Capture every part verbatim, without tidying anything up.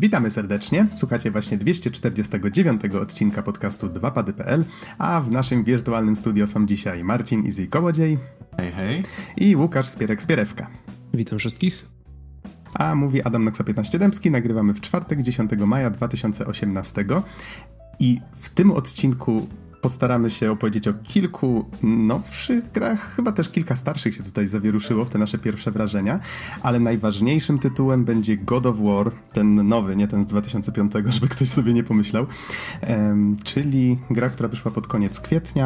Witamy serdecznie. Słuchacie właśnie dwieście czterdziestego dziewiątego odcinka podcastu dwa pady kropka p l, a w naszym wirtualnym studio są dzisiaj Marcin Izzy Kołodziej. Hej, hej. I Łukasz Spierek-Spierewka. Witam wszystkich. A mówi Adam Noxa piętnaście Dębski. Nagrywamy w czwartek, dziesiątego maja dwa tysiące osiemnastego. I w tym odcinku postaramy się opowiedzieć o kilku nowszych grach, chyba też kilka starszych się tutaj zawieruszyło w te nasze pierwsze wrażenia, ale najważniejszym tytułem będzie God of War, ten nowy, nie ten z dwa tysiące piątego, żeby ktoś sobie nie pomyślał, um, czyli gra, która wyszła pod koniec kwietnia.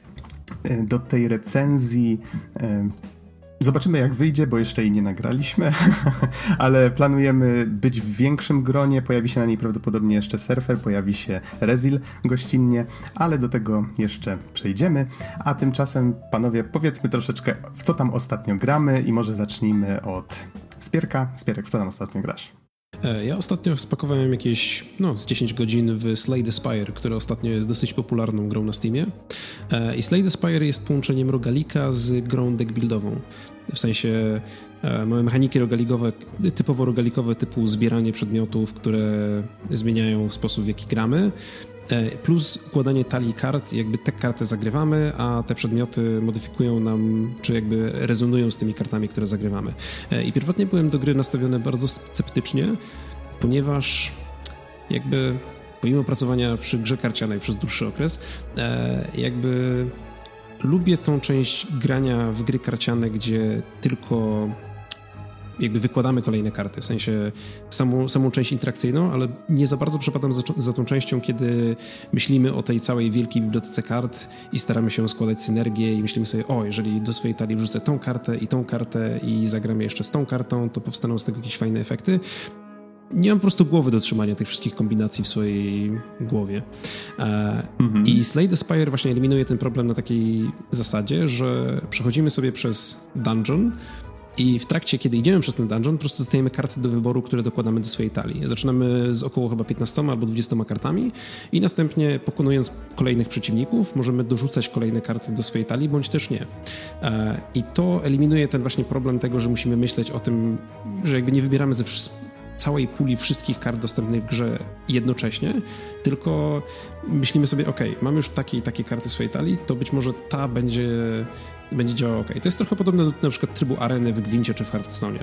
Do tej recenzji um, zobaczymy, jak wyjdzie, bo jeszcze jej nie nagraliśmy, ale planujemy być w większym gronie. Pojawi się na niej prawdopodobnie jeszcze Surfer, pojawi się Rezil gościnnie, ale do tego jeszcze przejdziemy. A tymczasem, panowie, powiedzmy troszeczkę, w co tam ostatnio gramy i może zacznijmy od Spierka. Spierek, w co tam ostatnio grasz? Ja ostatnio spakowałem jakieś, no, z dziesięć godzin w Slay the Spire, które ostatnio jest dosyć popularną grą na Steamie. I Slay the Spire jest połączeniem rogalika z grą deckbuildową. W sensie mamy mechaniki rogaligowe, typowo rogalikowe, typu zbieranie przedmiotów, które zmieniają sposób, w jaki gramy, plus układanie talii kart. Jakby te karty zagrywamy, a te przedmioty modyfikują nam, czy jakby rezonują z tymi kartami, które zagrywamy. I pierwotnie byłem do gry nastawiony bardzo sceptycznie, ponieważ jakby pomimo pracowania przy grze karcianej przez dłuższy okres, jakby lubię tą część grania w gry karciane, gdzie tylko jakby wykładamy kolejne karty, w sensie samą, samą część interakcyjną, ale nie za bardzo przepadam za, za tą częścią, kiedy myślimy o tej całej wielkiej bibliotece kart i staramy się składać synergię i myślimy sobie, o, jeżeli do swojej talii wrzucę tą kartę i tą kartę i zagramy jeszcze z tą kartą, to powstaną z tego jakieś fajne efekty. Nie mam po prostu głowy do trzymania tych wszystkich kombinacji w swojej głowie. E, mhm. I Slay the Spire właśnie eliminuje ten problem na takiej zasadzie, że przechodzimy sobie przez dungeon i w trakcie, kiedy idziemy przez ten dungeon, po prostu dostajemy karty do wyboru, które dokładamy do swojej talii. Zaczynamy z około chyba piętnastoma albo dwudziestoma kartami i następnie, pokonując kolejnych przeciwników, możemy dorzucać kolejne karty do swojej talii, bądź też nie. E, I to eliminuje ten właśnie problem tego, że musimy myśleć o tym, że jakby nie wybieramy ze wszystkich całej puli wszystkich kart dostępnych w grze jednocześnie, tylko myślimy sobie, ok, mam już takie i takie karty w swojej talii, to być może ta będzie, będzie działała ok. To jest trochę podobne do na przykład trybu areny w Gwincie czy w Hearthstone'ie.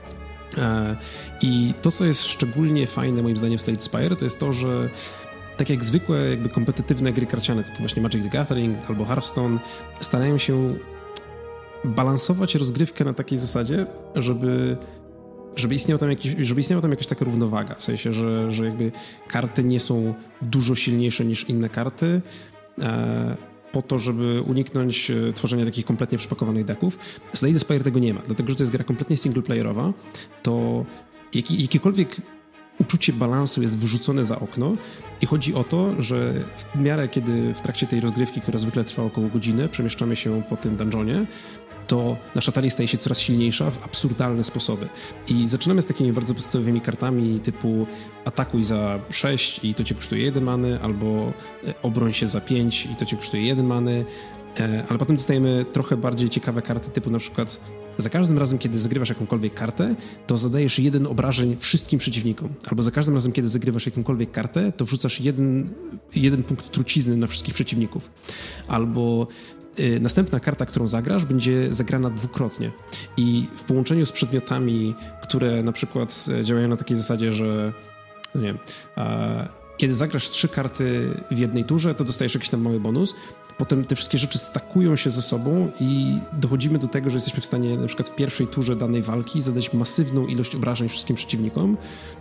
I to, co jest szczególnie fajne moim zdaniem w Slay the Spire, to jest to, że tak jak zwykłe jakby kompetytywne gry karciane, typu właśnie Magic the Gathering albo Hearthstone, starają się balansować rozgrywkę na takiej zasadzie, żeby Żeby, istniał tam jakiś, żeby istniała tam jakaś taka równowaga, w sensie, że, że jakby karty nie są dużo silniejsze niż inne karty, e, po to, żeby uniknąć tworzenia takich kompletnie przypakowanych decków. Slay the Spire tego nie ma, dlatego że to jest gra kompletnie singleplayerowa, to jaki, jakiekolwiek uczucie balansu jest wyrzucone za okno i chodzi o to, że w miarę kiedy w trakcie tej rozgrywki, która zwykle trwa około godziny, przemieszczamy się po tym dungeonie, to nasza talia staje się coraz silniejsza w absurdalne sposoby. I zaczynamy z takimi bardzo podstawowymi kartami typu atakuj za sześć i to cię kosztuje jeden many, albo obroń się za pięć i to cię kosztuje jeden many, ale potem dostajemy trochę bardziej ciekawe karty typu na przykład za każdym razem, kiedy zagrywasz jakąkolwiek kartę, to zadajesz jeden obrażeń wszystkim przeciwnikom. Albo za każdym razem, kiedy zagrywasz jakąkolwiek kartę, to wrzucasz jeden, jeden punkt trucizny na wszystkich przeciwników. Albo y, następna karta, którą zagrasz, będzie zagrana dwukrotnie. I w połączeniu z przedmiotami, które na przykład działają na takiej zasadzie, że no nie wiem, a, kiedy zagrasz trzy karty w jednej turze, to dostajesz jakiś tam mały bonus. Potem te wszystkie rzeczy stakują się ze sobą i dochodzimy do tego, że jesteśmy w stanie na przykład w pierwszej turze danej walki zadać masywną ilość obrażeń wszystkim przeciwnikom.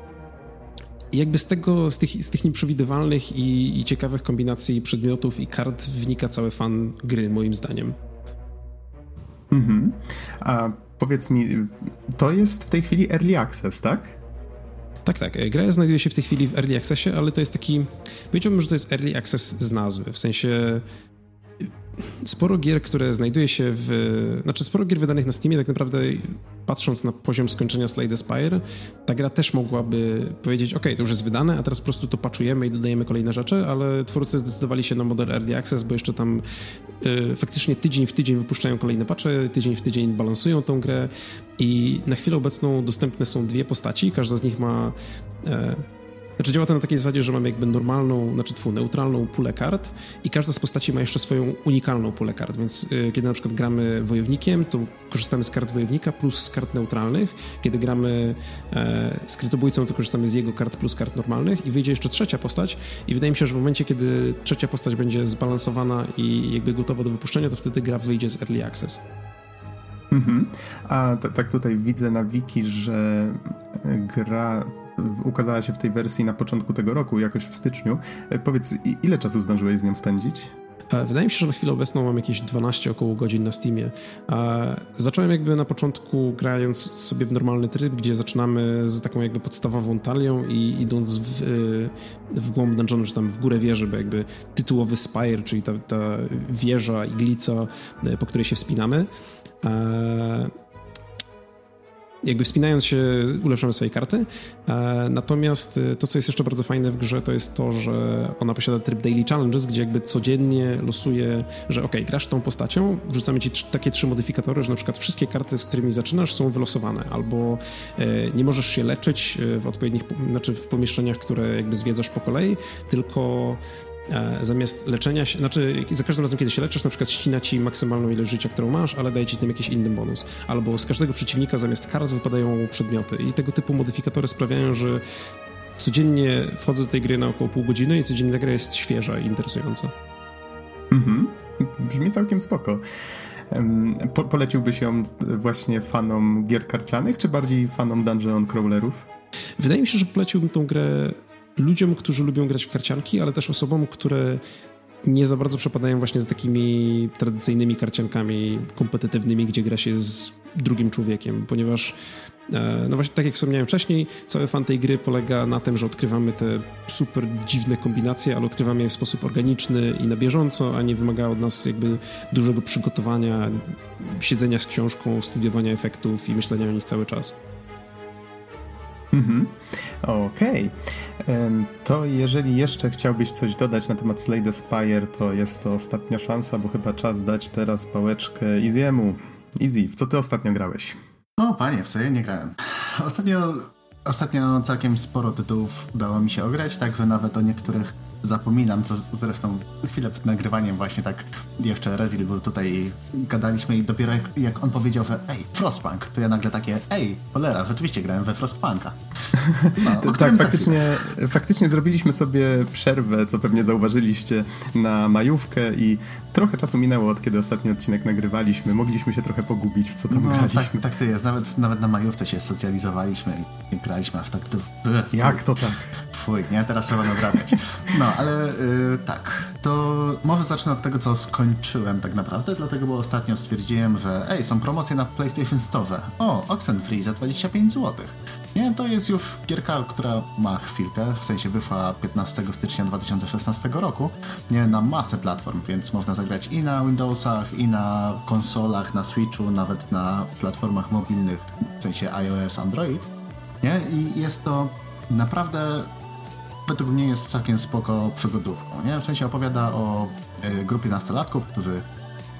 I jakby z tego, z tych, z tych nieprzewidywalnych i, i ciekawych kombinacji przedmiotów i kart wynika cały fan gry, moim zdaniem. Mhm. A powiedz mi, to jest w tej chwili Early Access, tak? Tak, tak. Gra znajduje się w tej chwili w Early Accessie, ale to jest taki... Powiedziałbym, że to jest Early Access z nazwy. W sensie sporo gier, które znajduje się w... Znaczy sporo gier wydanych na Steamie, tak naprawdę patrząc na poziom skończenia Slay the Spire, ta gra też mogłaby powiedzieć, ok, to już jest wydane, a teraz po prostu to patchujemy i dodajemy kolejne rzeczy, ale twórcy zdecydowali się na model Early Access, bo jeszcze tam y, faktycznie tydzień w tydzień wypuszczają kolejne patche, tydzień w tydzień balansują tą grę i na chwilę obecną dostępne są dwie postaci, każda z nich ma... Y, Znaczy działa to na takiej zasadzie, że mamy jakby normalną, znaczy tfu, neutralną pulę kart i każda z postaci ma jeszcze swoją unikalną pulę kart, więc y, kiedy na przykład gramy wojownikiem, to korzystamy z kart wojownika plus z kart neutralnych. Kiedy gramy e, skrytobójcą, to korzystamy z jego kart plus kart normalnych i wyjdzie jeszcze trzecia postać i wydaje mi się, że w momencie, kiedy trzecia postać będzie zbalansowana i jakby gotowa do wypuszczenia, to wtedy gra wyjdzie z Early Access. Mhm. A t- tak tutaj widzę na wiki, że gra ukazała się w tej wersji na początku tego roku, jakoś w styczniu. Powiedz, ile czasu zdążyłeś z nią spędzić? Wydaje mi się, że na chwilę obecną mam jakieś dwanaście około godzin na Steamie. Zacząłem jakby na początku grając sobie w normalny tryb, gdzie zaczynamy z taką jakby podstawową talią i idąc w, w głąb dungeonu, czy tam w górę wieży, bo jakby tytułowy Spire, czyli ta, ta wieża, iglica, po której się wspinamy. Jakby wspinając się ulepszamy swoje karty, e, natomiast to, co jest jeszcze bardzo fajne w grze, to jest to, że ona posiada tryb Daily Challenges, gdzie jakby codziennie losuje, że ok, grasz tą postacią, wrzucamy ci tr- takie trzy modyfikatory, że na przykład wszystkie karty, z którymi zaczynasz, są wylosowane, albo e, nie możesz się leczyć w odpowiednich, znaczy w pomieszczeniach, które jakby zwiedzasz po kolei, tylko zamiast leczenia się, znaczy za każdym razem, kiedy się leczysz, na przykład ścina ci maksymalną ilość życia, którą masz, ale daje ci tym jakiś inny bonus. Albo z każdego przeciwnika zamiast kart wypadają przedmioty. I tego typu modyfikatory sprawiają, że codziennie wchodzę do tej gry na około pół godziny i codziennie ta gra jest świeża i interesująca. Mhm. Brzmi całkiem spoko. Po- poleciłbyś ją właśnie fanom gier karcianych, czy bardziej fanom dungeon crawlerów? Wydaje mi się, że poleciłbym tą grę ludziom, którzy lubią grać w karcianki, ale też osobom, które nie za bardzo przepadają właśnie z takimi tradycyjnymi karciankami kompetytywnymi, gdzie gra się z drugim człowiekiem, ponieważ no właśnie tak jak wspomniałem wcześniej, cały fan tej gry polega na tym, że odkrywamy te super dziwne kombinacje, ale odkrywamy je w sposób organiczny i na bieżąco, a nie wymaga od nas jakby dużego przygotowania, siedzenia z książką, studiowania efektów i myślenia o nich cały czas. Mhm. Okej. Okay. To jeżeli jeszcze chciałbyś coś dodać na temat Slay the Spire, to jest to ostatnia szansa, bo chyba czas dać teraz pałeczkę Easy'emu. Easy, w co ty ostatnio grałeś? O panie, w co ja nie grałem. Ostatnio, ostatnio całkiem sporo tytułów udało mi się ograć, także nawet o niektórych zapominam, co zresztą chwilę przed nagrywaniem właśnie tak jeszcze Rezil był tutaj, gadaliśmy i dopiero jak, jak on powiedział, że ej, Frostpunk, to ja nagle takie, ej, cholera, rzeczywiście grałem we Frostpunka. No, tak, faktycznie, faktycznie zrobiliśmy sobie przerwę, co pewnie zauważyliście, na majówkę i trochę czasu minęło od kiedy ostatni odcinek nagrywaliśmy, mogliśmy się trochę pogubić, w co tam no, graliśmy. Tak, tak to jest, nawet, nawet na majówce się socjalizowaliśmy i graliśmy aż tak to... Jak to tak? Fuj, nie? Teraz trzeba nadrabiać. No, ale yy, tak, to może zacznę od tego, co skończyłem tak naprawdę, dlatego, bo ostatnio stwierdziłem, że ej, są promocje na PlayStation Store. O, Oxenfree za dwadzieścia pięć złotych. Nie, to jest już gierka, która ma chwilkę, w sensie wyszła piętnastego stycznia dwa tysiące szesnastego roku, nie, na masę platform, więc można zagrać i na Windowsach, i na konsolach, na Switchu, nawet na platformach mobilnych, w sensie iOS, Android, nie, i jest to naprawdę... według mnie jest całkiem spoko przygodówką, nie? W sensie opowiada o y, grupie nastolatków, którzy, y,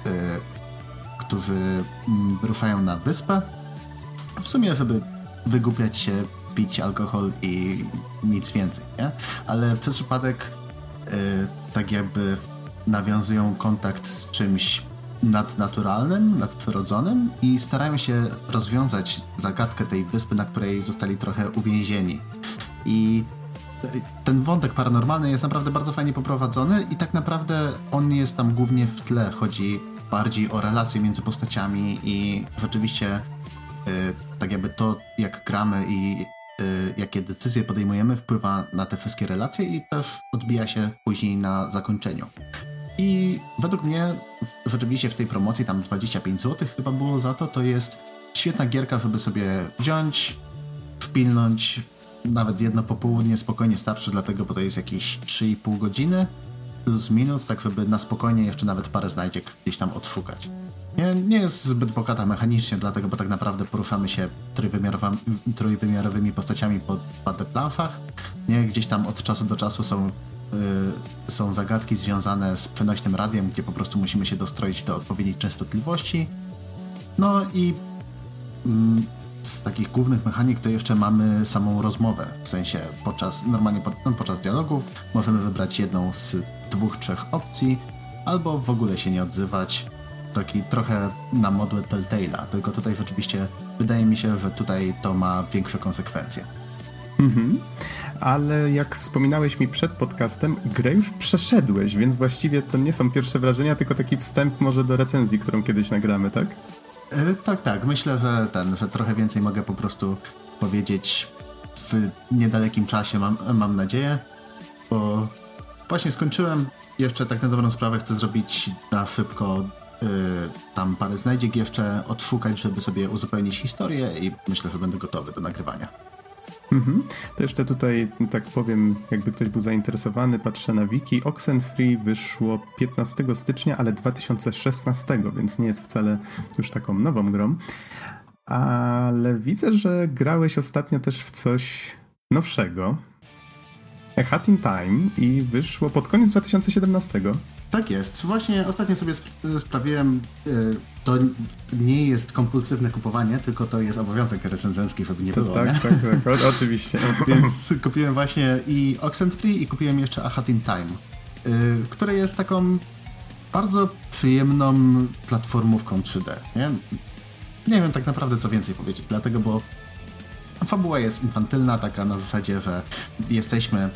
którzy y, wyruszają na wyspę. W sumie, żeby wygłupiać się, pić alkohol i nic więcej, nie? Ale przez przypadek y, tak jakby nawiązują kontakt z czymś nadnaturalnym, nadprzyrodzonym i starają się rozwiązać zagadkę tej wyspy, na której zostali trochę uwięzieni. I ten wątek paranormalny jest naprawdę bardzo fajnie poprowadzony i tak naprawdę on jest tam głównie w tle. Chodzi bardziej o relacje między postaciami i rzeczywiście yy, tak jakby to, jak gramy i yy, jakie decyzje podejmujemy, wpływa na te wszystkie relacje i też odbija się później na zakończeniu. I według mnie rzeczywiście w tej promocji tam dwadzieścia pięć złotych chyba było za to, to jest świetna gierka, żeby sobie wziąć, szpilnąć. Nawet jedno popołudnie spokojnie starczy, dlatego, bo to jest jakieś trzy i pół godziny plus minus, tak żeby na spokojnie jeszcze nawet parę znajdziek gdzieś tam odszukać. Nie, nie jest zbyt bogata mechanicznie, dlatego, bo tak naprawdę poruszamy się trójwymiarowymi, trójwymiarowymi postaciami po dwa D planszach. Nie, gdzieś tam od czasu do czasu są, yy, są zagadki związane z przenośnym radiem, gdzie po prostu musimy się dostroić do odpowiedniej częstotliwości. No i yy, z takich głównych mechanik to jeszcze mamy samą rozmowę. W sensie podczas, normalnie po, no, podczas dialogów możemy wybrać jedną z dwóch, trzech opcji, albo w ogóle się nie odzywać. Taki trochę na modłę Telltale'a, tylko tutaj rzeczywiście wydaje mi się, że tutaj to ma większe konsekwencje. Mhm. Ale jak wspominałeś mi przed podcastem, grę już przeszedłeś, więc właściwie to nie są pierwsze wrażenia, tylko taki wstęp może do recenzji, którą kiedyś nagramy, tak? Yy, tak, tak. Myślę, że ten, że trochę więcej mogę po prostu powiedzieć w niedalekim czasie, mam, mam nadzieję, bo właśnie skończyłem, jeszcze tak na dobrą sprawę chcę zrobić na szybko yy, tam parę znajdziek jeszcze odszukać, żeby sobie uzupełnić historię i myślę, że będę gotowy do nagrywania. Mhm. To jeszcze tutaj, tak powiem, jakby ktoś był zainteresowany, patrzę na wiki. Oxenfree wyszło piętnastego stycznia, ale dwa tysiące szesnastego, więc nie jest wcale już taką nową grą. Ale widzę, że grałeś ostatnio też w coś nowszego. A Hat in Time i wyszło pod koniec dwa tysiące siedemnastego. Tak jest. Właśnie ostatnio sobie sp- sprawiłem, yy, to nie jest kompulsywne kupowanie, tylko to jest obowiązek recenzencki, żeby nie to było, tak, nie? tak, tak, o, oczywiście. Więc kupiłem właśnie i Oxenfree i kupiłem jeszcze A Hat in Time, yy, które jest taką bardzo przyjemną platformówką trzy D, nie? Nie wiem tak naprawdę co więcej powiedzieć, dlatego, bo fabuła jest infantylna, taka na zasadzie, że jesteśmy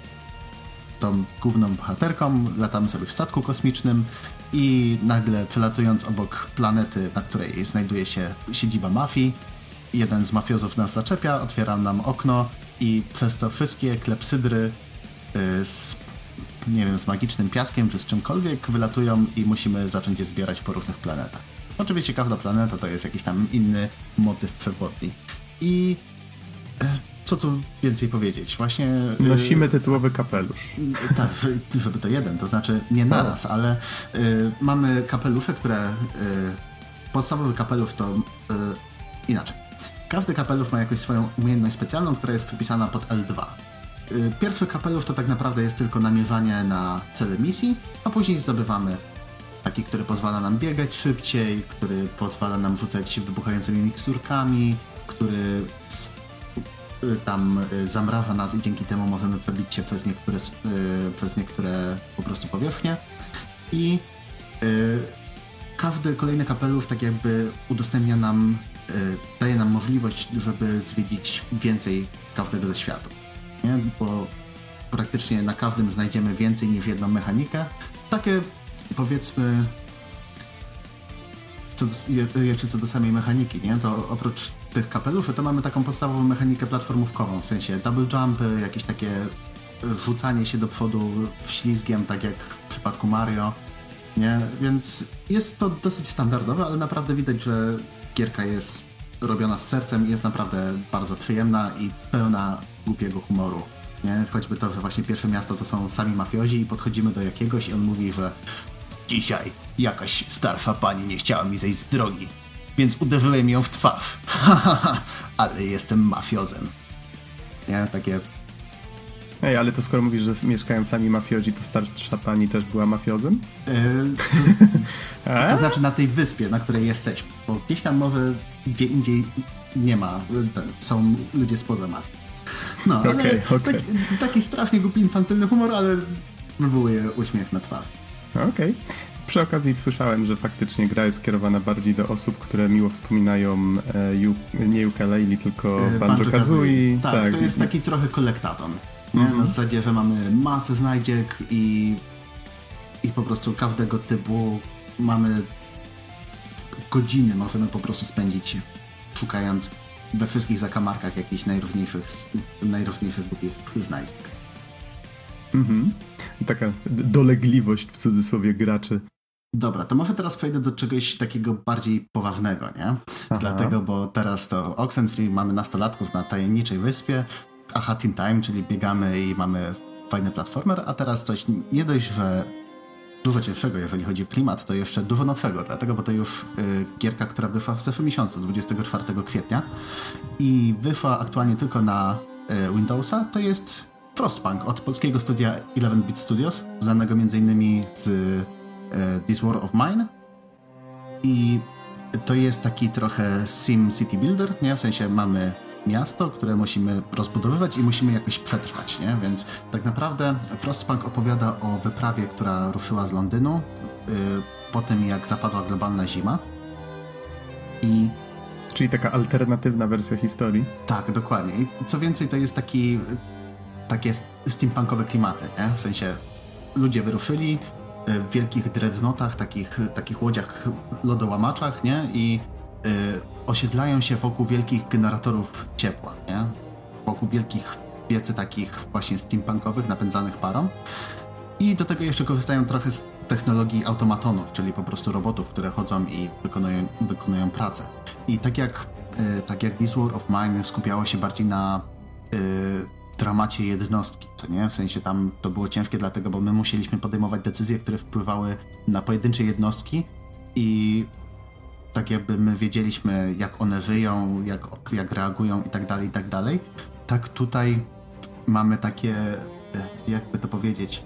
tą główną bohaterką, latamy sobie w statku kosmicznym i nagle przelatując obok planety, na której znajduje się siedziba mafii, jeden z mafiozów nas zaczepia, otwiera nam okno i przez to wszystkie klepsydry yy, z, nie wiem, z magicznym piaskiem czy z czymkolwiek wylatują i musimy zacząć je zbierać po różnych planetach. Oczywiście każda planeta to jest jakiś tam inny motyw przewodni. I yy, co tu więcej powiedzieć? Właśnie... Nosimy tytułowy kapelusz. Tak, żeby to jeden, to znaczy nie naraz, ale y, mamy kapelusze, które... Y, podstawowy kapelusz to... Y, inaczej. Każdy kapelusz ma jakąś swoją umiejętność specjalną, która jest przypisana pod L dwa. Y, pierwszy kapelusz to tak naprawdę jest tylko namierzanie na cele misji, a później zdobywamy taki, który pozwala nam biegać szybciej, który pozwala nam rzucać wybuchającymi miksturkami, który tam zamraża nas i dzięki temu możemy przebić się przez niektóre, yy, przez niektóre po prostu powierzchnie. I yy, każdy kolejny kapelusz tak jakby udostępnia nam, yy, daje nam możliwość, żeby zwiedzić więcej każdego ze światów. Nie? Bo praktycznie na każdym znajdziemy więcej niż jedną mechanikę. Takie powiedzmy... Co do, jeszcze co do samej mechaniki, nie? To oprócz tych kapeluszy to mamy taką podstawową mechanikę platformówkową, w sensie double jumpy, jakieś takie rzucanie się do przodu wślizgiem, tak jak w przypadku Mario, nie? Więc jest to dosyć standardowe, ale naprawdę widać, że gierka jest robiona z sercem i jest naprawdę bardzo przyjemna i pełna głupiego humoru, nie? Choćby to, że właśnie pierwsze miasto to są sami mafiozi i podchodzimy do jakiegoś i on mówi, że dzisiaj jakaś starsza pani nie chciała mi zejść z drogi, więc uderzyłem ją w twarz. Ale jestem mafiozem. Nie? Takie... Ej, ale to skoro mówisz, że mieszkają sami mafiozi, to starsza pani też była mafiozem? Yy, to, to znaczy na tej wyspie, na której jesteśmy. Bo gdzieś tam może gdzie indziej nie ma, ten, są ludzie spoza mafii. No, okay, ale okay. taki, taki strasznie głupi, infantylny humor, ale wywołuje uśmiech na twarz. Okej. Okay. Przy okazji słyszałem, że faktycznie gra jest skierowana bardziej do osób, które miło wspominają e, ju, nie ukulele, tylko e, Banjo-Kazooie. Tak, tak, to jest taki trochę kolektaton. Mm-hmm. Na zasadzie, że mamy masę znajdziek i, i po prostu każdego typu mamy godziny, możemy po prostu spędzić szukając we wszystkich zakamarkach jakichś najróżniejszych, najróżniejszych głupich znajdziek. Mhm. Taka dolegliwość w cudzysłowie graczy. Dobra, to może teraz przejdę do czegoś takiego bardziej poważnego, nie? Aha. Dlatego, bo teraz to Oxenfree, mamy nastolatków na tajemniczej wyspie, A Hat in Time, czyli biegamy i mamy fajny platformer, a teraz coś nie dość, że dużo cięższego, jeżeli chodzi o klimat, to jeszcze dużo nowszego, dlatego, bo to już y, gierka, która wyszła w zeszłym miesiącu, dwudziestego czwartego kwietnia i wyszła aktualnie tylko na y, Windowsa, to jest Frostpunk od polskiego studia eleven bit Studios, znanego m.in. z e, This War of Mine. I to jest taki trochę sim city builder, nie? W sensie mamy miasto, które musimy rozbudowywać i musimy jakoś przetrwać, nie? Więc tak naprawdę Frostpunk opowiada o wyprawie, która ruszyła z Londynu yy, po tym, jak zapadła globalna zima. I Czyli taka alternatywna wersja historii. tak, dokładnie. I co więcej, to jest taki takie steampunkowe klimaty, nie? W sensie ludzie wyruszyli w wielkich dreadnoughtach, takich, takich łodziach lodołamaczach, nie? I y, osiedlają się wokół wielkich generatorów ciepła, nie? Wokół wielkich piecy takich właśnie steampunkowych, napędzanych parą. I do tego jeszcze korzystają trochę z technologii automatonów, czyli po prostu robotów, które chodzą i wykonują, wykonują pracę. I tak jak, y, tak jak This War of Mine skupiało się bardziej na y, dramacie jednostki, co nie? W sensie tam to było ciężkie dlatego, bo my musieliśmy podejmować decyzje, które wpływały na pojedyncze jednostki i tak jakby my wiedzieliśmy, jak one żyją, jak, jak reagują i tak dalej, i tak dalej. Tak tutaj mamy takie, jakby to powiedzieć,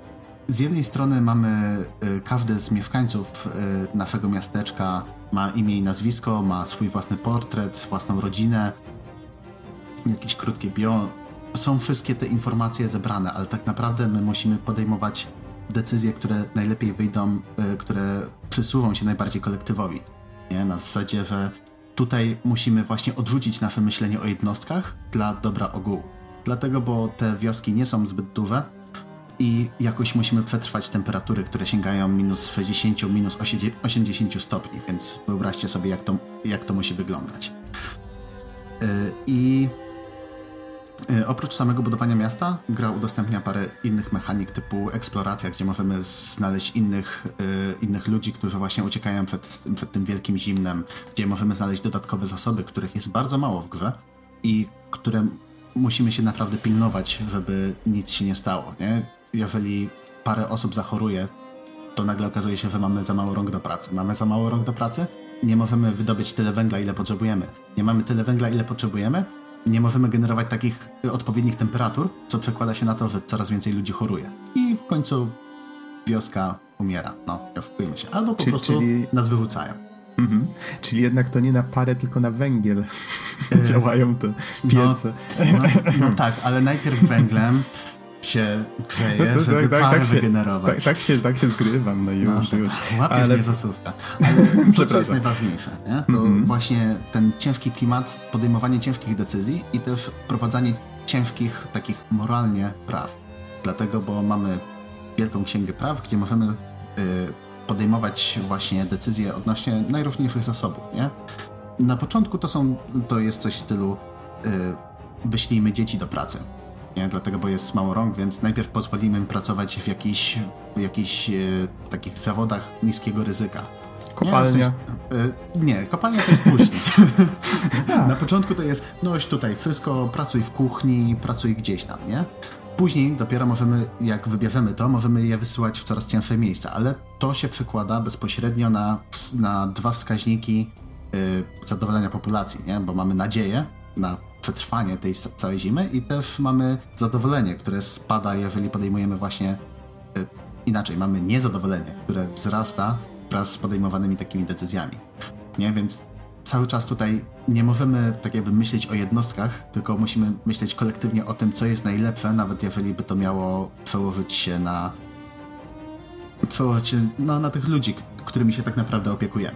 z jednej strony mamy, każdy z mieszkańców naszego miasteczka ma imię i nazwisko, ma swój własny portret, własną rodzinę, jakieś krótkie bio. Są wszystkie te informacje zebrane, ale tak naprawdę my musimy podejmować decyzje, które najlepiej wyjdą, które przysłużą się najbardziej kolektywowi. Nie? Na zasadzie, że tutaj musimy właśnie odrzucić nasze myślenie o jednostkach dla dobra ogółu. Dlatego, bo te wioski nie są zbyt duże i jakoś musimy przetrwać temperatury, które sięgają minus sześćdziesiąt, minus osiemdziesiąt stopni, więc wyobraźcie sobie, jak to, jak to musi wyglądać. Yy, I yy, oprócz samego budowania miasta, gra udostępnia parę innych mechanik typu eksploracja, gdzie możemy znaleźć innych, yy, innych ludzi, którzy właśnie uciekają przed, przed tym wielkim zimnem, gdzie możemy znaleźć dodatkowe zasoby, których jest bardzo mało w grze i które musimy się naprawdę pilnować, żeby nic się nie stało, nie? Jeżeli parę osób zachoruje, to nagle okazuje się, że mamy za mało rąk do pracy. Mamy za mało rąk do pracy? Nie możemy wydobyć tyle węgla, ile potrzebujemy. Nie mamy tyle węgla, ile potrzebujemy? Nie możemy generować takich odpowiednich temperatur, co przekłada się na to, że coraz więcej ludzi choruje. I w końcu wioska umiera. No, nie oszukujmy się. Albo po Czyli, prostu czyli... nas wyrzucają. Mhm. Czyli jednak to nie na parę, tylko na węgiel działają te piece. No, no, no tak, ale najpierw węglem się grzeje, no żeby tak, parę tak, wygenerować. Tak, tak, się, tak się zgrywam, no już. No, to, już. Tak, łapiesz ale... mnie zasówka. Ale to, co jest najważniejsze, nie? to mm-hmm. właśnie ten ciężki klimat, podejmowanie ciężkich decyzji i też prowadzenie ciężkich, takich moralnie praw. Dlatego, bo mamy wielką księgę praw, gdzie możemy y, podejmować właśnie decyzje odnośnie najróżniejszych zasobów, nie? Na początku to są, to jest coś w stylu y, wyślijmy dzieci do pracy. Nie? Dlatego, bo jest mało rąk, więc najpierw pozwolimy im pracować w jakichś, w jakichś e, takich zawodach niskiego ryzyka. Kopalnia. Nie, w sensie, e, nie kopalnia to jest później. Na początku to jest, no już tutaj wszystko, pracuj w kuchni, pracuj gdzieś tam, nie? Później dopiero możemy, jak wybierzemy to, możemy je wysyłać w coraz cięższe miejsca, ale to się przekłada bezpośrednio na, na dwa wskaźniki e, zadowolenia populacji, nie? Bo mamy nadzieję na przetrwanie tej całej zimy i też mamy zadowolenie, które spada, jeżeli podejmujemy właśnie y, inaczej, mamy niezadowolenie, które wzrasta wraz z podejmowanymi takimi decyzjami. Nie? Więc cały czas tutaj nie możemy tak jakby myśleć o jednostkach, tylko musimy myśleć kolektywnie o tym, co jest najlepsze, nawet jeżeli by to miało przełożyć się na przełożyć się no, na tych ludzi, którymi się tak naprawdę opiekujemy.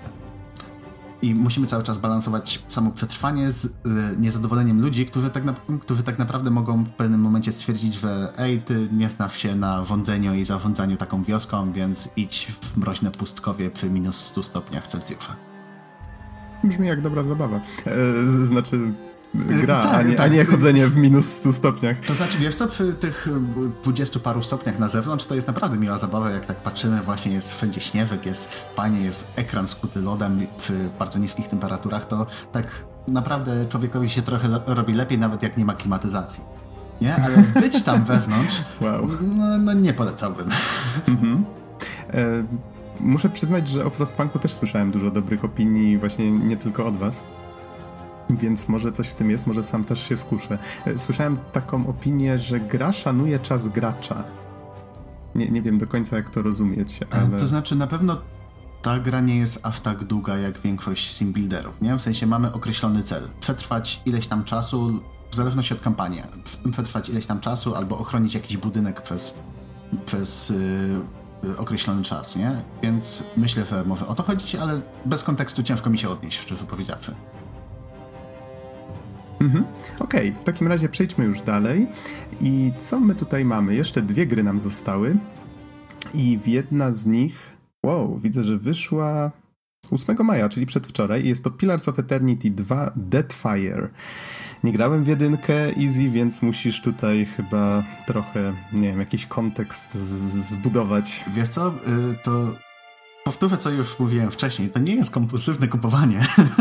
I musimy cały czas balansować samo przetrwanie z y, niezadowoleniem ludzi, którzy tak, na, którzy tak naprawdę mogą w pewnym momencie stwierdzić, że ej, ty nie znasz się na rządzeniu i zarządzaniu taką wioską, więc idź w mroźne pustkowie przy minus stu stopniach Celsjusza. Brzmi jak dobra zabawa. E, znaczy gra, tak, a, nie, tak. a nie chodzenie w minus stu stopniach. To znaczy, wiesz co, przy tych dwudziestu paru stopniach na zewnątrz to jest naprawdę miła zabawa, jak tak patrzymy, właśnie jest wszędzie śnieżek, jest fajnie, jest ekran skuty lodem przy bardzo niskich temperaturach, to tak naprawdę człowiekowi się trochę le- robi lepiej, nawet jak nie ma klimatyzacji. Nie? Ale być tam wewnątrz, wow. no, no nie polecałbym. Mhm. E, muszę przyznać, że o Frostpunku też słyszałem dużo dobrych opinii, właśnie nie tylko od was. Więc może coś w tym jest, może sam też się skuszę. Słyszałem taką opinię, że gra szanuje czas gracza. Nie, nie wiem do końca, jak to rozumieć, ale... To znaczy, na pewno ta gra nie jest aż tak długa jak większość simbuilderów, nie? W sensie mamy określony cel. Przetrwać ileś tam czasu, w zależności od kampanii, przetrwać ileś tam czasu albo ochronić jakiś budynek przez, przez yy, określony czas, nie? Więc myślę, że może o to chodzić, ale bez kontekstu ciężko mi się odnieść, szczerze powiedziawszy. Mhm. Okej, okay, w takim razie przejdźmy już dalej. I co my tutaj mamy? Jeszcze dwie gry nam zostały. I jedna z nich, wow, widzę, że wyszła ósmego maja, czyli przedwczoraj. I jest to Pillars of Eternity dwa Deadfire. Nie grałem w jedynkę Easy, więc musisz tutaj chyba trochę, nie wiem, jakiś kontekst z- zbudować. Wiesz co, yy, to powtórzę, co już mówiłem wcześniej. To nie jest kompulsywne kupowanie.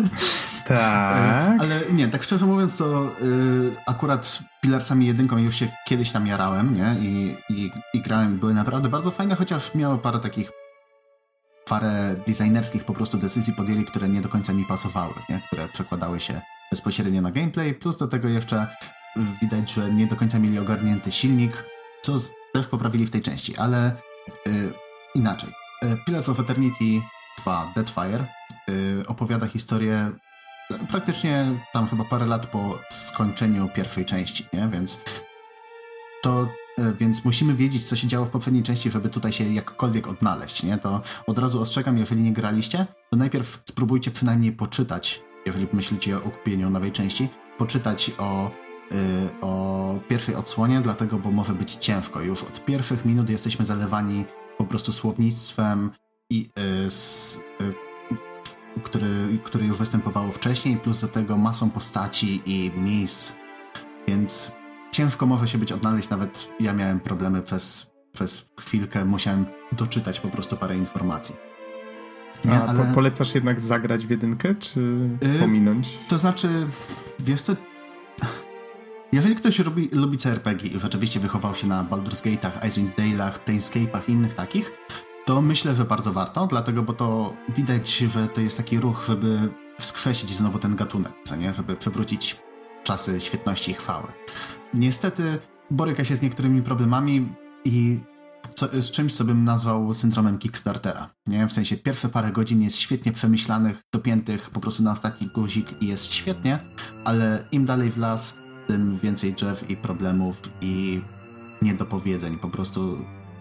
Tak. Ale nie, tak szczerze mówiąc, to yy, akurat Pillarsami jedynką już się kiedyś tam jarałem, nie? I, i, i grałem, były naprawdę bardzo fajne, chociaż miały parę takich, parę designerskich po prostu decyzji podjęli, które nie do końca mi pasowały, nie? Które przekładały się bezpośrednio na gameplay, plus do tego jeszcze widać, że nie do końca mieli ogarnięty silnik, co też poprawili w tej części, ale yy, inaczej. Yy, Pillars of Eternity dwa Deadfire yy, opowiada historię praktycznie tam chyba parę lat po skończeniu pierwszej części, nie? Więc to, więc musimy wiedzieć, co się działo w poprzedniej części, żeby tutaj się jakkolwiek odnaleźć, nie? To od razu ostrzegam, jeżeli nie graliście, to najpierw spróbujcie przynajmniej poczytać, jeżeli myślicie o kupieniu nowej części, poczytać o, yy, o pierwszej odsłonie, dlatego, bo może być ciężko. Już od pierwszych minut jesteśmy zalewani po prostu słownictwem i yy, z, yy, Który, które już występowało wcześniej, plus do tego masą postaci i miejsc, więc ciężko może się być odnaleźć, nawet ja miałem problemy przez, przez chwilkę, musiałem doczytać po prostu parę informacji. Nie, A ale... po, polecasz jednak zagrać w jedynkę, czy yy, pominąć? To znaczy, wiesz co, jeżeli ktoś lubi, lubi C R P G i już oczywiście wychował się na Baldur's Gate'ach, Icewind Dale'ach, Planescape'ach i innych takich, to myślę, że bardzo warto, dlatego, bo to widać, że to jest taki ruch, żeby wskrzesić znowu ten gatunek, co nie? Żeby przywrócić czasy świetności i chwały. Niestety boryka się z niektórymi problemami i co, z czymś, co bym nazwał syndromem Kickstartera. Nie? W sensie pierwsze parę godzin jest świetnie przemyślanych, dopiętych po prostu na ostatni guzik i jest świetnie, ale im dalej w las, tym więcej drzew i problemów i niedopowiedzeń. Po prostu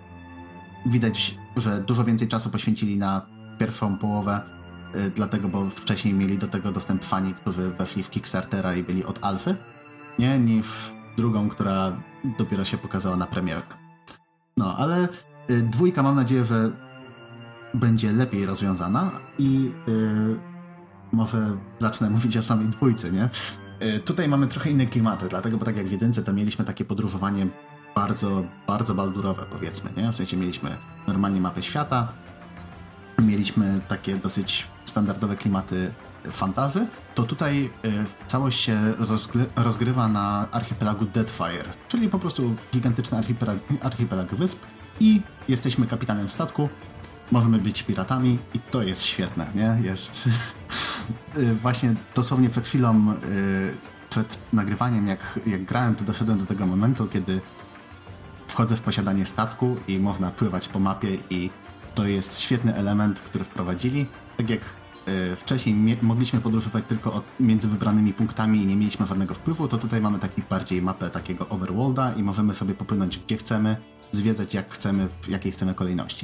widać, że dużo więcej czasu poświęcili na pierwszą połowę, yy, dlatego, bo wcześniej mieli do tego dostęp fani, którzy weszli w Kickstartera i byli od alfy, nie? Niż drugą, która dopiero się pokazała na premierach. No, ale yy, dwójka mam nadzieję, że będzie lepiej rozwiązana i yy, może zacznę mówić o samej dwójce, nie? Yy, tutaj mamy trochę inne klimaty, dlatego, bo tak jak w jedynce, to mieliśmy takie podróżowanie bardzo, bardzo baldurowe, powiedzmy, nie? W sensie mieliśmy normalnie mapę świata, mieliśmy takie dosyć standardowe klimaty fantasy, to tutaj y, całość się rozgry- rozgrywa na archipelagu Deadfire, czyli po prostu gigantyczny archipelag, archipelag wysp i jesteśmy kapitanem statku, możemy być piratami i to jest świetne, nie? Jest y, właśnie dosłownie przed chwilą, y, przed nagrywaniem, jak, jak grałem, to doszedłem do tego momentu, kiedy wchodzę w posiadanie statku i można pływać po mapie i to jest świetny element, który wprowadzili. Tak jak y, wcześniej mie- mogliśmy podróżować tylko od, między wybranymi punktami i nie mieliśmy żadnego wpływu, to tutaj mamy taki bardziej mapę takiego overworlda i możemy sobie popłynąć gdzie chcemy, zwiedzać jak chcemy, w jakiej chcemy kolejności.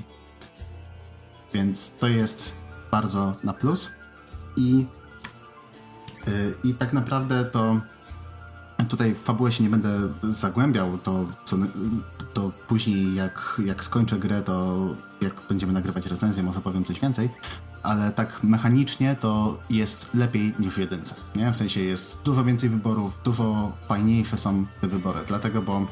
Więc to jest bardzo na plus i, y, i tak naprawdę to tutaj w fabułę się nie będę zagłębiał, to, co, to później jak, jak skończę grę, to jak będziemy nagrywać recenzję, może powiem coś więcej, ale tak mechanicznie to jest lepiej niż w jedynce, nie? W sensie jest dużo więcej wyborów, dużo fajniejsze są te wybory, dlatego, bo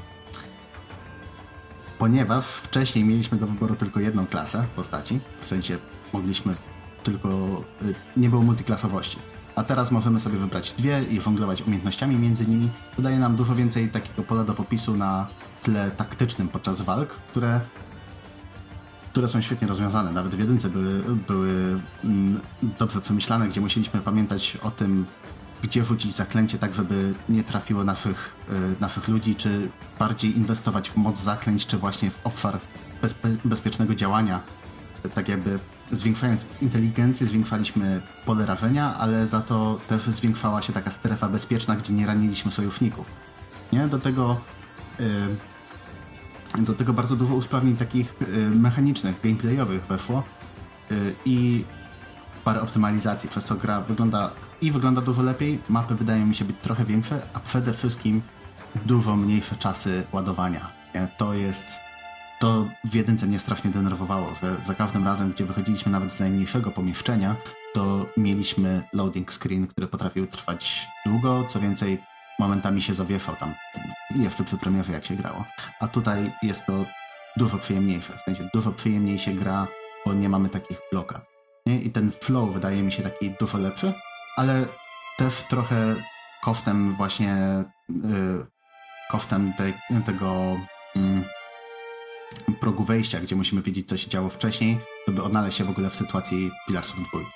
ponieważ wcześniej mieliśmy do wyboru tylko jedną klasę postaci, w sensie mogliśmy tylko, nie było multiklasowości. A teraz możemy sobie wybrać dwie i żonglować umiejętnościami między nimi. To daje nam dużo więcej takiego pola do popisu na tle taktycznym podczas walk, które, które są świetnie rozwiązane. Nawet w jedynce były, były mm, dobrze przemyślane, gdzie musieliśmy pamiętać o tym, gdzie rzucić zaklęcie tak, żeby nie trafiło naszych, y, naszych ludzi, czy bardziej inwestować w moc zaklęć, czy właśnie w obszar bezpe- bezpiecznego działania tak jakby zwiększając inteligencję, zwiększaliśmy pole rażenia, ale za to też zwiększała się taka strefa bezpieczna, gdzie nie raniliśmy sojuszników. Nie? Do tego yy, do tego bardzo dużo usprawnień takich yy, mechanicznych, gameplayowych weszło yy, i parę optymalizacji, przez co gra wygląda i wygląda dużo lepiej, mapy wydają mi się być trochę większe, a przede wszystkim dużo mniejsze czasy ładowania. Nie? To jest To w jedynce mnie strasznie denerwowało, że za każdym razem, gdzie wychodziliśmy nawet z najmniejszego pomieszczenia, to mieliśmy loading screen, który potrafił trwać długo, co więcej momentami się zawieszał tam jeszcze przy premierze, jak się grało. A tutaj jest to dużo przyjemniejsze, w sensie dużo przyjemniej się gra, bo nie mamy takich blokad. Nie? I ten flow wydaje mi się taki dużo lepszy, ale też trochę kosztem właśnie yy, kosztem te, tego yy, progu wejścia, gdzie musimy wiedzieć, co się działo wcześniej, żeby odnaleźć się w ogóle w sytuacji Pillarsów dwójki.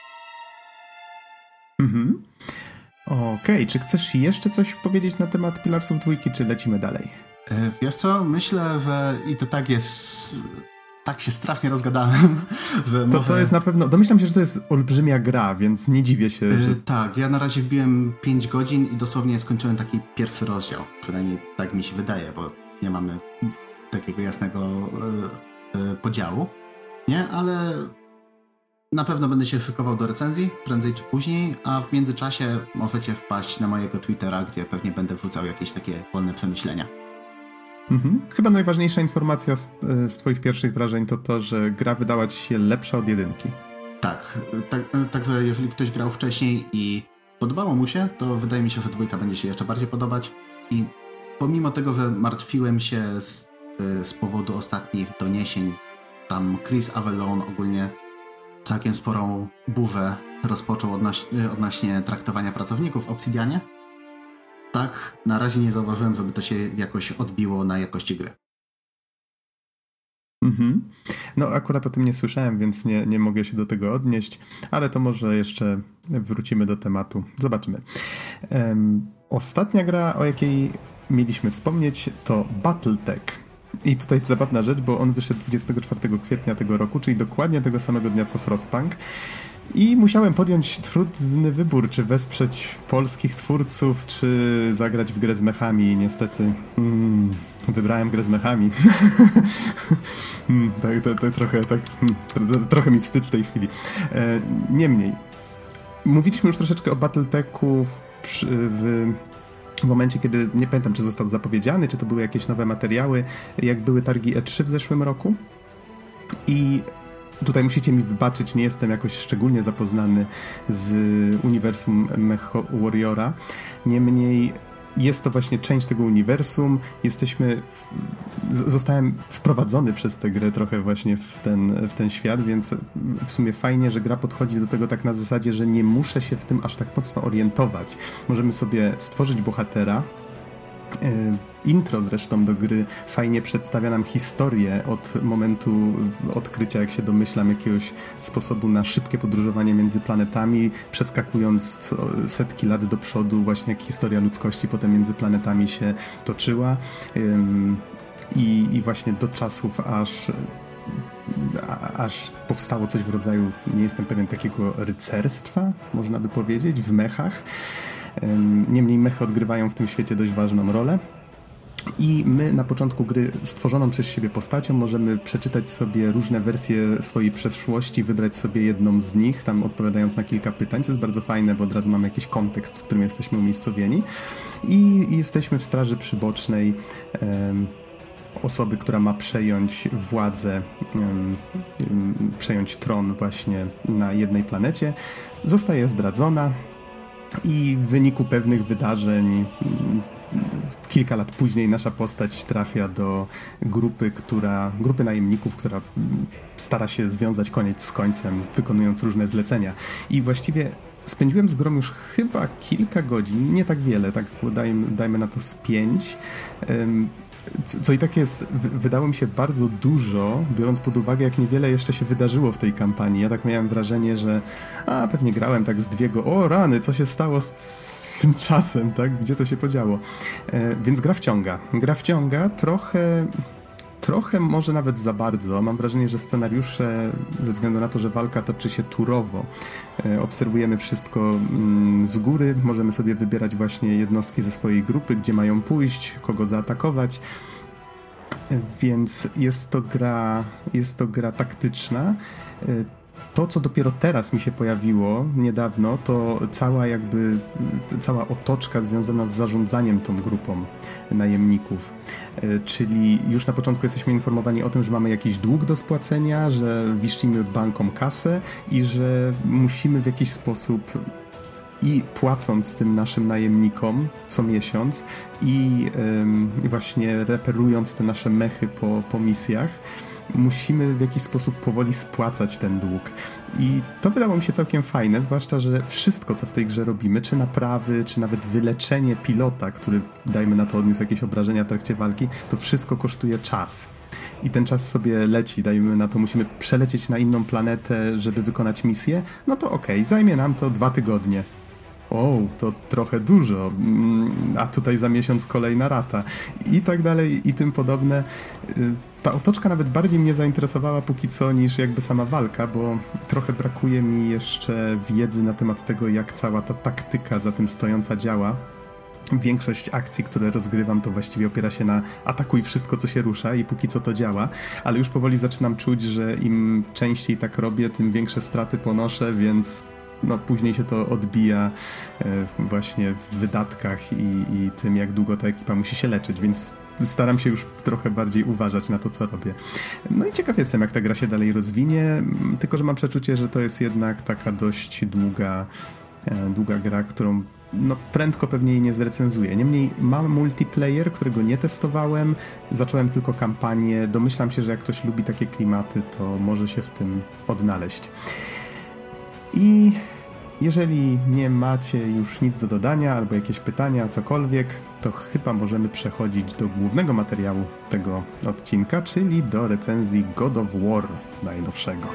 Mhm. Okej, okay. Czy chcesz jeszcze coś powiedzieć na temat Pillarsów dwójki, czy lecimy dalej? Yy, wiesz co, myślę, że i to tak jest... Tak się strasznie rozgadałem, że to, może... to jest na pewno... Domyślam się, że to jest olbrzymia gra, więc nie dziwię się, że... Yy, tak, ja na razie wbiłem pięć godzin i dosłownie skończyłem taki pierwszy rozdział. Przynajmniej tak mi się wydaje, bo nie mamy takiego jasnego yy, yy, podziału. Nie, ale na pewno będę się szykował do recenzji, prędzej czy później, a w międzyczasie możecie wpaść na mojego Twittera, gdzie pewnie będę wrzucał jakieś takie wolne przemyślenia. Mhm. Chyba najważniejsza informacja z, z twoich pierwszych wrażeń to to, że gra wydała ci się lepsza od jedynki. Tak, tak, także jeżeli ktoś grał wcześniej i podobało mu się, to wydaje mi się, że dwójka będzie się jeszcze bardziej podobać i pomimo tego, że martwiłem się z, z powodu ostatnich doniesień, tam Chris Avellone ogólnie całkiem sporą burzę rozpoczął odnośnie, odnośnie traktowania pracowników w Obsidianie, tak, na razie nie zauważyłem, żeby to się jakoś odbiło na jakości gry. Mhm. No akurat o tym nie słyszałem, więc nie, nie mogę się do tego odnieść, ale to może jeszcze wrócimy do tematu. Zobaczymy. Um, ostatnia gra, o jakiej mieliśmy wspomnieć, to Battletech. I tutaj zabawna rzecz, bo on wyszedł dwudziestego czwartego kwietnia tego roku, czyli dokładnie tego samego dnia co Frostpunk. I musiałem podjąć trudny wybór, czy wesprzeć polskich twórców, czy zagrać w grę z mechami. Niestety mm, wybrałem grę z mechami. to, to, to trochę, tak, to, trochę mi wstyd w tej chwili. E, niemniej, mówiliśmy już troszeczkę o Battletechu w, w w momencie, kiedy, nie pamiętam, czy został zapowiedziany, czy to były jakieś nowe materiały, jak były targi E trzy w zeszłym roku. I tutaj musicie mi wybaczyć, nie jestem jakoś szczególnie zapoznany z uniwersum MechWarriora. Niemniej jest to właśnie część tego uniwersum. Jesteśmy... W... Zostałem wprowadzony przez tę grę trochę właśnie w ten, w ten świat, więc w sumie fajnie, że gra podchodzi do tego tak na zasadzie, że nie muszę się w tym aż tak mocno orientować. Możemy sobie stworzyć bohatera. Intro zresztą do gry fajnie przedstawia nam historię od momentu odkrycia, jak się domyślam, jakiegoś sposobu na szybkie podróżowanie między planetami, przeskakując setki lat do przodu, właśnie jak historia ludzkości potem między planetami się toczyła i, i właśnie do czasów aż aż powstało coś w rodzaju, nie jestem pewien, takiego rycerstwa, można by powiedzieć, w mechach. Niemniej mechy odgrywają w tym świecie dość ważną rolę i my na początku gry stworzoną przez siebie postacią możemy przeczytać sobie różne wersje swojej przeszłości, wybrać sobie jedną z nich, tam odpowiadając na kilka pytań, co jest bardzo fajne, bo od razu mamy jakiś kontekst, w którym jesteśmy umiejscowieni i jesteśmy w straży przybocznej um, osoby, która ma przejąć władzę, um, um, przejąć tron właśnie na jednej planecie. Zostaje zdradzona i w wyniku pewnych wydarzeń kilka lat później nasza postać trafia do grupy, która, grupy najemników, która stara się związać koniec z końcem, wykonując różne zlecenia. I właściwie spędziłem z grą już chyba kilka godzin, nie tak wiele, tak dajmy, dajmy na to z pięć. Co i tak jest, wydało mi się bardzo dużo, biorąc pod uwagę, jak niewiele jeszcze się wydarzyło w tej kampanii. Ja tak miałem wrażenie, że a, pewnie grałem tak z dwie go... O rany, co się stało z, z tym czasem, tak? Gdzie to się podziało? E, więc gra wciąga. Gra wciąga, trochę... trochę może nawet za bardzo. Mam wrażenie, że scenariusze, ze względu na to, że walka toczy się turowo, obserwujemy wszystko z góry, możemy sobie wybierać właśnie jednostki ze swojej grupy, gdzie mają pójść, kogo zaatakować. Więc jest to gra, jest to gra taktyczna. To, co dopiero teraz mi się pojawiło niedawno, to cała jakby, cała otoczka związana z zarządzaniem tą grupą najemników. Czyli już na początku jesteśmy informowani o tym, że mamy jakiś dług do spłacenia, że wiszczymy bankom kasę i że musimy w jakiś sposób i płacąc tym naszym najemnikom co miesiąc i ym, właśnie reperując te nasze mechy po, po misjach, musimy w jakiś sposób powoli spłacać ten dług. I to wydało mi się całkiem fajne, zwłaszcza, że wszystko, co w tej grze robimy, czy naprawy, czy nawet wyleczenie pilota, który, dajmy na to, odniósł jakieś obrażenia w trakcie walki, to wszystko kosztuje czas. I ten czas sobie leci, dajmy na to, musimy przelecieć na inną planetę, żeby wykonać misję, no to okej, okay, zajmie nam to dwa tygodnie. O, to trochę dużo, a tutaj za miesiąc kolejna rata i tak dalej i tym podobne. Ta otoczka nawet bardziej mnie zainteresowała póki co niż jakby sama walka, bo trochę brakuje mi jeszcze wiedzy na temat tego, jak cała ta taktyka za tym stojąca działa. Większość akcji, które rozgrywam, to właściwie opiera się na atakuj wszystko, co się rusza i póki co to działa, ale już powoli zaczynam czuć, że im częściej tak robię, tym większe straty ponoszę, więc no później się to odbija e, właśnie w wydatkach i, i tym, jak długo ta ekipa musi się leczyć, więc staram się już trochę bardziej uważać na to, co robię. No i ciekaw jestem, jak ta gra się dalej rozwinie, tylko że mam przeczucie, że to jest jednak taka dość długa, e, długa gra, którą no prędko pewnie jej nie zrecenzuję. Niemniej mam multiplayer, którego nie testowałem, zacząłem tylko kampanię, domyślam się, że jak ktoś lubi takie klimaty, to może się w tym odnaleźć. I jeżeli nie macie już nic do dodania albo jakieś pytania, cokolwiek, to chyba możemy przechodzić do głównego materiału tego odcinka, czyli do recenzji God of War najnowszego.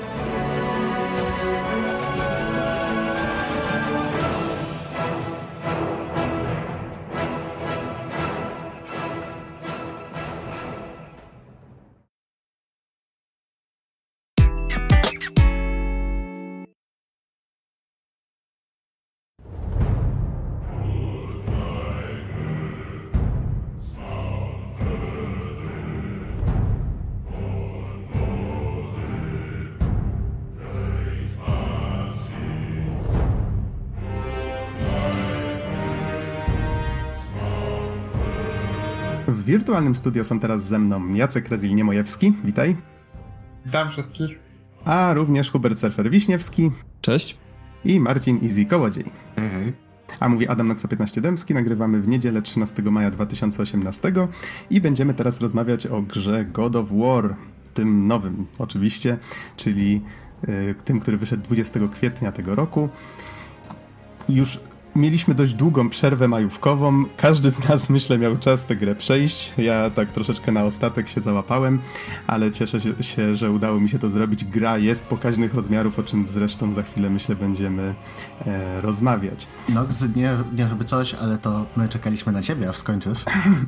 W wirtualnym studio są teraz ze mną Jacek Rezil-Niemojewski, witaj. Witam wszystkich. A również Hubert Surfer-Wiśniewski. Cześć. I Marcin Easy Kołodziej. Hej, hej. A mówi Adam Noxa piętnaście Dębski, nagrywamy w niedzielę trzynastego maja dwa tysiące osiemnastego i będziemy teraz rozmawiać o grze God of War, tym nowym oczywiście, czyli y, tym, który wyszedł dwudziestego kwietnia tego roku. Już mieliśmy dość długą przerwę majówkową. Każdy z nas, myślę, miał czas tę grę przejść. Ja tak troszeczkę na ostatek się załapałem, ale cieszę się, że udało mi się to zrobić. Gra jest pokaźnych rozmiarów, o czym zresztą za chwilę, myślę, będziemy e, rozmawiać. Nox, nie, nie żeby coś, ale to my czekaliśmy na ciebie, aż skończysz.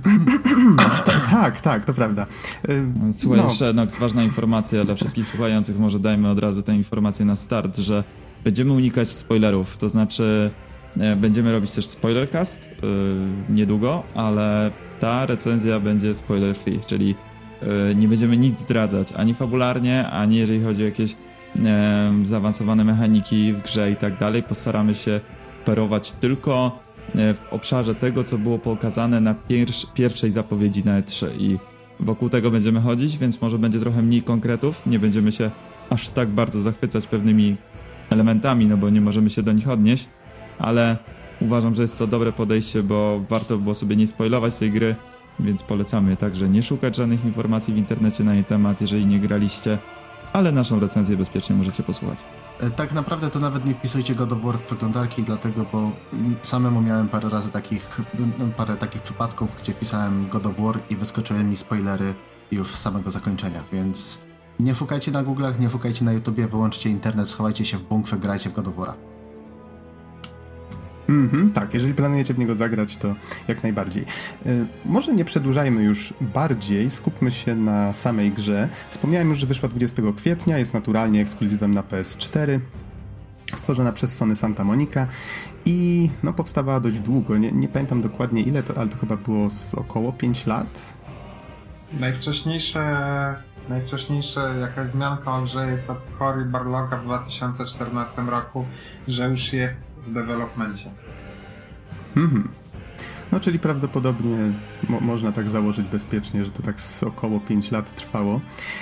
tak, tak, to prawda. E, Słuchaj, no. jeszcze Nox, ważna informacja dla wszystkich słuchających. Może dajmy od razu tę informację na start, że będziemy unikać spoilerów, to znaczy będziemy robić też spoilercast yy, niedługo, ale ta recenzja będzie spoiler free, czyli yy, nie będziemy nic zdradzać, ani fabularnie, ani jeżeli chodzi o jakieś yy, zaawansowane mechaniki w grze i tak dalej. Postaramy się operować tylko yy, w obszarze tego, co było pokazane na pier- pierwszej zapowiedzi na E trzy i wokół tego będziemy chodzić, więc może będzie trochę mniej konkretów, nie będziemy się aż tak bardzo zachwycać pewnymi elementami, no bo nie możemy się do nich odnieść, ale uważam, że jest to dobre podejście, bo warto było sobie nie spoilować tej gry, więc polecamy także nie szukać żadnych informacji w internecie na jej temat, jeżeli nie graliście, ale naszą recenzję bezpiecznie możecie posłuchać. Tak naprawdę to nawet nie wpisujcie God of War w przeglądarki, dlatego, bo samemu miałem parę razy takich, parę takich przypadków, gdzie wpisałem God of War i wyskoczyły mi spoilery już z samego zakończenia, więc nie szukajcie na Google'ach, nie szukajcie na YouTubie, wyłączcie internet, schowajcie się w bunkrze, grajcie w God of War'a. Mm-hmm, tak, jeżeli planujecie w niego zagrać, to jak najbardziej. Yy, może nie przedłużajmy już bardziej, skupmy się na samej grze. Wspomniałem już, że wyszła dwudziestego kwietnia, jest naturalnie ekskluzywem na P S cztery, stworzona przez Sony Santa Monica i no, powstawała dość długo. Nie, nie pamiętam dokładnie ile, to, ale to chyba było z około pięć lat. Najwcześniejsze, najwcześniejsza jakaś zmianka o grze jest od Cory Barloga w dwa tysiące czternastym roku, że już jest w developmencie. Mhm. No, czyli prawdopodobnie mo- można tak założyć bezpiecznie, że to tak z około pięć lat trwało.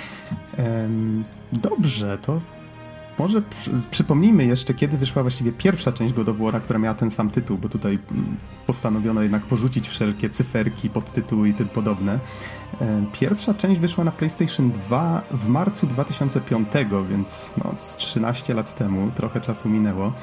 Ehm, dobrze, to może przy- przypomnijmy jeszcze, kiedy wyszła właściwie pierwsza część God of War'a, która miała ten sam tytuł, bo tutaj mm, postanowiono jednak porzucić wszelkie cyferki, podtytuły i tym podobne. Ehm, pierwsza część wyszła na PlayStation dwa w marcu dwa tysiące piątego, więc no, z trzynaście lat temu, trochę czasu minęło.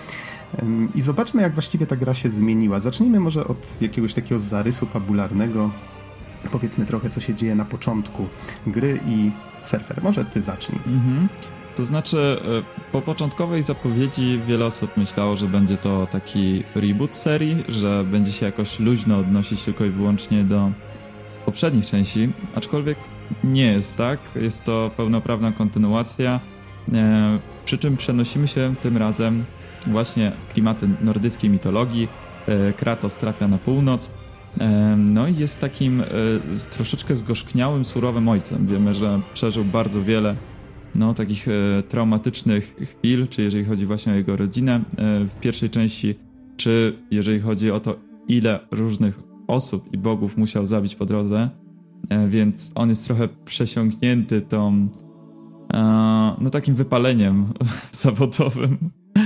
I zobaczmy, jak właściwie ta gra się zmieniła. Zacznijmy może od jakiegoś takiego zarysu fabularnego. Powiedzmy trochę, co się dzieje na początku gry i Surfer. Może ty zacznij. Mhm. To znaczy, po początkowej zapowiedzi wiele osób myślało, że będzie to taki reboot serii, że będzie się jakoś luźno odnosić tylko i wyłącznie do poprzednich części, aczkolwiek nie jest tak. Jest to pełnoprawna kontynuacja, e, przy czym przenosimy się tym razem właśnie w klimaty nordyckiej mitologii. E, Kratos trafia na północ, e, no i jest takim e, z, troszeczkę zgorzkniałym, surowym ojcem. Wiemy, że przeżył bardzo wiele no, takich e, traumatycznych chwil, czy jeżeli chodzi właśnie o jego rodzinę e, w pierwszej części, czy jeżeli chodzi o to, ile różnych osób i bogów musiał zabić po drodze, e, więc on jest trochę przesiąknięty tą e, no takim wypaleniem zawodowym.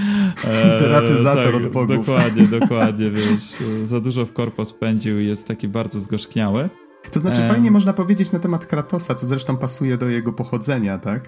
Deratyzator tak, od bogów. Dokładnie, dokładnie, wiesz, za dużo w korpo spędził i jest taki bardzo zgorzkniały. To znaczy, Ehm. fajnie można powiedzieć na temat Kratosa, co zresztą pasuje do jego pochodzenia, tak?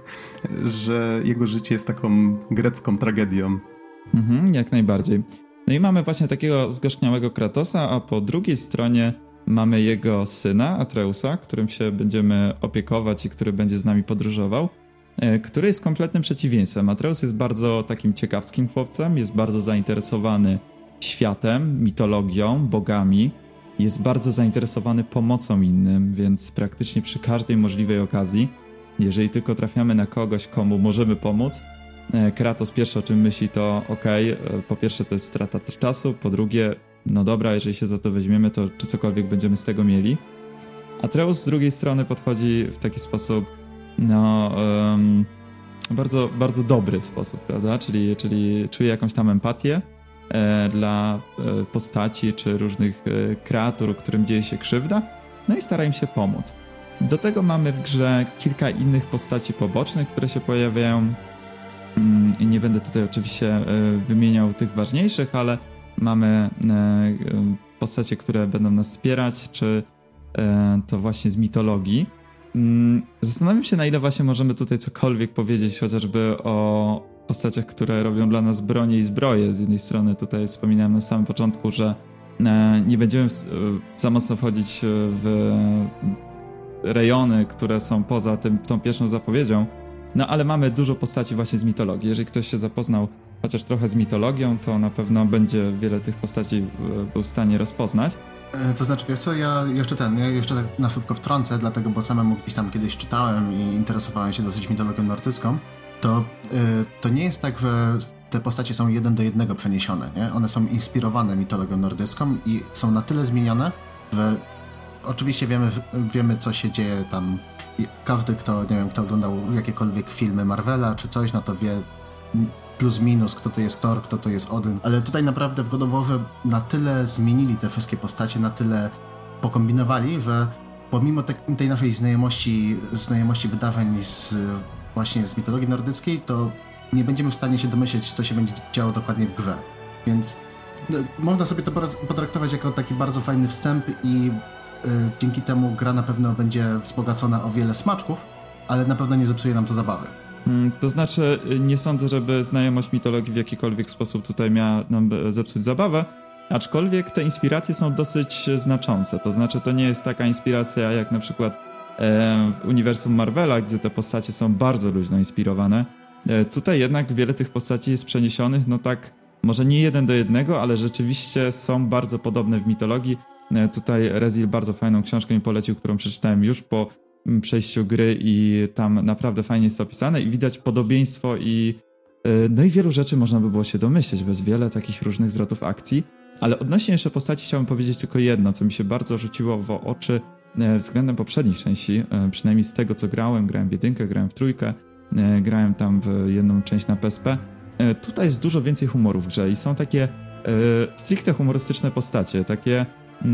Że jego życie jest taką grecką tragedią. Mhm, jak najbardziej. No i mamy właśnie takiego zgorzkniałego Kratosa, a po drugiej stronie mamy jego syna, Atreusa, którym się będziemy opiekować i który będzie z nami podróżował, który jest kompletnym przeciwieństwem. Atreus jest bardzo takim ciekawskim chłopcem, jest bardzo zainteresowany światem, mitologią, bogami, jest bardzo zainteresowany pomocą innym, więc praktycznie przy każdej możliwej okazji, jeżeli tylko trafiamy na kogoś, komu możemy pomóc, Kratos pierwsze o czym myśli to okej, okay, po pierwsze to jest strata czasu, po drugie, no dobra, jeżeli się za to weźmiemy, to czy cokolwiek będziemy z tego mieli. Atreus z drugiej strony podchodzi w taki sposób no, um, bardzo, bardzo dobry sposób, prawda? Czyli, czyli czuje jakąś tam empatię e, dla e, postaci czy różnych e, kreatur, którym dzieje się krzywda, no i stara im się pomóc. Do tego mamy w grze kilka innych postaci pobocznych, które się pojawiają. Mm, i nie będę tutaj oczywiście e, wymieniał tych ważniejszych, ale mamy e, postacie, które będą nas wspierać, czy e, to właśnie z mitologii. Zastanawiam się, na ile właśnie możemy tutaj cokolwiek powiedzieć, chociażby o postaciach, które robią dla nas bronię i zbroję. Z jednej strony tutaj wspominałem na samym początku, że nie będziemy za mocno wchodzić w rejony, które są poza tym, tą pierwszą zapowiedzią, no ale mamy dużo postaci właśnie z mitologii. Jeżeli ktoś się zapoznał chociaż trochę z mitologią, to na pewno będzie wiele tych postaci był w stanie rozpoznać. To znaczy, wiesz co, ja jeszcze ten, ja jeszcze tak na szybko wtrącę, dlatego, bo samemu gdzieś tam kiedyś czytałem i interesowałem się dosyć mitologią nordycką, to, yy, to nie jest tak, że te postacie są jeden do jednego przeniesione, nie? One są inspirowane mitologią nordycką i są na tyle zmienione, że oczywiście wiemy, wiemy co się dzieje tam. Każdy, kto, nie wiem, kto oglądał jakiekolwiek filmy Marvela czy coś, no to wie plus minus, kto to jest Thor, kto to jest Odyn, ale tutaj naprawdę w God of Warze na tyle zmienili te wszystkie postacie, na tyle pokombinowali, że pomimo te, tej naszej znajomości, znajomości wydarzeń z, właśnie z mitologii nordyckiej, to nie będziemy w stanie się domyśleć, co się będzie działo dokładnie w grze. Więc no, można sobie to potraktować jako taki bardzo fajny wstęp i y, dzięki temu gra na pewno będzie wzbogacona o wiele smaczków, ale na pewno nie zepsuje nam to zabawy. To znaczy, nie sądzę, żeby znajomość mitologii w jakikolwiek sposób tutaj miała nam zepsuć zabawę, aczkolwiek te inspiracje są dosyć znaczące. To znaczy, to nie jest taka inspiracja jak na przykład e, w uniwersum Marvela, gdzie te postacie są bardzo luźno inspirowane. E, tutaj jednak wiele tych postaci jest przeniesionych, no tak może nie jeden do jednego, ale rzeczywiście są bardzo podobne w mitologii. Tutaj Rezil bardzo fajną książkę mi polecił, którą przeczytałem już po przejściu gry i tam naprawdę fajnie jest opisane i widać podobieństwo i no i wielu rzeczy można by było się domyśleć, bez wiele takich różnych zwrotów akcji. Ale odnośnie jeszcze postaci chciałbym powiedzieć tylko jedno, co mi się bardzo rzuciło w oczy względem poprzednich części, przynajmniej z tego co grałem, grałem w jedynkę, grałem w trójkę, grałem tam w jedną część na P S P. Tutaj jest dużo więcej humoru w grze i są takie stricte humorystyczne postacie, takie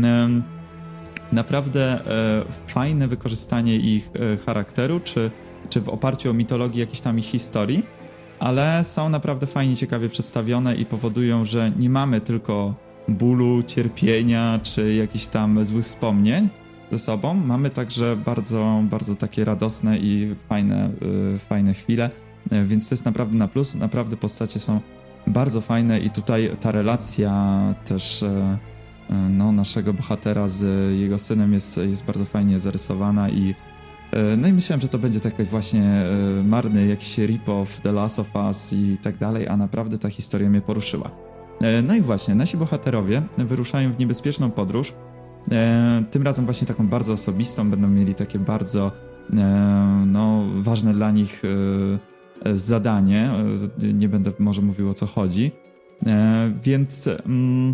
naprawdę fajne wykorzystanie ich charakteru, czy, czy w oparciu o mitologię jakiejś tam ich historii, ale są naprawdę fajnie, ciekawie przedstawione i powodują, że nie mamy tylko bólu, cierpienia, czy jakichś tam złych wspomnień ze sobą. Mamy także bardzo, bardzo takie radosne i fajne, yy, fajne chwile, yy, więc to jest naprawdę na plus. Naprawdę postacie są bardzo fajne i tutaj ta relacja też yy, no, naszego bohatera z jego synem jest, jest bardzo fajnie zarysowana i yy, no i myślałem, że to będzie taki właśnie yy, marny jakiś rip-off The Last of Us i tak dalej, a naprawdę ta historia mnie poruszyła. Yy, no i właśnie, nasi bohaterowie wyruszają w niebezpieczną podróż. E, tym razem właśnie taką bardzo osobistą, będą mieli takie bardzo e, no, ważne dla nich e, zadanie, e, nie będę może mówił o co chodzi, e, więc mm,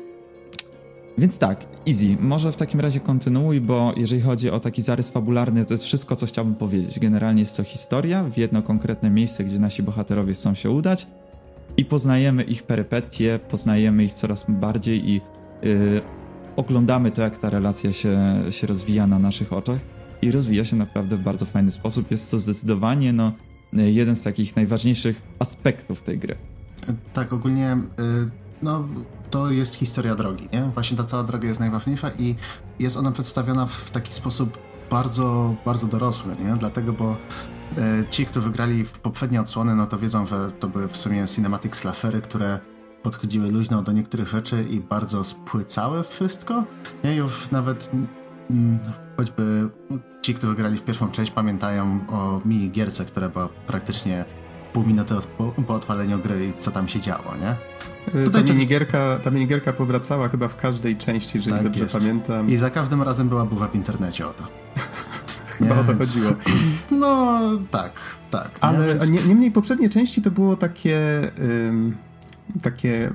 więc tak, easy, może w takim razie kontynuuj, bo jeżeli chodzi o taki zarys fabularny, to jest wszystko, co chciałbym powiedzieć. Generalnie jest to historia w jedno konkretne miejsce, gdzie nasi bohaterowie chcą się udać i poznajemy ich perypetie, poznajemy ich coraz bardziej i yy, oglądamy to, jak ta relacja się, się rozwija na naszych oczach i rozwija się naprawdę w bardzo fajny sposób. Jest to zdecydowanie no, jeden z takich najważniejszych aspektów tej gry. Tak, ogólnie y, no, to jest historia drogi, nie? Właśnie ta cała droga jest najważniejsza i jest ona przedstawiona w taki sposób bardzo, bardzo dorosły, nie? Dlatego, bo y, ci, którzy grali w poprzednie odsłony, no to wiedzą, że to były w sumie cinematic slashery, które podchodziły luźno do niektórych rzeczy i bardzo spłycały wszystko. Nie, już nawet mm, choćby ci, którzy grali w pierwszą część, pamiętają o minigierce, która była praktycznie pół minuty od, po, po odpaleniu gry i co tam się działo, nie? Ta minigierka, ta minigierka powracała chyba w każdej części, jeżeli tak dobrze jest. Pamiętam. I za każdym razem była burza w internecie o to. Chyba nie, o to więc... chodziło. No, tak, tak. Ale nie, więc... nie, niemniej poprzednie części to było takie... Ym... takie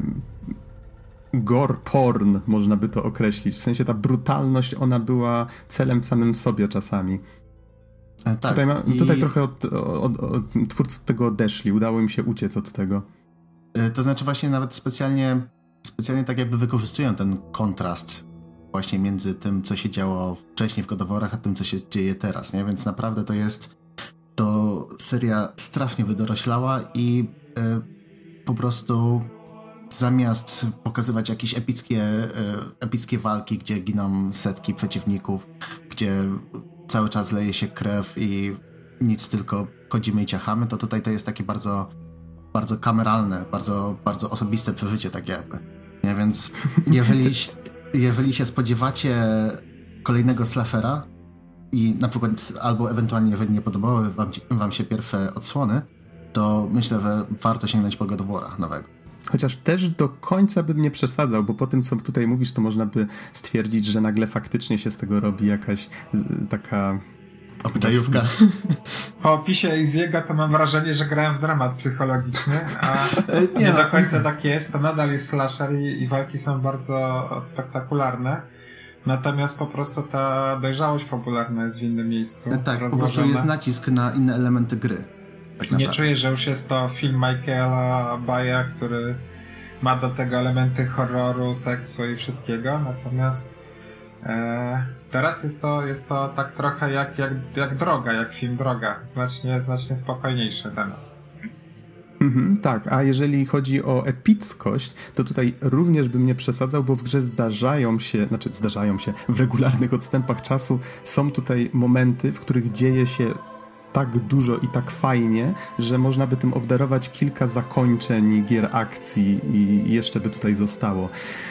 gore porn, można by to określić. W sensie ta brutalność, ona była celem w samym sobie czasami. E, tak, tutaj, ma, i... tutaj trochę od, od, od, od, twórcy od tego odeszli. Udało im się uciec od tego. E, to znaczy właśnie nawet specjalnie specjalnie tak jakby wykorzystują ten kontrast właśnie między tym, co się działo wcześniej w God of War'ach, a tym, co się dzieje teraz, nie? Więc naprawdę to jest to seria strasznie wydoroślała i e, po prostu zamiast pokazywać jakieś epickie, epickie walki, gdzie giną setki przeciwników, gdzie cały czas leje się krew i nic, tylko chodzimy i ciachamy, to tutaj to jest takie bardzo, bardzo kameralne, bardzo, bardzo osobiste przeżycie, tak jakby. Nie? Więc jeżeli, jeżeli się spodziewacie kolejnego slashera i na przykład albo ewentualnie jeżeli nie podobały wam, wam się pierwsze odsłony, to myślę, że warto sięgnąć po God of War'a nowego. Chociaż też do końca bym nie przesadzał, bo po tym, co tutaj mówisz, to można by stwierdzić, że nagle faktycznie się z tego robi jakaś taka... obyczajówka. Po opisie Easy'ego to mam wrażenie, że grałem w dramat psychologiczny, a nie do końca tak jest. To nadal jest slasher i, i walki są bardzo spektakularne. Natomiast po prostu ta dojrzałość fabularna jest w innym miejscu. Tak, rozłożona. Po prostu jest nacisk na inne elementy gry. Tak nie czuję, że już jest to film Michaela Baya, który ma do tego elementy horroru, seksu i wszystkiego, natomiast e, teraz jest to, jest to tak trochę jak, jak, jak Droga, jak film Droga, znacznie, znacznie spokojniejszy temat. Mhm, tak, a jeżeli chodzi o epickość, to tutaj również bym nie przesadzał, bo w grze zdarzają się, znaczy zdarzają się, w regularnych odstępach czasu są tutaj momenty, w których dzieje się tak dużo i tak fajnie, że można by tym obdarować kilka zakończeń gier akcji i jeszcze by tutaj zostało.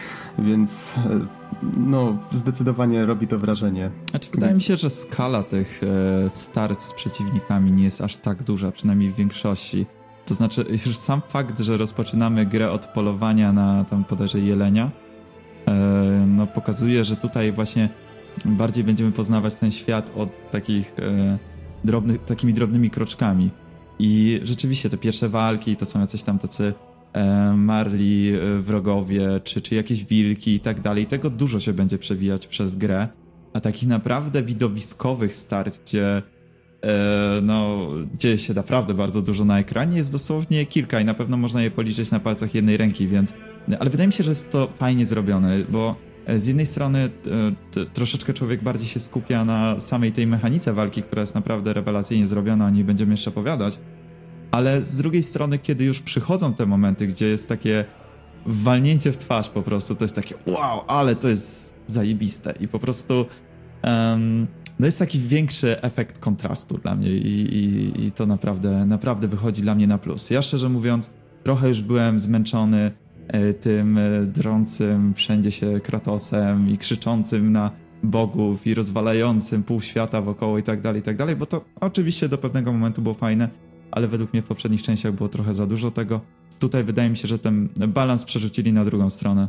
Więc no, zdecydowanie robi to wrażenie. Znaczy, wydaje Więc... mi się, że skala tych e, starć z przeciwnikami nie jest aż tak duża, przynajmniej w większości. To znaczy już sam fakt, że rozpoczynamy grę od polowania na tam bodajże jelenia, e, no pokazuje, że tutaj właśnie bardziej będziemy poznawać ten świat od takich e, drobnych, takimi drobnymi kroczkami. I rzeczywiście te pierwsze walki to są jacyś tam tacy e, marli e, wrogowie, czy, czy jakieś wilki i tak dalej. Tego dużo się będzie przewijać przez grę, a takich naprawdę widowiskowych starć, gdzie e, no, dzieje się naprawdę bardzo dużo na ekranie, jest dosłownie kilka i na pewno można je policzyć na palcach jednej ręki, więc... Ale wydaje mi się, że jest to fajnie zrobione, bo z jednej strony t, troszeczkę człowiek bardziej się skupia na samej tej mechanice walki, która jest naprawdę rewelacyjnie zrobiona, o niej będziemy jeszcze opowiadać, ale z drugiej strony, kiedy już przychodzą te momenty, gdzie jest takie walnięcie w twarz po prostu, to jest takie wow, ale to jest zajebiste i po prostu um, no jest taki większy efekt kontrastu dla mnie i, i, i to naprawdę, naprawdę wychodzi dla mnie na plus. Ja szczerze mówiąc, trochę już byłem zmęczony tym drącym wszędzie się Kratosem i krzyczącym na bogów i rozwalającym pół świata wokoło i tak dalej, i tak dalej, bo to oczywiście do pewnego momentu było fajne, ale według mnie w poprzednich częściach było trochę za dużo tego. Tutaj wydaje mi się, że ten balans przerzucili na drugą stronę.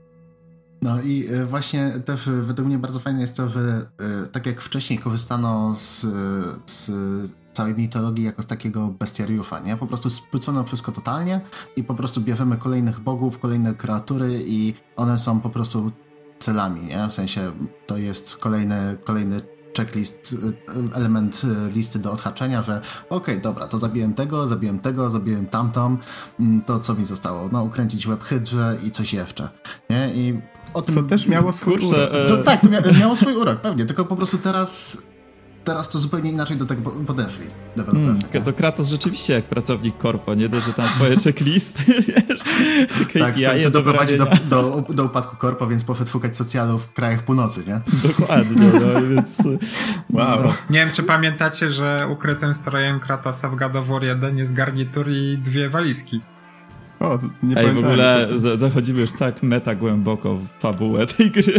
No i właśnie też według mnie bardzo fajne jest to, że tak jak wcześniej korzystano z, z całej mitologii jako z takiego bestiariusza, nie? Po prostu spłycono wszystko totalnie i po prostu bierzemy kolejnych bogów, kolejne kreatury i one są po prostu celami, nie? W sensie to jest kolejny, kolejny checklist, element listy do odhaczenia, że okej, okay, dobra, to zabiłem tego, zabiłem tego, zabiłem tamtą, to co mi zostało? No ukręcić łeb hydrze i coś jeszcze, nie? I o tym... Co też miało swój Kurczę, urok. e... To, tak, to mia- miało swój urok, pewnie, tylko po prostu teraz teraz to zupełnie inaczej do tego podeszli deweloperzy. Hmm, to Kratos rzeczywiście jak pracownik korpo, nie dość, że tam swoje checklisty, wiesz, tak, chce doprowadzić do, do, do upadku korpo, więc poszedł szukać socjalu w krajach północy, nie? Dokładnie, no, więc... Wow. No. Nie wiem, czy pamiętacie, że ukrytym strojem Kratosa w God of War jeden jest garnitur i dwie walizki. O, nie Ej, w ogóle się. za, zachodzimy już tak meta głęboko w fabułę tej gry.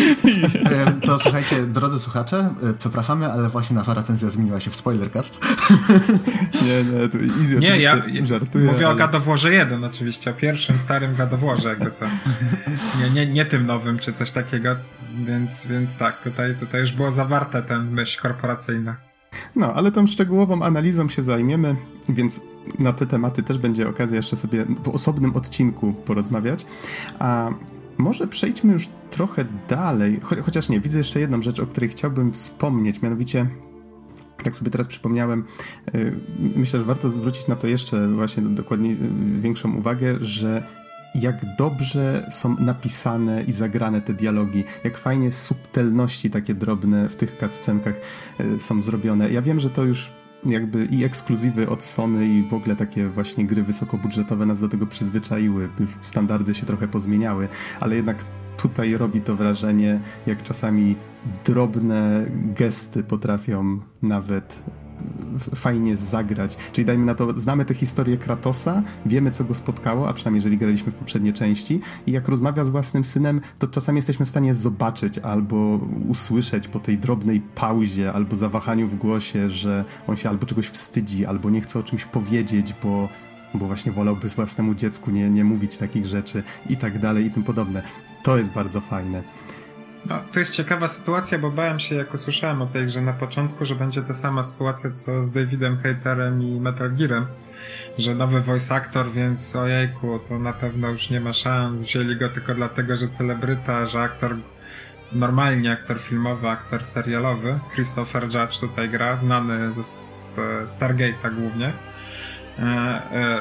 To słuchajcie, drodzy słuchacze, przepraszamy, ale właśnie nasza recenzja zmieniła się w spoilercast. Nie, nie, to easy nie, ja żartuję. Mówię ale... o God of Warze jeden oczywiście, o pierwszym starym God of Warze, jakby co. Nie, nie, nie tym nowym, czy coś takiego, więc, więc tak, tutaj, tutaj już było zawarte ten myśl korporacyjna. No, ale tą szczegółową analizą się zajmiemy, więc na te tematy też będzie okazja jeszcze sobie w osobnym odcinku porozmawiać. A może przejdźmy już trochę dalej, cho- chociaż nie, widzę jeszcze jedną rzecz, o której chciałbym wspomnieć, mianowicie tak sobie teraz przypomniałem, yy, myślę, że warto zwrócić na to jeszcze właśnie dokładnie yy, większą uwagę, że jak dobrze są napisane i zagrane te dialogi, jak fajnie subtelności takie drobne w tych cutscenkach y, są zrobione. Ja wiem, że to już jakby i ekskluzywy od Sony i w ogóle takie właśnie gry wysokobudżetowe nas do tego przyzwyczaiły, już standardy się trochę pozmieniały, ale jednak tutaj robi to wrażenie, jak czasami drobne gesty potrafią nawet fajnie zagrać. Czyli dajmy na to, znamy tę historię Kratosa, wiemy co go spotkało, a przynajmniej jeżeli graliśmy w poprzednie części i jak rozmawia z własnym synem, to czasami jesteśmy w stanie zobaczyć albo usłyszeć po tej drobnej pauzie albo zawahaniu w głosie, że on się albo czegoś wstydzi, albo nie chce o czymś powiedzieć, bo bo właśnie wolałby własnemu dziecku nie, nie mówić takich rzeczy i tak dalej i tym podobne. To jest bardzo fajne. No, to jest ciekawa sytuacja, bo bałem się, jak usłyszałem o tej grze na początku, że będzie ta sama sytuacja, co z Davidem Hayterem i Metal Gearem, że nowy voice actor, więc ojejku, to na pewno już nie ma szans, wzięli go tylko dlatego, że celebryta, że aktor, normalnie aktor filmowy, aktor serialowy, Christopher Judge tutaj gra, znany z, z Stargate'a głównie. E, e,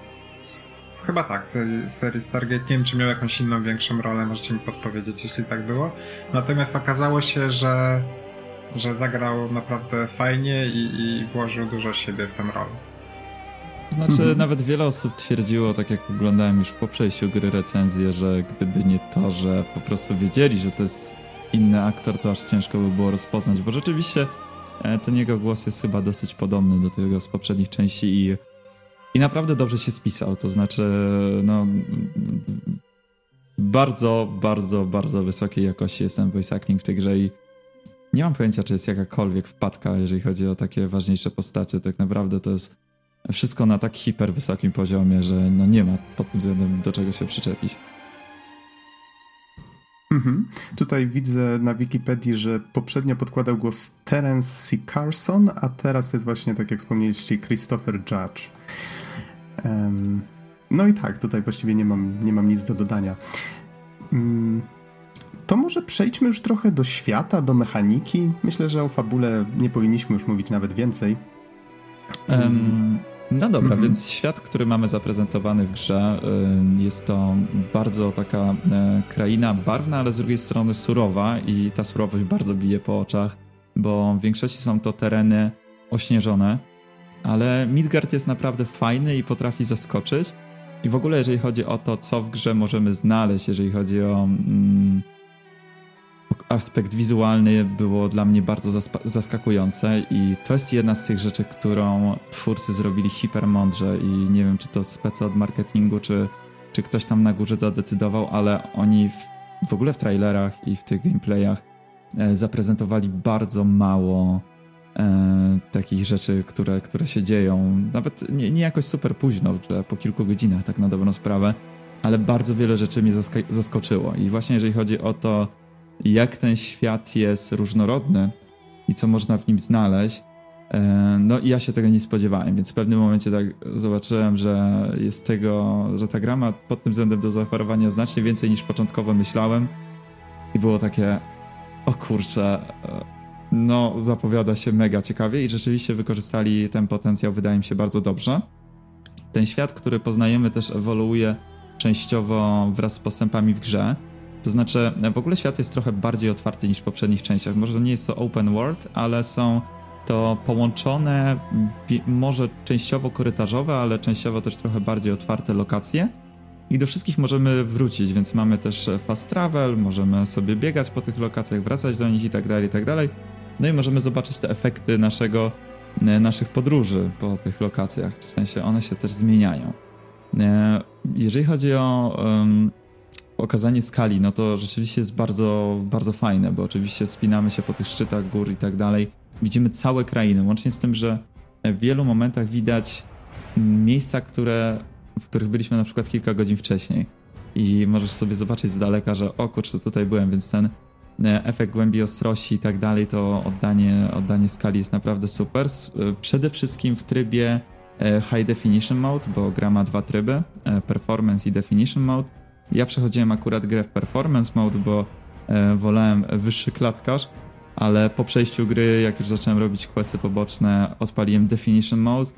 Chyba tak, serii, serii Stargate. Nie wiem, czy miał jakąś inną, większą rolę, możecie mi podpowiedzieć, jeśli tak było. Natomiast okazało się, że, że zagrał naprawdę fajnie i, i włożył dużo siebie w tę rolę. Znaczy, mhm. nawet wiele osób twierdziło, tak jak oglądałem już po przejściu gry recenzję, że gdyby nie to, że po prostu wiedzieli, że to jest inny aktor, to aż ciężko by było rozpoznać, bo rzeczywiście ten jego głos jest chyba dosyć podobny do tego z poprzednich części i I naprawdę dobrze się spisał, to znaczy no bardzo, bardzo, bardzo wysokiej jakości jest ten voice acting w tej grze i nie mam pojęcia, czy jest jakakolwiek wpadka, jeżeli chodzi o takie ważniejsze postacie. Tak naprawdę to jest wszystko na tak hiper wysokim poziomie, że no nie ma pod tym względem do czego się przyczepić. Mhm. Tutaj widzę na Wikipedii, że poprzednio podkładał głos Terence C. Carson, a teraz to jest właśnie, tak jak wspomnieliście, Christopher Judge. Um, no i tak, tutaj właściwie nie mam, nie mam nic do dodania. Um, to może przejdźmy już trochę do świata, do mechaniki. Myślę, że o fabule nie powinniśmy już mówić nawet więcej. Um, no dobra, mhm. więc świat, który mamy zaprezentowany w grze, jest to bardzo taka kraina barwna, ale z drugiej strony surowa i ta surowość bardzo bije po oczach, bo w większości są to tereny ośnieżone, ale Midgard jest naprawdę fajny i potrafi zaskoczyć. I w ogóle jeżeli chodzi o to, co w grze możemy znaleźć, jeżeli chodzi o mm, aspekt wizualny, było dla mnie bardzo zaspa- zaskakujące i to jest jedna z tych rzeczy, którą twórcy zrobili hipermądrze i nie wiem, czy to specy od marketingu, czy, czy ktoś tam na górze zadecydował, ale oni w, w ogóle w trailerach i w tych gameplayach e, zaprezentowali bardzo mało e, takich rzeczy, które, które się dzieją. Nawet nie, nie jakoś super późno w grze, po kilku godzinach tak na dobrą sprawę, ale bardzo wiele rzeczy mnie zask- zaskoczyło i właśnie jeżeli chodzi o to, jak ten świat jest różnorodny i co można w nim znaleźć, no i ja się tego nie spodziewałem, więc w pewnym momencie tak zobaczyłem, że jest tego, że ta gra ma pod tym względem do zaoferowania znacznie więcej niż początkowo myślałem i było takie, o kurczę, no zapowiada się mega ciekawie i rzeczywiście wykorzystali ten potencjał, wydaje mi się, bardzo dobrze. Ten świat, który poznajemy, też ewoluuje częściowo wraz z postępami w grze. To znaczy, w ogóle świat jest trochę bardziej otwarty niż w poprzednich częściach. Może nie jest to open world, ale są to połączone, może częściowo korytarzowe, ale częściowo też trochę bardziej otwarte lokacje. I do wszystkich możemy wrócić, więc mamy też fast travel, możemy sobie biegać po tych lokacjach, wracać do nich i tak dalej, i tak dalej. No i możemy zobaczyć te efekty naszego, naszych podróży po tych lokacjach. W sensie one się też zmieniają. Jeżeli chodzi o um, okazanie skali, no to rzeczywiście jest bardzo, bardzo fajne, bo oczywiście wspinamy się po tych szczytach gór i tak dalej. Widzimy całe krainy, łącznie z tym, że w wielu momentach widać miejsca, które, w których byliśmy na przykład kilka godzin wcześniej. I możesz sobie zobaczyć z daleka, że o kurczę, tutaj byłem, więc ten efekt głębi ostrości i tak dalej, to oddanie, oddanie skali jest naprawdę super. Przede wszystkim w trybie High Definition Mode, bo gra ma dwa tryby, Performance i Definition Mode. Ja przechodziłem akurat grę w Performance Mode, bo e, wolałem wyższy klatkarz, ale po przejściu gry, jak już zacząłem robić questy poboczne, odpaliłem Definition Mode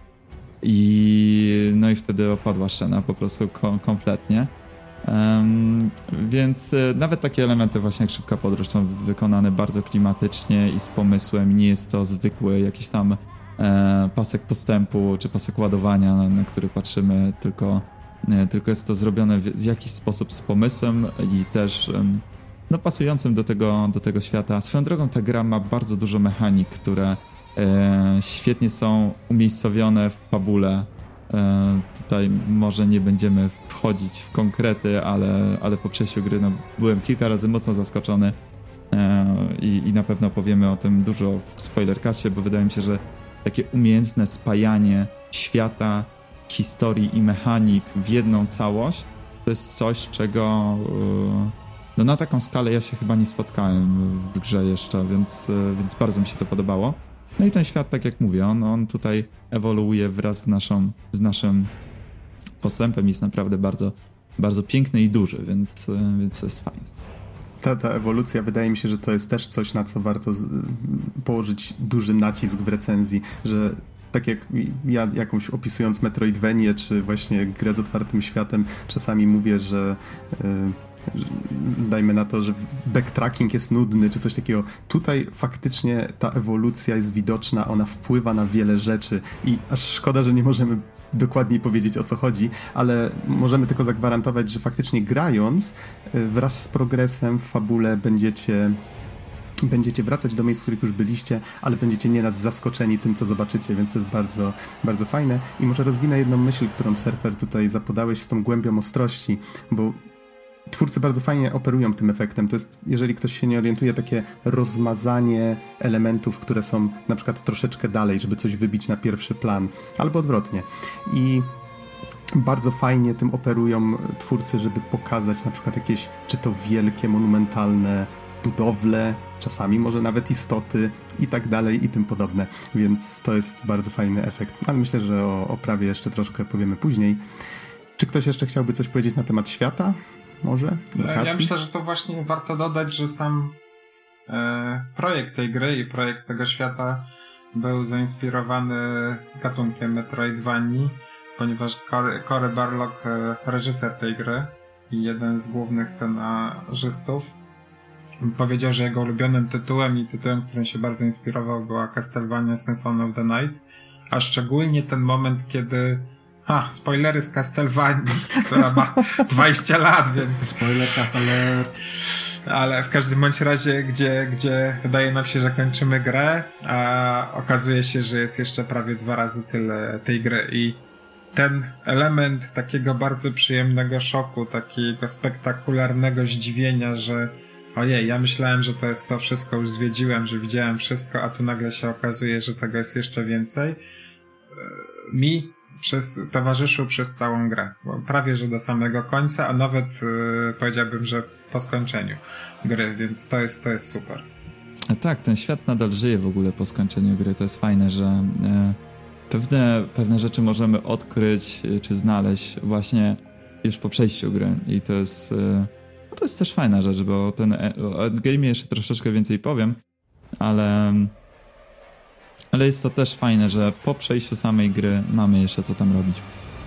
i no i wtedy opadła szczena po prostu kom- kompletnie. Um, więc e, nawet takie elementy właśnie jak szybka podróż są wykonane bardzo klimatycznie i z pomysłem. Nie jest to zwykły jakiś tam e, pasek postępu czy pasek ładowania, na, na który patrzymy, tylko tylko jest to zrobione w jakiś sposób z pomysłem i też no, pasującym do tego, do tego świata. Swoją drogą ta gra ma bardzo dużo mechanik, które e, świetnie są umiejscowione w fabule. E, tutaj może nie będziemy wchodzić w konkrety, ale, ale po przejściu gry no, byłem kilka razy mocno zaskoczony e, i, i na pewno powiemy o tym dużo w spoilercastie, bo wydaje mi się, że takie umiejętne spajanie świata, historii i mechanik w jedną całość, to jest coś, czego no na taką skalę ja się chyba nie spotkałem w grze jeszcze, więc, więc bardzo mi się to podobało. No i ten świat, tak jak mówię, on, on tutaj ewoluuje wraz z, naszą, z naszym postępem, jest naprawdę bardzo, bardzo piękny i duży, więc, więc to jest fajne. Ta, ta ewolucja, wydaje mi się, że to jest też coś, na co warto z, położyć duży nacisk w recenzji, że tak jak ja jakąś opisując Metroidvanię, czy właśnie grę z otwartym światem, czasami mówię, że yy, dajmy na to, że backtracking jest nudny, czy coś takiego. Tutaj faktycznie ta ewolucja jest widoczna, ona wpływa na wiele rzeczy i aż szkoda, że nie możemy dokładniej powiedzieć, o co chodzi, ale możemy tylko zagwarantować, że faktycznie grając wraz z progresem w fabule będziecie będziecie wracać do miejsc, w których już byliście, ale będziecie nieraz zaskoczeni tym, co zobaczycie, więc to jest bardzo, bardzo fajne. I może rozwinę jedną myśl, którą Surfer tutaj zapodałeś z tą głębią ostrości, bo twórcy bardzo fajnie operują tym efektem. To jest, jeżeli ktoś się nie orientuje, takie rozmazanie elementów, które są na przykład troszeczkę dalej, żeby coś wybić na pierwszy plan, albo odwrotnie. I bardzo fajnie tym operują twórcy, żeby pokazać na przykład jakieś, czy to wielkie, monumentalne budowle, czasami może nawet istoty i tak dalej i tym podobne. Więc to jest bardzo fajny efekt. Ale myślę, że o oprawie jeszcze troszkę powiemy później. Czy ktoś jeszcze chciałby coś powiedzieć na temat świata? Może? Lokacji? Ja myślę, że to właśnie warto dodać, że sam e, projekt tej gry i projekt tego świata był zainspirowany gatunkiem Metroidvanii, ponieważ Cory, Cory Barlog, e, reżyser tej gry i jeden z głównych scenarzystów, powiedział, że jego ulubionym tytułem i tytułem, którym się bardzo inspirował, była Castlevania Symphony of the Night, a szczególnie ten moment, kiedy A, spoilery z Castlevanii, która ma dwadzieścia lat, więc... Spoiler cast alert. Ale w każdym bądź razie, gdzie, gdzie wydaje nam się, że kończymy grę, a okazuje się, że jest jeszcze prawie dwa razy tyle tej gry i ten element takiego bardzo przyjemnego szoku, takiego spektakularnego zdziwienia, że ojej, ja myślałem, że to jest to wszystko, już zwiedziłem, że widziałem wszystko, a tu nagle się okazuje, że tego jest jeszcze więcej. Mi przez, towarzyszył przez całą grę. Prawie, że do samego końca, a nawet yy, powiedziałbym, że po skończeniu gry, więc to jest, to jest super. A tak, ten świat nadal żyje w ogóle po skończeniu gry. To jest fajne, że e, pewne, pewne rzeczy możemy odkryć e, czy znaleźć właśnie już po przejściu gry. I to jest, e, to jest też fajna rzecz, bo ten, o endgame'ie jeszcze troszeczkę więcej powiem, ale... Ale jest to też fajne, że po przejściu samej gry mamy jeszcze co tam robić.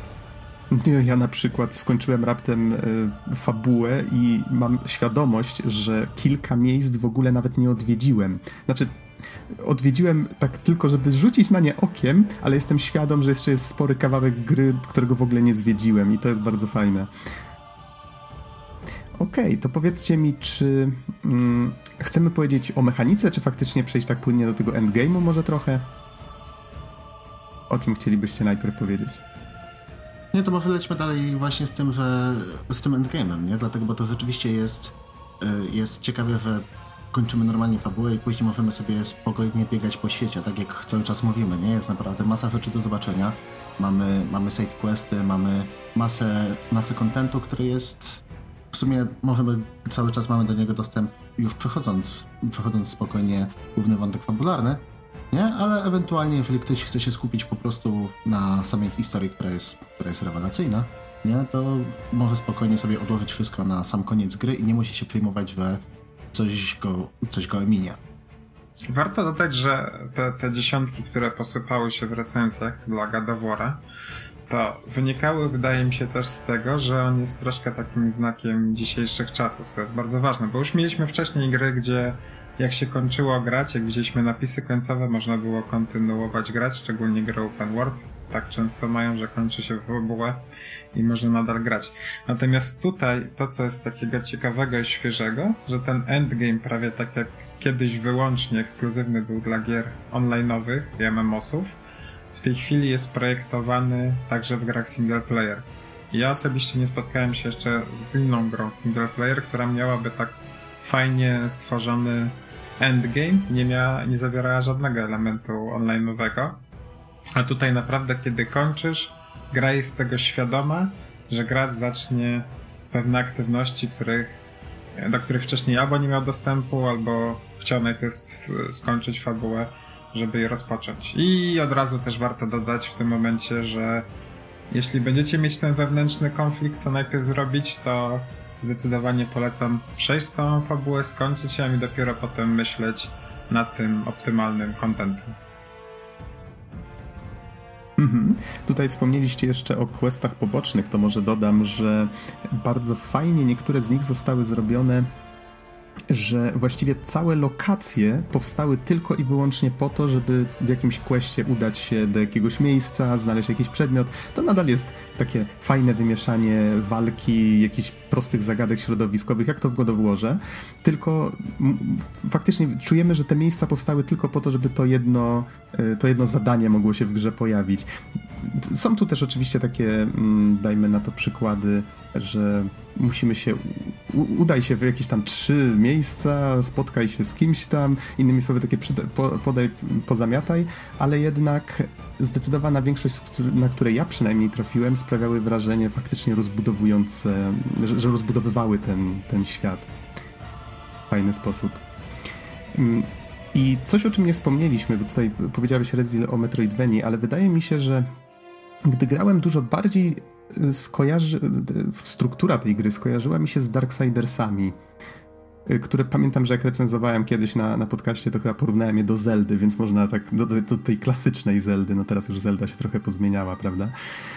Ja na przykład skończyłem raptem y, fabułę i mam świadomość, że kilka miejsc w ogóle nawet nie odwiedziłem. Znaczy, odwiedziłem tak tylko, żeby zrzucić na nie okiem, ale jestem świadom, że jeszcze jest spory kawałek gry, którego w ogóle nie zwiedziłem i to jest bardzo fajne. Okej, okay, to powiedzcie mi, czy mm, chcemy powiedzieć o mechanice, czy faktycznie przejść tak płynnie do tego endgame'u może trochę? O czym chcielibyście najpierw powiedzieć? Nie, to może lećmy dalej właśnie z tym, że z tym endgame'em, nie? Dlatego, bo to rzeczywiście jest, jest ciekawe, że kończymy normalnie fabułę i później możemy sobie spokojnie biegać po świecie, tak jak cały czas mówimy, nie? Jest naprawdę masa rzeczy do zobaczenia. Mamy, mamy side questy, mamy masę, masę kontentu, który jest... W sumie możemy, cały czas mamy do niego dostęp już przechodząc, przechodząc spokojnie główny wątek fabularny, nie? Ale ewentualnie, jeżeli ktoś chce się skupić po prostu na samej historii, która jest, która jest rewelacyjna, nie? To może spokojnie sobie odłożyć wszystko na sam koniec gry i nie musi się przejmować, że coś go, coś go minie. Warto dodać, że te, te dziesiątki, które posypały się w recenzjach dla God of War'a, to wynikały, wydaje mi się, też z tego, że on jest troszkę takim znakiem dzisiejszych czasów. To jest bardzo ważne, bo już mieliśmy wcześniej gry, gdzie jak się kończyło grać, jak widzieliśmy napisy końcowe, można było kontynuować grać, szczególnie gry open world. Tak często mają, że kończy się fabułę i można nadal grać. Natomiast tutaj to, co jest takiego ciekawego i świeżego, że ten endgame prawie tak jak kiedyś wyłącznie ekskluzywny był dla gier online'owych i M M O sów, w tej chwili jest projektowany także w grach single player. Ja osobiście nie spotkałem się jeszcze z inną grą single player, która miałaby tak fajnie stworzony endgame, nie miała, nie zawierała żadnego elementu online'owego. A tutaj naprawdę, kiedy kończysz, gra jest z tego świadoma, że gracz zacznie pewne aktywności, których, do których wcześniej albo nie miał dostępu, albo chciał najpierw skończyć fabułę, żeby je rozpocząć. I od razu też warto dodać w tym momencie, że jeśli będziecie mieć ten wewnętrzny konflikt, co najpierw zrobić, to zdecydowanie polecam przejść całą fabułę, skończyć ją i dopiero potem myśleć nad tym optymalnym contentem. Mhm. Tutaj wspomnieliście jeszcze o questach pobocznych, to może dodam, że bardzo fajnie niektóre z nich zostały zrobione, że właściwie całe lokacje powstały tylko i wyłącznie po to, żeby w jakimś questie udać się do jakiegoś miejsca, znaleźć jakiś przedmiot. To nadal jest takie fajne wymieszanie walki, jakichś prostych zagadek środowiskowych, jak to w God of Warze, tylko m- faktycznie czujemy, że te miejsca powstały tylko po to, żeby to jedno, to jedno zadanie mogło się w grze pojawić. Są tu też oczywiście takie, dajmy na to przykłady, że musimy się u- udaj się w jakieś tam trzy miejsca, spotkaj się z kimś tam, innymi słowy takie przyda- po, podaj, pozamiataj, ale jednak zdecydowana większość, na które ja przynajmniej trafiłem, sprawiały wrażenie faktycznie rozbudowujące, że, że rozbudowywały ten, ten świat w fajny sposób. I coś, o czym nie wspomnieliśmy, bo tutaj powiedziałeś, Rezil, o Metroidvanii, ale wydaje mi się, że gdy grałem, dużo bardziej skojarzy... struktura tej gry skojarzyła mi się z Darksidersami, które pamiętam, że jak recenzowałem kiedyś na, na podcaście, to chyba porównałem je do Zeldy, więc można tak, do, do tej klasycznej Zeldy, no teraz już Zelda się trochę pozmieniała, prawda?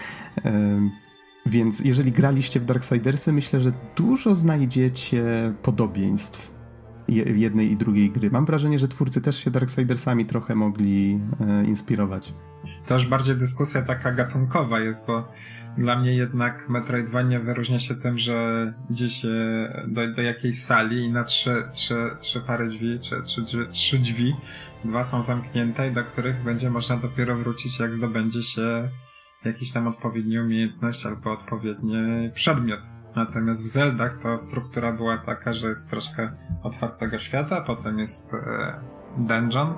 Ym, więc jeżeli graliście w Darksidersy, myślę, że dużo znajdziecie podobieństw jednej i drugiej gry. Mam wrażenie, że twórcy też się Darksidersami trochę mogli e, inspirować. To już bardziej dyskusja taka gatunkowa jest, bo dla mnie jednak Metroidvania wyróżnia się tym, że idzie się do, do jakiejś sali i na trzy, trzy, trzy pary drzwi, czy trzy, trzy, trzy drzwi, dwa są zamknięte i do których będzie można dopiero wrócić, jak zdobędzie się jakiś tam odpowiedni umiejętność albo odpowiedni przedmiot. Natomiast w Zeldach to struktura była taka, że jest troszkę otwartego świata, potem jest e, dungeon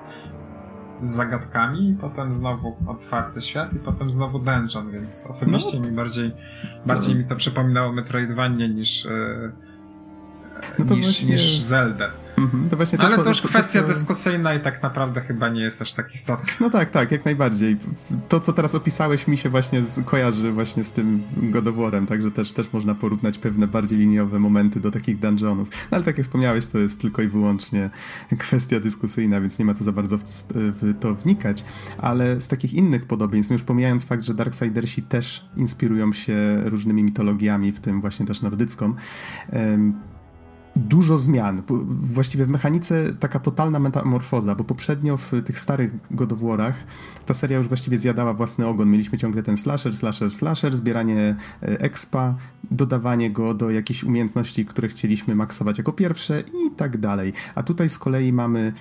z zagadkami, potem znowu otwarty świat i potem znowu dungeon, więc osobiście no, mi bardziej, bardziej to... mi to przypominało Metroidvanie niż, e, no to niż, właśnie... niż Zelda. Mhm, to właśnie to, ale co, to już to, kwestia to, co... dyskusyjna i tak naprawdę chyba nie jest aż tak istotna. No tak, tak, jak najbardziej. To, co teraz opisałeś, mi się właśnie z, kojarzy właśnie z tym God of War'em, także też, też można porównać pewne bardziej liniowe momenty do takich dungeonów. No ale tak jak wspomniałeś, to jest tylko i wyłącznie kwestia dyskusyjna, więc nie ma co za bardzo w, w to wnikać. Ale z takich innych podobieństw, już pomijając fakt, że Darksidersi też inspirują się różnymi mitologiami, w tym właśnie też nordycką, um, dużo zmian. Właściwie w mechanice taka totalna metamorfoza, bo poprzednio w tych starych God of War'ach ta seria już właściwie zjadała własny ogon. Mieliśmy ciągle ten slasher, slasher, slasher, zbieranie expa, dodawanie go do jakichś umiejętności, które chcieliśmy maksować jako pierwsze i tak dalej. A tutaj z kolei mamy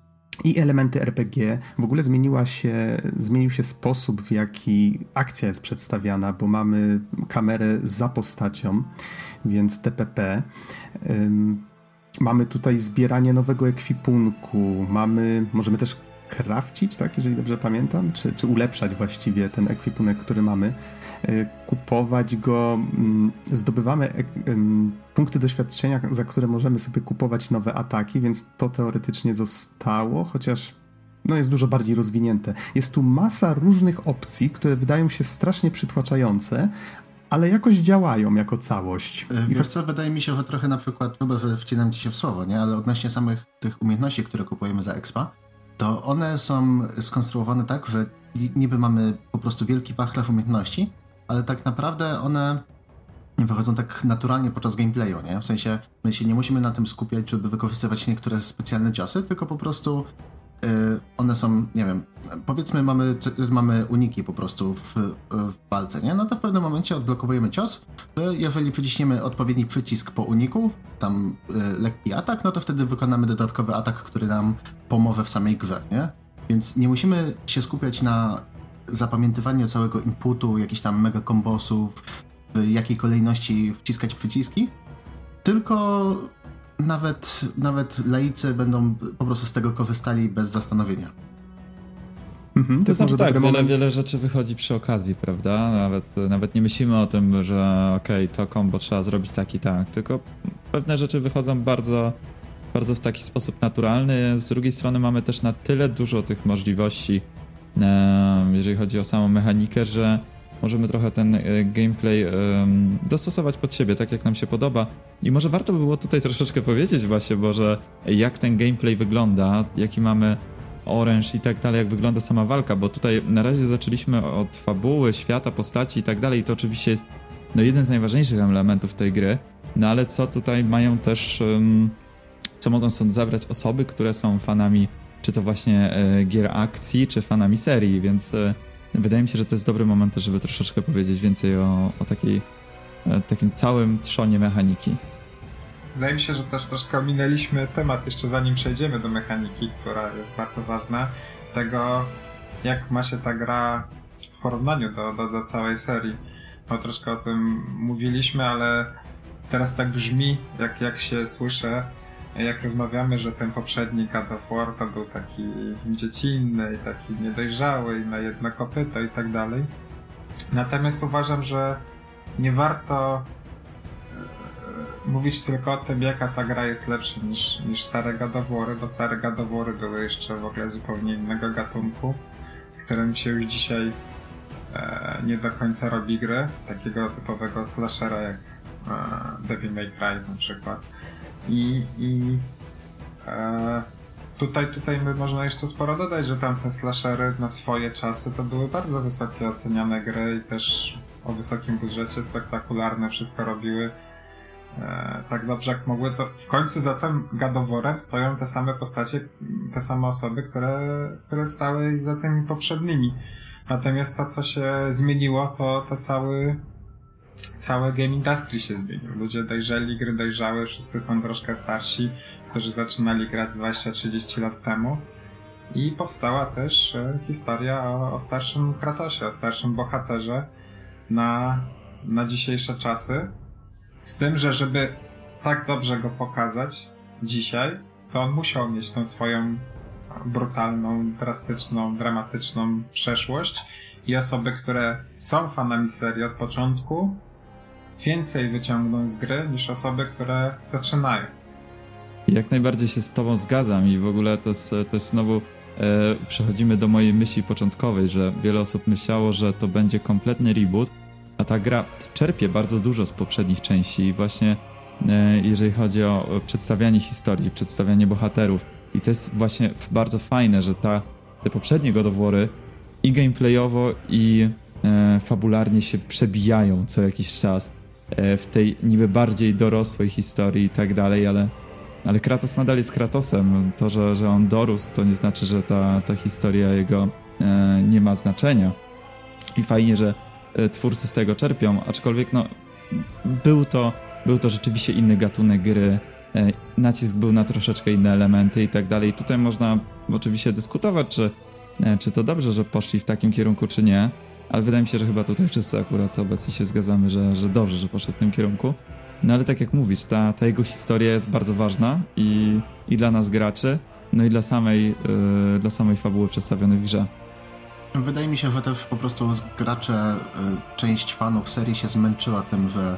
i elementy R P G. W ogóle zmieniła się, zmienił się sposób, w jaki akcja jest przedstawiana, bo mamy kamerę za postacią, więc T P P. Um, mamy tutaj zbieranie nowego ekwipunku, mamy, możemy też crafcić, tak, jeżeli dobrze pamiętam, czy, czy ulepszać właściwie ten ekwipunek, który mamy, kupować go, zdobywamy punkty doświadczenia, za które możemy sobie kupować nowe ataki, więc to teoretycznie zostało, chociaż no jest dużo bardziej rozwinięte. Jest tu masa różnych opcji, które wydają się strasznie przytłaczające, ale jakoś działają jako całość. Wiesz I co, wydaje mi się, że trochę na przykład, chyba że wcinam ci się w słowo, nie? Ale odnośnie samych tych umiejętności, które kupujemy za expa, to one są skonstruowane tak, że niby mamy po prostu wielki wachlarz umiejętności, ale tak naprawdę one wychodzą tak naturalnie podczas gameplayu, nie? W sensie my się nie musimy na tym skupiać, żeby wykorzystywać niektóre specjalne ciosy, tylko po prostu yy, one są, nie wiem, powiedzmy mamy, mamy uniki po prostu w, w walce, nie? No to w pewnym momencie odblokowujemy cios, że jeżeli przyciśniemy odpowiedni przycisk po uniku, tam yy, lekki atak, no to wtedy wykonamy dodatkowy atak, który nam pomoże w samej grze, nie? Więc nie musimy się skupiać na zapamiętywaniu całego inputu, jakichś tam mega kombosów, w jakiej kolejności wciskać przyciski, tylko nawet, nawet laicy będą po prostu z tego korzystali bez zastanowienia. Mhm, to, to znaczy tak, wiele, wiele rzeczy wychodzi przy okazji, prawda? Nawet, nawet nie myślimy o tym, że okej, okay, to combo trzeba zrobić tak i tak, tylko pewne rzeczy wychodzą bardzo, bardzo w taki sposób naturalny. Z drugiej strony mamy też na tyle dużo tych możliwości, jeżeli chodzi o samą mechanikę, że możemy trochę ten gameplay um, dostosować pod siebie, tak jak nam się podoba. I może warto by było tutaj troszeczkę powiedzieć właśnie, bo że jak ten gameplay wygląda, jaki mamy oręż i tak dalej, jak wygląda sama walka, bo tutaj na razie zaczęliśmy od fabuły, świata, postaci i tak dalej. I to oczywiście jest no, jeden z najważniejszych elementów tej gry, no ale co tutaj mają też, um, co mogą stąd zabrać osoby, które są fanami czy to właśnie e, gier akcji, czy fanami serii, więc e, wydaje mi się, że to jest dobry moment też, żeby troszeczkę powiedzieć więcej o, o takiej, e, takim całym trzonie mechaniki. Wydaje mi się, że też troszkę ominęliśmy temat, jeszcze zanim przejdziemy do mechaniki, która jest bardzo ważna, tego jak ma się ta gra w porównaniu do, do, do całej serii. Bo troszkę o tym mówiliśmy, ale teraz tak brzmi, jak, jak się słyszę, jak rozmawiamy, że ten poprzedni God of War to był taki dziecinny i taki niedojrzały i na jedno kopyto i tak dalej. Natomiast uważam, że nie warto e, mówić tylko o tym, jaka ta gra jest lepsza niż, niż stare God of War, bo stare God of War były jeszcze w ogóle zupełnie innego gatunku, którym się już dzisiaj e, nie do końca robi gry, takiego typowego slashera jak e, Devil May Cry na przykład. I, i e, tutaj, tutaj my można jeszcze sporo dodać, że tamte slashery na swoje czasy to były bardzo wysokie oceniane gry i też o wysokim budżecie, spektakularne, wszystko robiły e, tak dobrze jak mogły. To w końcu za tym God of War'em stoją te same postacie, te same osoby, które, które stały za tymi poprzednimi. Natomiast to, co się zmieniło, to, to cały Całe game industry się zmienił. Ludzie dojrzeli, gry dojrzały, wszyscy są troszkę starsi, którzy zaczynali grać dwadzieścia trzydzieści lat temu. I powstała też e, historia o, o starszym Kratosie, o starszym bohaterze na, na dzisiejsze czasy. Z tym, że żeby tak dobrze go pokazać dzisiaj, to on musiał mieć tą swoją brutalną, drastyczną, dramatyczną przeszłość. I osoby, które są fanami serii od początku, więcej wyciągną z gry niż osoby, które zaczynają. Jak najbardziej się z tobą zgadzam i w ogóle to jest, to jest znowu e, przechodzimy do mojej myśli początkowej, że wiele osób myślało, że to będzie kompletny reboot, a ta gra czerpie bardzo dużo z poprzednich części i właśnie e, jeżeli chodzi o przedstawianie historii, przedstawianie bohaterów i to jest właśnie bardzo fajne, że ta, te poprzednie God of War'y i gameplayowo, i e, fabularnie się przebijają co jakiś czas e, w tej niby bardziej dorosłej historii i tak dalej, ale, ale Kratos nadal jest Kratosem. To, że, że on dorósł, to nie znaczy, że ta, ta historia jego e, nie ma znaczenia. I fajnie, że e, twórcy z tego czerpią, aczkolwiek no, był to, był to rzeczywiście inny gatunek gry. E, nacisk był na troszeczkę inne elementy i tak dalej. Tutaj można oczywiście dyskutować, czy Czy to dobrze, że poszli w takim kierunku, czy nie, ale wydaje mi się, że chyba tutaj wszyscy akurat obecnie się zgadzamy, że, że dobrze, że poszedł w tym kierunku. No ale tak jak mówisz, ta, ta jego historia jest bardzo ważna i, i dla nas graczy, no i dla samej, yy, dla samej fabuły przedstawionej w grze. Wydaje mi się, że też po prostu gracze, y, część fanów serii się zmęczyła tym, że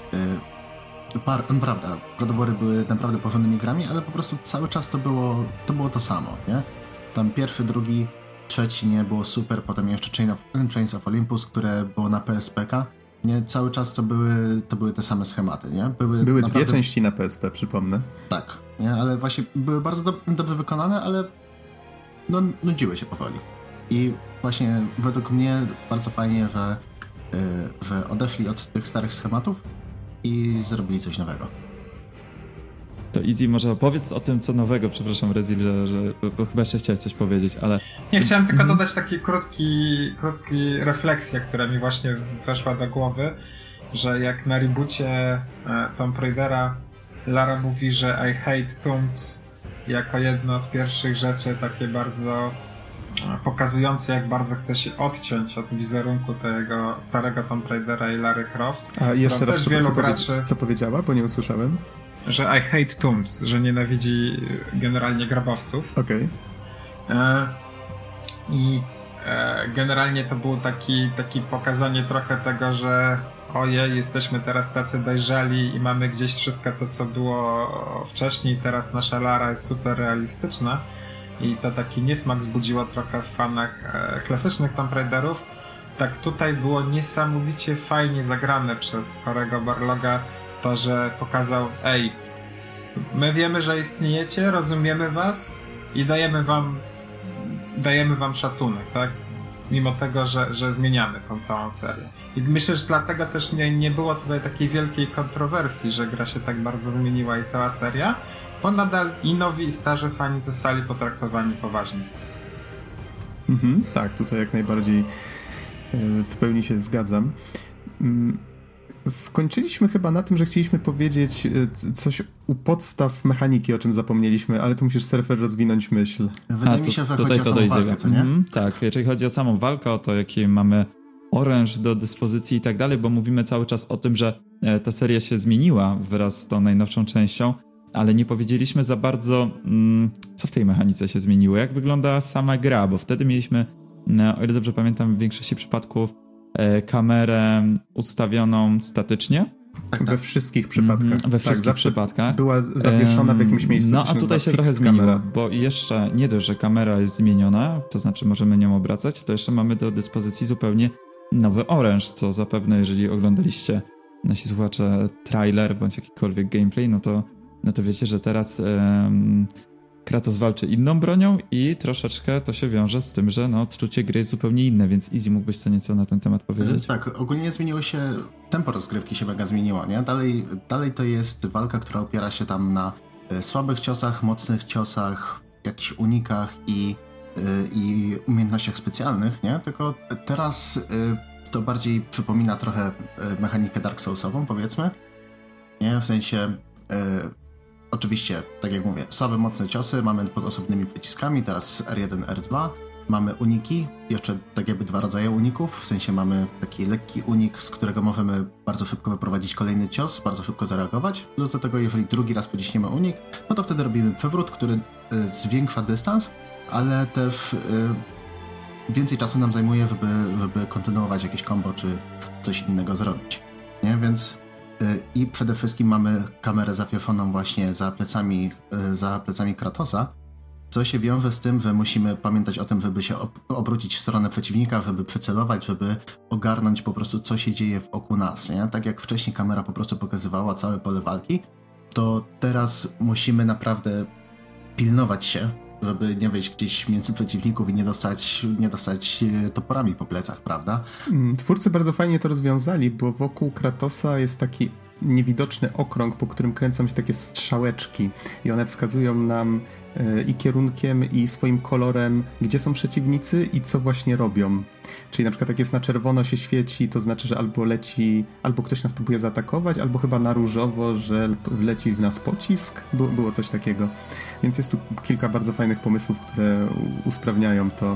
y, par, no, prawda, God of War były naprawdę porządnymi grami, ale po prostu cały czas to było to, było to samo, nie? Tam pierwszy, drugi, trzeci nie było super, potem jeszcze Chain of, Chains of Olympus, które było na P S P K. Nie, cały czas to były, to były te same schematy, nie? Były, były naprawdę... dwie części na P S P, przypomnę. Tak, nie? Ale właśnie były bardzo do, dobrze wykonane, ale no, nudziły się powoli. I właśnie według mnie bardzo fajnie, że, yy, że odeszli od tych starych schematów i zrobili coś nowego. To Easy, może opowiedz o tym, co nowego, przepraszam Rezil, że, że bo chyba jeszcze chciałeś coś powiedzieć, ale... Nie, chciałem tylko mhm. dodać taki krótki, krótki refleksję, która mi właśnie weszła do głowy, że jak na reboocie e, Tomb Raidera Lara mówi, że I hate tombs jako jedno z pierwszych rzeczy takie bardzo e, pokazujące, jak bardzo chce się odciąć od wizerunku tego starego Tomb Raidera i Lary Croft. A jeszcze raz, wielu co, graczy... powie... co powiedziała, bo nie usłyszałem? Że I hate tombs, że nienawidzi generalnie grobowców. Okej. Okay. E, I e, generalnie to było taki, taki pokazanie trochę tego, że ojej, jesteśmy teraz tacy dojrzali i mamy gdzieś wszystko to, co było wcześniej, teraz nasza Lara jest super realistyczna i to taki niesmak wzbudziło trochę w fanach e, klasycznych Tomb Raiderów. Tak tutaj było niesamowicie fajnie zagrane przez Corey'ego Barloga to, że pokazał, ej, my wiemy, że istniejecie, rozumiemy was i dajemy wam dajemy wam szacunek, tak? Mimo tego, że, że zmieniamy tą całą serię. I myślę, że dlatego też nie, nie było tutaj takiej wielkiej kontrowersji, że gra się tak bardzo zmieniła i cała seria, bo nadal i nowi, i starzy fani zostali potraktowani poważnie. Mhm, tak, tutaj jak najbardziej w pełni się zgadzam. Skończyliśmy chyba na tym, że chcieliśmy powiedzieć coś u podstaw mechaniki, o czym zapomnieliśmy, ale tu musisz surfer rozwinąć myśl. Wydaje A, mi się, że to, chodzi o samą walkę, co nie? Mm, tak, jeżeli chodzi o samą walkę, o to, jaki mamy oręż do dyspozycji i tak dalej, bo mówimy cały czas o tym, że ta seria się zmieniła wraz z tą najnowszą częścią, ale nie powiedzieliśmy za bardzo, co w tej mechanice się zmieniło, jak wygląda sama gra, bo wtedy mieliśmy, o ile dobrze pamiętam, w większości przypadków kamerę ustawioną statycznie. Tak, we wszystkich przypadkach. Mm-hmm, we wszystkich tak, przypadkach. Była zawieszona w jakimś miejscu. No a tutaj się trochę zmieniło, kamera. Bo jeszcze nie dość, że kamera jest zmieniona, to znaczy możemy nią obracać, to jeszcze mamy do dyspozycji zupełnie nowy oręż, co zapewne, jeżeli oglądaliście, nasi słuchacze, trailer bądź jakikolwiek gameplay, no to, no to wiecie, że teraz um, Kratos walczy inną bronią i troszeczkę to się wiąże z tym, że no, odczucie gry jest zupełnie inne, więc Easy, mógłbyś co nieco na ten temat powiedzieć? Tak, ogólnie zmieniło się, tempo rozgrywki się mega zmieniło, nie? Dalej, dalej to jest walka, która opiera się tam na y, słabych ciosach, mocnych ciosach, jakichś unikach i, y, i umiejętnościach specjalnych, nie? Tylko teraz y, to bardziej przypomina trochę y, mechanikę Dark Soulsową, powiedzmy, nie? W sensie... Y, Oczywiście, tak jak mówię, słabe, mocne ciosy, mamy pod osobnymi przyciskami, teraz R jeden, R dwa, mamy uniki, jeszcze tak jakby dwa rodzaje uników, w sensie mamy taki lekki unik, z którego możemy bardzo szybko wyprowadzić kolejny cios, bardzo szybko zareagować, plus do tego, jeżeli drugi raz przyciśniemy unik, no to wtedy robimy przewrót, który y, zwiększa dystans, ale też y, więcej czasu nam zajmuje, żeby, żeby kontynuować jakieś combo czy coś innego zrobić, nie? Więc... I przede wszystkim mamy kamerę zawieszoną właśnie za plecami, za plecami Kratosa, co się wiąże z tym, że musimy pamiętać o tym, żeby się ob- obrócić w stronę przeciwnika, żeby przycelować, żeby ogarnąć po prostu, co się dzieje wokół nas, nie? Tak jak wcześniej kamera po prostu pokazywała całe pole walki, to teraz musimy naprawdę pilnować się, żeby nie wejść gdzieś między przeciwników i nie dostać, nie dostać toporami po plecach, prawda? Twórcy bardzo fajnie to rozwiązali, bo wokół Kratosa jest taki niewidoczny okrąg, po którym kręcą się takie strzałeczki i one wskazują nam e, i kierunkiem, i swoim kolorem, gdzie są przeciwnicy i co właśnie robią. Czyli na przykład jak jest na czerwono się świeci, to znaczy, że albo leci, albo ktoś nas próbuje zaatakować, albo chyba na różowo, że leci w nas pocisk. By, było coś takiego. Więc jest tu kilka bardzo fajnych pomysłów, które usprawniają to.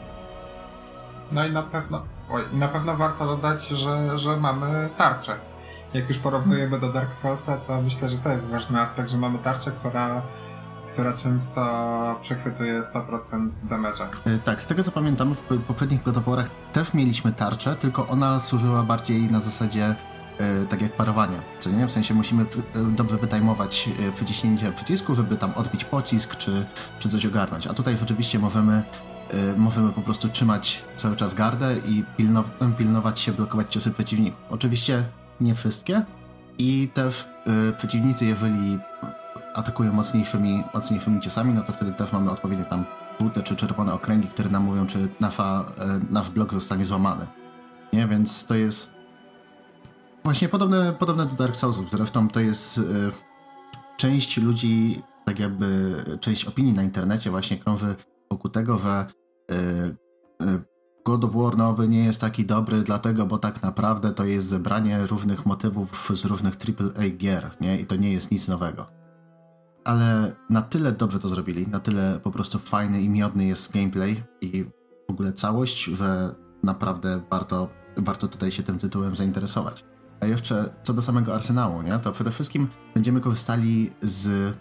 No i na pewno, oj, na pewno warto dodać, że, że mamy tarczę. Jak już porównujemy do Dark Soulsa, to myślę, że to jest ważny aspekt, że mamy tarczę, która, która często przechwytuje sto procent damage'a. Tak, z tego co pamiętam, w poprzednich God of War'ach też mieliśmy tarczę, tylko ona służyła bardziej na zasadzie e, tak jak parowanie, co nie? W sensie musimy e, dobrze wytajmować e, przyciśnięcie przycisku, żeby tam odbić pocisk, czy, czy coś ogarnąć. A tutaj rzeczywiście możemy e, możemy po prostu trzymać cały czas gardę i pilnow- pilnować się, blokować ciosy przeciwników. Oczywiście nie wszystkie i też y, przeciwnicy, jeżeli atakują mocniejszymi, mocniejszymi ciosami, no to wtedy też mamy odpowiednie tam żółte czy czerwone okręgi, które nam mówią, czy nasza, y, nasz blok zostanie złamany. Nie? Więc to jest właśnie podobne, podobne do Dark Soulsów. Zresztą to jest y, część ludzi, tak jakby część opinii na internecie właśnie krąży wokół tego, że y, y, God of War nowy nie jest taki dobry dlatego, bo tak naprawdę to jest zebranie różnych motywów z różnych triple A gier, nie? I to nie jest nic nowego. Ale na tyle dobrze to zrobili, na tyle po prostu fajny i miodny jest gameplay i w ogóle całość, że naprawdę warto, warto tutaj się tym tytułem zainteresować. A jeszcze co do samego arsenału, nie? To przede wszystkim będziemy korzystali z,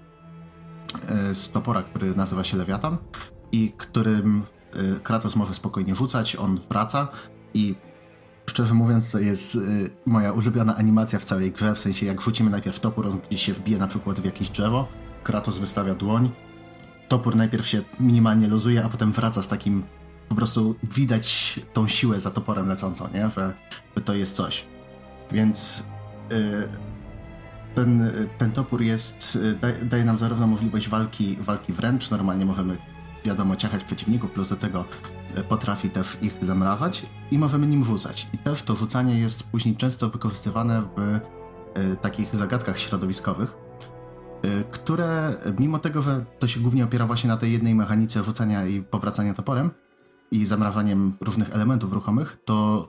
z topora, który nazywa się Lewiatan i którym Kratos może spokojnie rzucać, on wraca i szczerze mówiąc to jest y, moja ulubiona animacja w całej grze, w sensie jak rzucimy najpierw topór, on gdzieś się wbije na przykład w jakieś drzewo, Kratos wystawia dłoń, topór najpierw się minimalnie luzuje, a potem wraca z takim, po prostu widać tą siłę za toporem lecącą, nie? Że, że to jest coś. Więc y, ten, ten topór jest, daje, daje nam zarówno możliwość walki, walki wręcz, normalnie możemy wiadomo, ciachać przeciwników, plus do tego potrafi też ich zamrażać i możemy nim rzucać. I też to rzucanie jest później często wykorzystywane w y, takich zagadkach środowiskowych, y, które mimo tego, że to się głównie opiera właśnie na tej jednej mechanice rzucania i powracania toporem i zamrażaniem różnych elementów ruchomych, to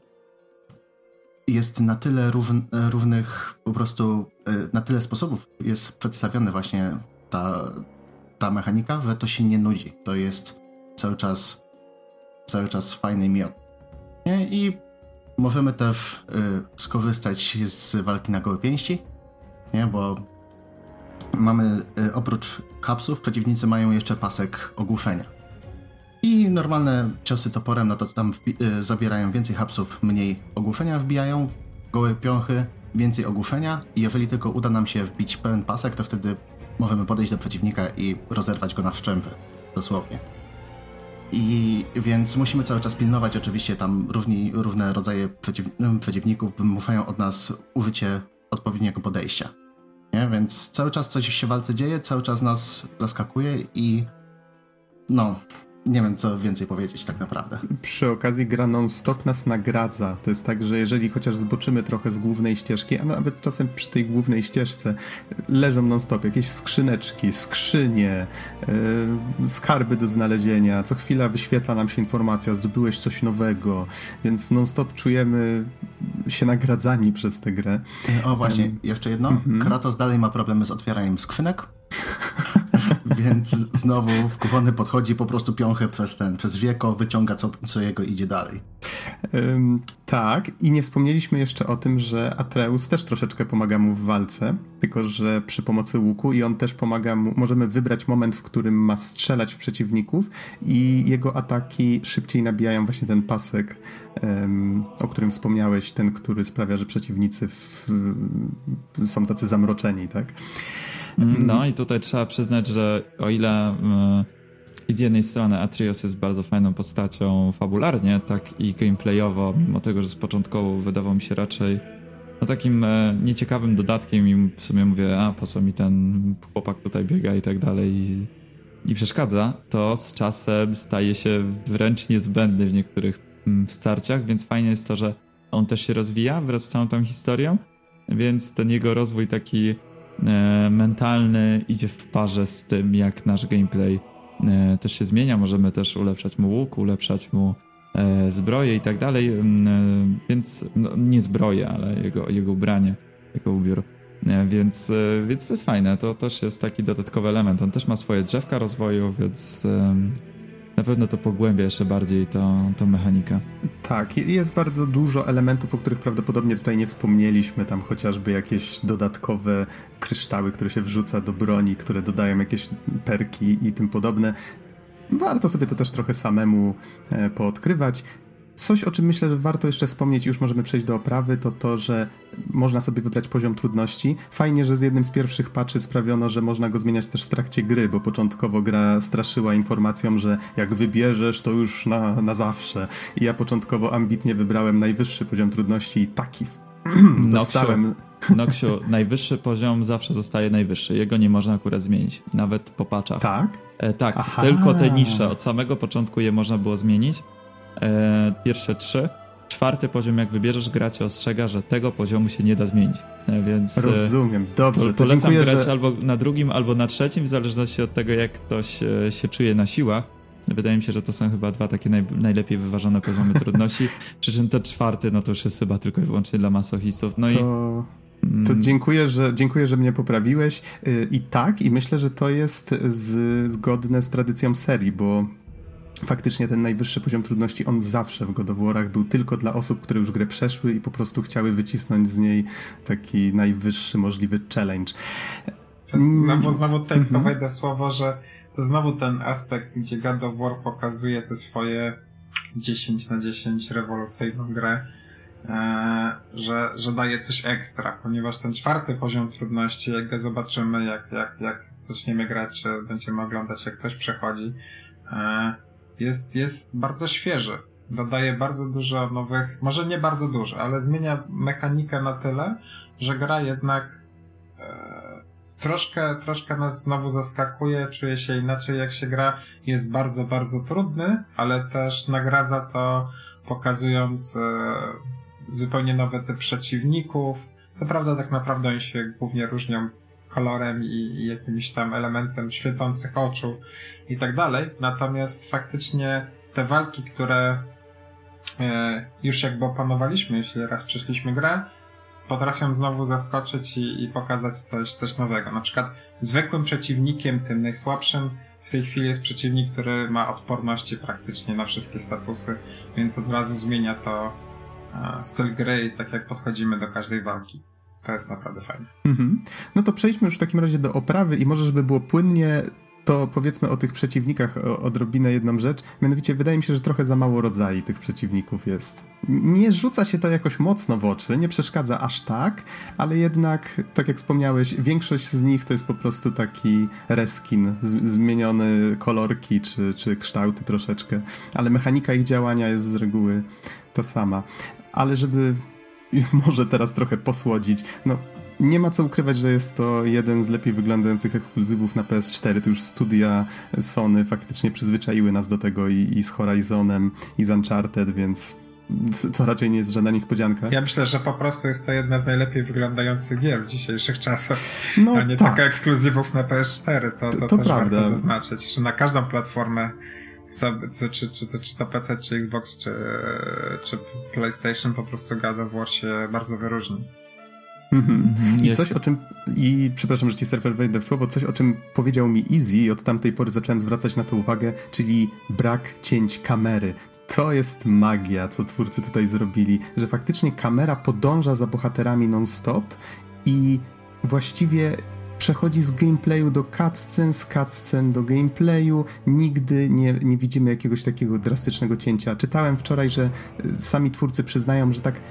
jest na tyle róż, różnych po prostu, y, na tyle sposobów jest przedstawiony właśnie ta ta mechanika, że to się nie nudzi. To jest cały czas cały czas fajny miod. Nie? I możemy też y, skorzystać z walki na gołe pięści, nie? Bo mamy y, oprócz hapsów, przeciwnicy mają jeszcze pasek ogłuszenia. I normalne ciosy toporem, no to tam wbi- y, zawierają więcej hapsów, mniej ogłuszenia wbijają, gołe piąchy, więcej ogłuszenia i jeżeli tylko uda nam się wbić pełen pasek, to wtedy możemy podejść do przeciwnika i rozerwać go na szczępy, dosłownie. I więc musimy cały czas pilnować, oczywiście tam różni, różne rodzaje przeciw, przeciwników wymuszają od nas użycie odpowiedniego podejścia. Nie? Więc cały czas coś się w walce dzieje, cały czas nas zaskakuje i no, nie wiem co więcej powiedzieć tak naprawdę. Przy okazji gra non-stop nas nagradza. To jest tak, że jeżeli chociaż zboczymy trochę z głównej ścieżki, a nawet czasem przy tej głównej ścieżce leżą non-stop jakieś skrzyneczki, skrzynie, yy, skarby do znalezienia. Co chwila wyświetla nam się informacja, zdobyłeś coś nowego, więc non-stop czujemy się nagradzani przez tę grę. O właśnie, um, jeszcze jedno. Mm-hmm. Kratos dalej ma problemy z otwieraniem skrzynek. Więc znowu wkurzony podchodzi, po prostu piąchę przez ten, przez wieko, wyciąga co, co jego idzie dalej. Um, tak, i nie wspomnieliśmy jeszcze o tym, że Atreus też troszeczkę pomaga mu w walce, tylko że przy pomocy łuku i on też pomaga mu, możemy wybrać moment, w którym ma strzelać w przeciwników i jego ataki szybciej nabijają właśnie ten pasek, um, o którym wspomniałeś, ten, który sprawia, że przeciwnicy w, w, są tacy zamroczeni, tak? No i tutaj trzeba przyznać, że o ile yy, z jednej strony Atreus jest bardzo fajną postacią fabularnie, tak i gameplayowo, mimo tego, że z początku wydawał mi się raczej no, takim e, nieciekawym dodatkiem i w sumie mówię, a po co mi ten chłopak tutaj biega i tak dalej i, i przeszkadza, to z czasem staje się wręcz niezbędny w niektórych mm, starciach, więc fajnie jest to, że on też się rozwija wraz z całą tą historią, więc ten jego rozwój taki E, mentalny idzie w parze z tym, jak nasz gameplay e, też się zmienia. Możemy też ulepszać mu łuk, ulepszać mu e, zbroję i tak dalej, e, więc no, nie zbroję, ale jego, jego ubranie, jego ubiór. E, więc, e, więc to jest fajne, to też jest taki dodatkowy element. On też ma swoje drzewka rozwoju, więc e, na pewno to pogłębia jeszcze bardziej tą, tą mechanikę. Tak, jest bardzo dużo elementów, o których prawdopodobnie tutaj nie wspomnieliśmy, tam chociażby jakieś dodatkowe kryształy, które się wrzuca do broni, które dodają jakieś perki i tym podobne. Warto sobie to też trochę samemu e, poodkrywać. Coś, o czym myślę, że warto jeszcze wspomnieć i już możemy przejść do oprawy, to to, że można sobie wybrać poziom trudności. Fajnie, że z jednym z pierwszych patchy sprawiono, że można go zmieniać też w trakcie gry, bo początkowo gra straszyła informacją, że jak wybierzesz, to już na, na zawsze. I ja początkowo ambitnie wybrałem najwyższy poziom trudności i taki dostałem. Noksiu, najwyższy poziom zawsze zostaje najwyższy. Jego nie można akurat zmienić, nawet po patchach. Tak? E, tak, Aha. Tylko te niższe. Od samego początku je można było zmienić. E, pierwsze trzy. Czwarty poziom, jak wybierzesz, gra cię ostrzega, że tego poziomu się nie da zmienić. E, więc rozumiem, dobrze. Po, polecam dziękuję, grać że... albo na drugim, albo na trzecim, w zależności od tego, jak ktoś e, się czuje na siłach. Wydaje mi się, że to są chyba dwa takie naj, najlepiej wyważone poziomy trudności. Przy czym ten czwarty, no to już jest chyba tylko i wyłącznie dla masochistów. No to... i To dziękuję, że, dziękuję, że mnie poprawiłeś. I tak, i myślę, że to jest z, zgodne z tradycją serii, bo faktycznie ten najwyższy poziom trudności, on zawsze w God of War'ach był tylko dla osób, które już grę przeszły i po prostu chciały wycisnąć z niej taki najwyższy możliwy challenge. Znowu, znowu tutaj mm-hmm. wejdę słowo, że to znowu ten aspekt, gdzie God of War pokazuje te swoje dziesięć na dziesięć rewolucyjną grę, Eee, że, że daje coś ekstra, ponieważ ten czwarty poziom trudności, jak go zobaczymy, jak, jak, jak zaczniemy grać, czy będziemy oglądać, jak ktoś przechodzi, eee, jest, jest bardzo świeży. Dodaje bardzo dużo nowych, może nie bardzo dużo, ale zmienia mechanikę na tyle, że gra jednak eee, troszkę, troszkę nas znowu zaskakuje, czuje się inaczej jak się gra. Jest bardzo, bardzo trudny, ale też nagradza to, pokazując eee, zupełnie nowe typy przeciwników. Co prawda tak naprawdę oni się głównie różnią kolorem i, i jakimś tam elementem świecących oczu i tak dalej. Natomiast faktycznie te walki, które e, już jakby opanowaliśmy, jeśli raz przeszliśmy grę, potrafią znowu zaskoczyć i, i pokazać coś, coś nowego. Na przykład zwykłym przeciwnikiem, tym najsłabszym, w tej chwili jest przeciwnik, który ma odporności praktycznie na wszystkie statusy, więc od razu zmienia to styl gry i tak jak podchodzimy do każdej walki. To jest naprawdę fajne. Mhm. No to przejdźmy już w takim razie do oprawy i może, żeby było płynnie, to powiedzmy o tych przeciwnikach o, odrobinę jedną rzecz. Mianowicie wydaje mi się, że trochę za mało rodzajów tych przeciwników jest. Nie rzuca się to jakoś mocno w oczy, nie przeszkadza aż tak, ale jednak, tak jak wspomniałeś, większość z nich to jest po prostu taki reskin, z, zmienione kolorki czy, czy kształty troszeczkę, ale mechanika ich działania jest z reguły ta sama. Ale żeby może teraz trochę posłodzić, no nie ma co ukrywać, że jest to jeden z lepiej wyglądających ekskluzywów na P S cztery. To już studia Sony faktycznie przyzwyczaiły nas do tego i, i z Horizonem, i z Uncharted, więc to raczej nie jest żadna niespodzianka. Ja myślę, że po prostu jest to jedna z najlepiej wyglądających gier w dzisiejszych czasach, no, a nie tak. tylko ekskluzywów na P S cztery. To, to, to, to to też prawda. warto zaznaczyć, że na każdą platformę, co, czy, czy, czy, to, czy to P C, czy Xbox, czy, czy PlayStation, po prostu God of War się bardzo wyróżni. Mhm. I coś o czym, i przepraszam, że ci serwer wejdę w słowo, coś o czym powiedział mi Easy i od tamtej pory zacząłem zwracać na to uwagę, czyli brak cięć kamery. To jest magia, co twórcy tutaj zrobili, że faktycznie kamera podąża za bohaterami non-stop i właściwie przechodzi z gameplayu do cutscen, z cutscen do gameplayu. Nigdy nie, nie widzimy jakiegoś takiego drastycznego cięcia. Czytałem wczoraj, że sami twórcy przyznają, że tak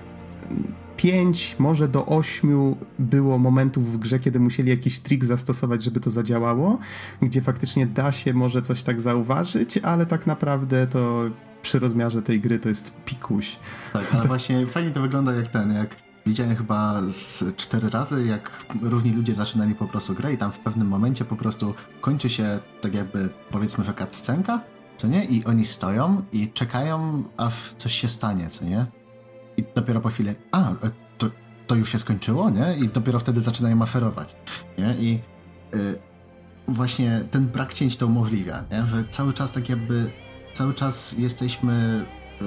pięć, może do ośmiu było momentów w grze, kiedy musieli jakiś trik zastosować, żeby to zadziałało, gdzie faktycznie da się może coś tak zauważyć, ale tak naprawdę to przy rozmiarze tej gry to jest pikuś. Tak, ale właśnie fajnie to wygląda jak ten, jak widziałem chyba z cztery razy, jak różni ludzie zaczynali po prostu grę i tam w pewnym momencie po prostu kończy się tak jakby, powiedzmy, że cutscenka, co nie? I oni stoją i czekają, aż coś się stanie, co nie? I dopiero po chwili, a, to, to już się skończyło, nie? I dopiero wtedy zaczynają maszerować, nie? I y, właśnie ten brak cięć to umożliwia, nie? Że cały czas tak jakby, cały czas jesteśmy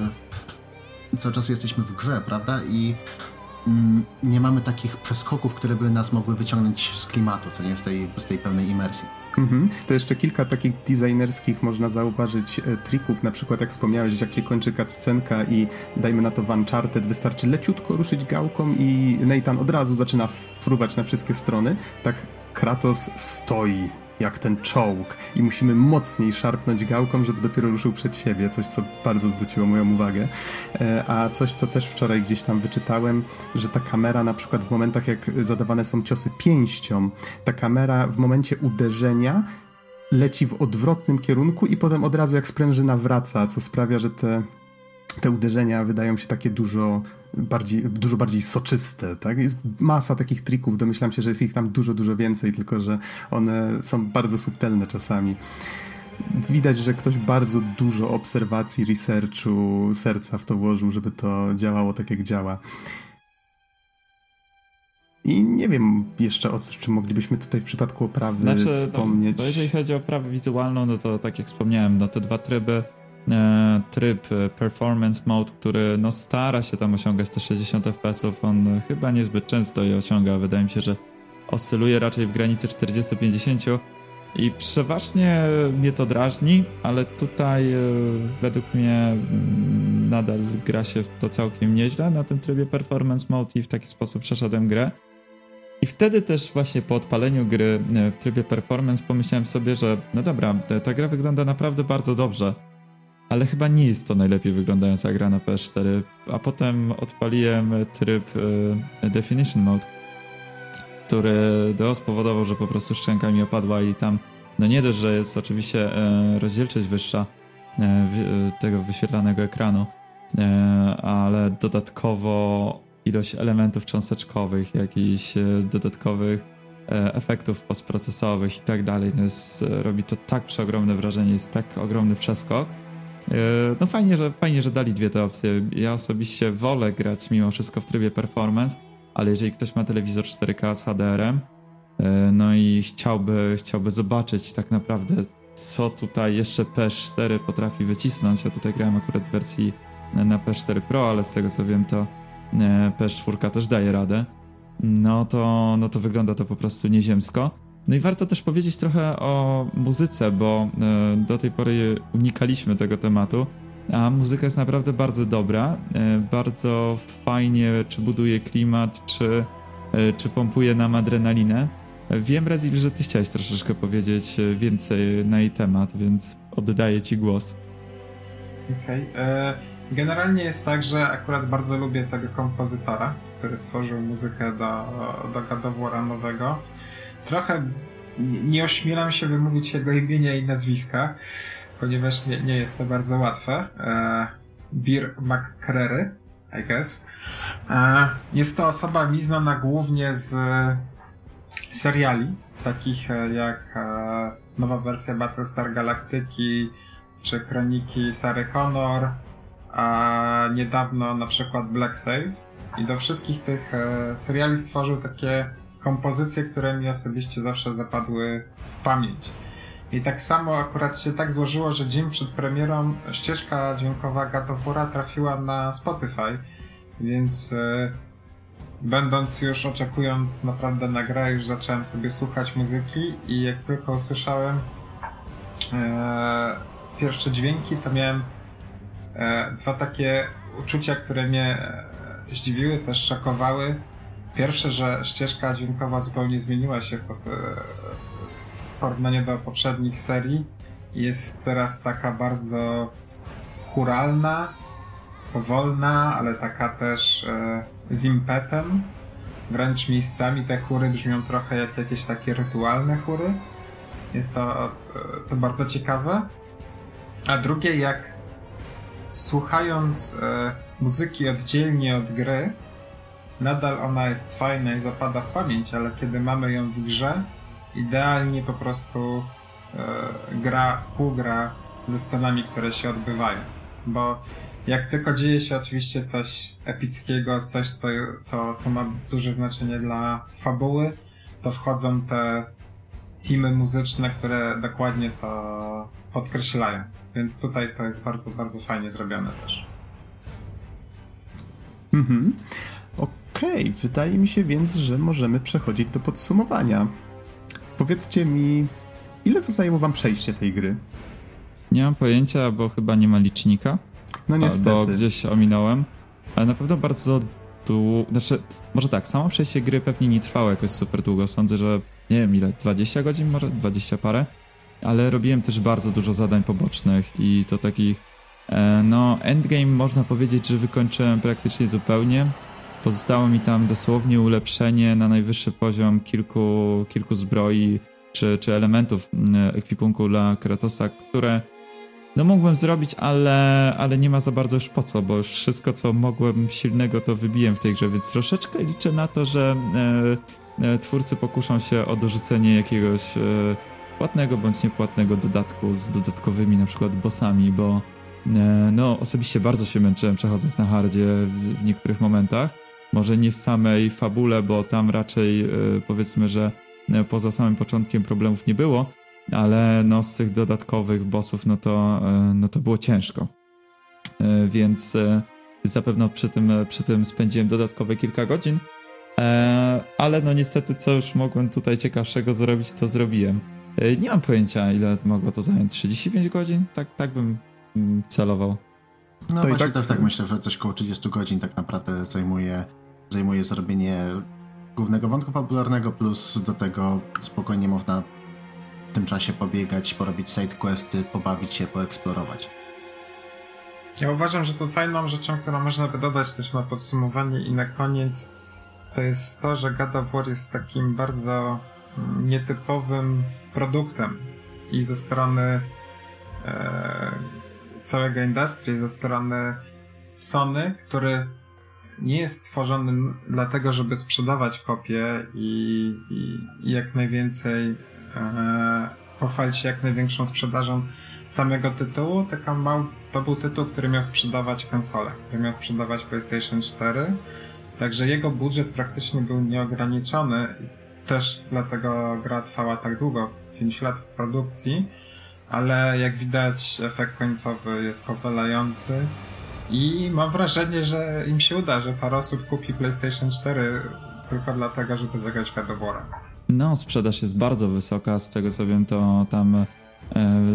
w, cały czas jesteśmy w grze, prawda? I mm, nie mamy takich przeskoków, które by nas mogły wyciągnąć z klimatu, co nie? Z tej, z tej pełnej imersji. Mhm. To jeszcze kilka takich designerskich można zauważyć e, trików, na przykład jak wspomniałeś, jak się kończy cutscenka i dajmy na to w Uncharted, wystarczy leciutko ruszyć gałką i Nathan od razu zaczyna fruwać na wszystkie strony, tak Kratos stoi jak ten czołg i musimy mocniej szarpnąć gałką, żeby dopiero ruszył przed siebie, coś co bardzo zwróciło moją uwagę. E, a coś co też wczoraj gdzieś tam wyczytałem, że ta kamera na przykład w momentach jak zadawane są ciosy pięścią, ta kamera w momencie uderzenia leci w odwrotnym kierunku i potem od razu jak sprężyna wraca, co sprawia, że te te uderzenia wydają się takie dużo bardziej, dużo bardziej soczyste, tak? Jest masa takich trików, domyślam się, że jest ich tam dużo, dużo więcej, tylko że one są bardzo subtelne czasami. Widać, że ktoś bardzo dużo obserwacji, researchu, serca w to włożył, żeby to działało tak, jak działa. I nie wiem jeszcze o czym moglibyśmy tutaj w przypadku oprawy znaczy, wspomnieć. No, bo jeżeli chodzi o oprawę wizualną, no to tak jak wspomniałem, no te dwa tryby, e, tryb Performance Mode, który no stara się tam osiągać te sześćdziesiąt F P S-ów, on chyba niezbyt często je osiąga, wydaje mi się, że oscyluje raczej w granicy czterdzieści pięćdziesiąt i przeważnie mnie to drażni, ale tutaj e, według mnie m, nadal gra się w to całkiem nieźle na tym trybie Performance Mode i w taki sposób przeszedłem grę. I wtedy też właśnie po odpaleniu gry w trybie performance pomyślałem sobie, że no dobra, ta gra wygląda naprawdę bardzo dobrze, ale chyba nie jest to najlepiej wyglądająca gra na P S cztery, a potem odpaliłem tryb e, Definition Mode, który no, spowodował, że po prostu szczęka mi opadła i tam no nie dość, że jest oczywiście e, rozdzielczość wyższa e, w, tego wyświetlanego ekranu, e, ale dodatkowo ilość elementów cząsteczkowych, jakichś e, dodatkowych e, efektów postprocesowych i tak dalej, no jest, e, robi to tak przeogromne wrażenie, jest tak ogromny przeskok. E, no fajnie, że, fajnie, że dali dwie te opcje. Ja osobiście wolę grać mimo wszystko w trybie performance, ale jeżeli ktoś ma telewizor cztery K z H D R-em, e, no i chciałby, chciałby zobaczyć tak naprawdę, co tutaj jeszcze P S cztery potrafi wycisnąć, ja tutaj grałem akurat w wersji na P S cztery Pro, ale z tego co wiem, to P S cztery też daje radę, no to, no to wygląda to po prostu nieziemsko. No i warto też powiedzieć trochę o muzyce, bo do tej pory unikaliśmy tego tematu, a muzyka jest naprawdę bardzo dobra, bardzo fajnie czy buduje klimat, czy, czy pompuje nam adrenalinę. Wiem, Razil, że ty chciałeś troszeczkę powiedzieć więcej na jej temat, więc oddaję ci głos. Okej. Okay. Generalnie jest tak, że akurat bardzo lubię tego kompozytora, który stworzył muzykę do, do God of War'a nowego. Trochę nie ośmielam się wymówić jego imienia i nazwiska, ponieważ nie, nie jest to bardzo łatwe. E, Bir McCreary, I guess. E, jest to osoba mi znana głównie z seriali, takich jak e, nowa wersja Battlestar Galactyki, czy Kroniki Sary Connor, a niedawno na przykład Black Sails. I do wszystkich tych e, seriali stworzył takie kompozycje, które mi osobiście zawsze zapadły w pamięć. I tak samo akurat się tak złożyło, że dzień przed premierą ścieżka dźwiękowa God of War'a trafiła na Spotify, więc e, będąc już, oczekując naprawdę na grę, już zacząłem sobie słuchać muzyki i jak tylko usłyszałem e, pierwsze dźwięki, to miałem e, dwa takie uczucia, które mnie e, zdziwiły, też szokowały. Pierwsze, że ścieżka dźwiękowa zupełnie zmieniła się w, w porównaniu do poprzednich serii. Jest teraz taka bardzo chóralna, powolna, ale taka też e, z impetem. Wręcz miejscami te chóry brzmią trochę jak jakieś takie rytualne chóry. Jest to, to bardzo ciekawe. A drugie, jak słuchając e, muzyki oddzielnie od gry, nadal ona jest fajna i zapada w pamięć, ale kiedy mamy ją w grze, idealnie po prostu e, gra, współgra ze scenami, które się odbywają. Bo jak tylko dzieje się oczywiście coś epickiego, coś, co, co, co ma duże znaczenie dla fabuły, to wchodzą te teamy muzyczne, które dokładnie to podkreślają. Więc tutaj to jest bardzo, bardzo fajnie zrobione też. Mhm. Okej, okay. Wydaje mi się więc, że możemy przechodzić do podsumowania. Powiedzcie mi, ile zajęło wam przejście tej gry? Nie mam pojęcia, bo chyba nie ma licznika. No niestety. Bo gdzieś ominąłem. Ale na pewno bardzo długo... Znaczy, może tak, samo przejście gry pewnie nie trwało jakoś super długo. Sądzę, że nie wiem ile, dwadzieścia godzin może? dwadzieścia parę. Ale robiłem też bardzo dużo zadań pobocznych i to takich... E, no, endgame można powiedzieć, że wykończyłem praktycznie zupełnie. Pozostało mi tam dosłownie ulepszenie na najwyższy poziom kilku, kilku zbroi czy, czy elementów ekwipunku dla Kratosa, które no mógłbym zrobić, ale, ale nie ma za bardzo już po co, bo już wszystko, co mogłem silnego, to wybiłem w tej grze, więc troszeczkę liczę na to, że e, e, twórcy pokuszą się o dorzucenie jakiegoś e, płatnego bądź niepłatnego dodatku z dodatkowymi na przykład bossami, bo e, no osobiście bardzo się męczyłem przechodząc na hardzie w, w niektórych momentach. Może nie w samej fabule, bo tam raczej e, powiedzmy, że e, poza samym początkiem problemów nie było, ale no z tych dodatkowych bossów no to, e, no to było ciężko. E, więc e, zapewne przy tym, przy tym spędziłem dodatkowe kilka godzin, e, ale no niestety co już mogłem tutaj ciekawszego zrobić, to zrobiłem. E, nie mam pojęcia, ile mogło to zająć. trzydzieści pięć godzin? Tak, tak bym mm, celował. No to właśnie i tak też tak myślę, że coś koło trzydzieści godzin tak naprawdę zajmuje, zajmuje zrobienie głównego wątku fabularnego, plus do tego spokojnie można w tym czasie pobiegać, porobić sidequesty, pobawić się, poeksplorować. Ja uważam, że to fajną rzeczą, którą można by dodać też na podsumowanie i na koniec, to jest to, że God of War jest takim bardzo nietypowym produktem i ze strony e, całego industry, ze strony Sony, który nie jest tworzony dlatego, żeby sprzedawać kopie i, i, i jak najwięcej e, pochwalić się jak największą sprzedażą samego tytułu, tylko mał, to był tytuł, który miał sprzedawać konsolę, który miał sprzedawać PlayStation cztery, także jego budżet praktycznie był nieograniczony, też dlatego gra trwała tak długo, pięć lat w produkcji, ale jak widać efekt końcowy jest powalający i mam wrażenie, że im się uda, że parę osób kupi PlayStation cztery tylko dlatego, żeby zagrać God of War'a. No, sprzedaż jest bardzo wysoka, z tego co wiem, to tam e, z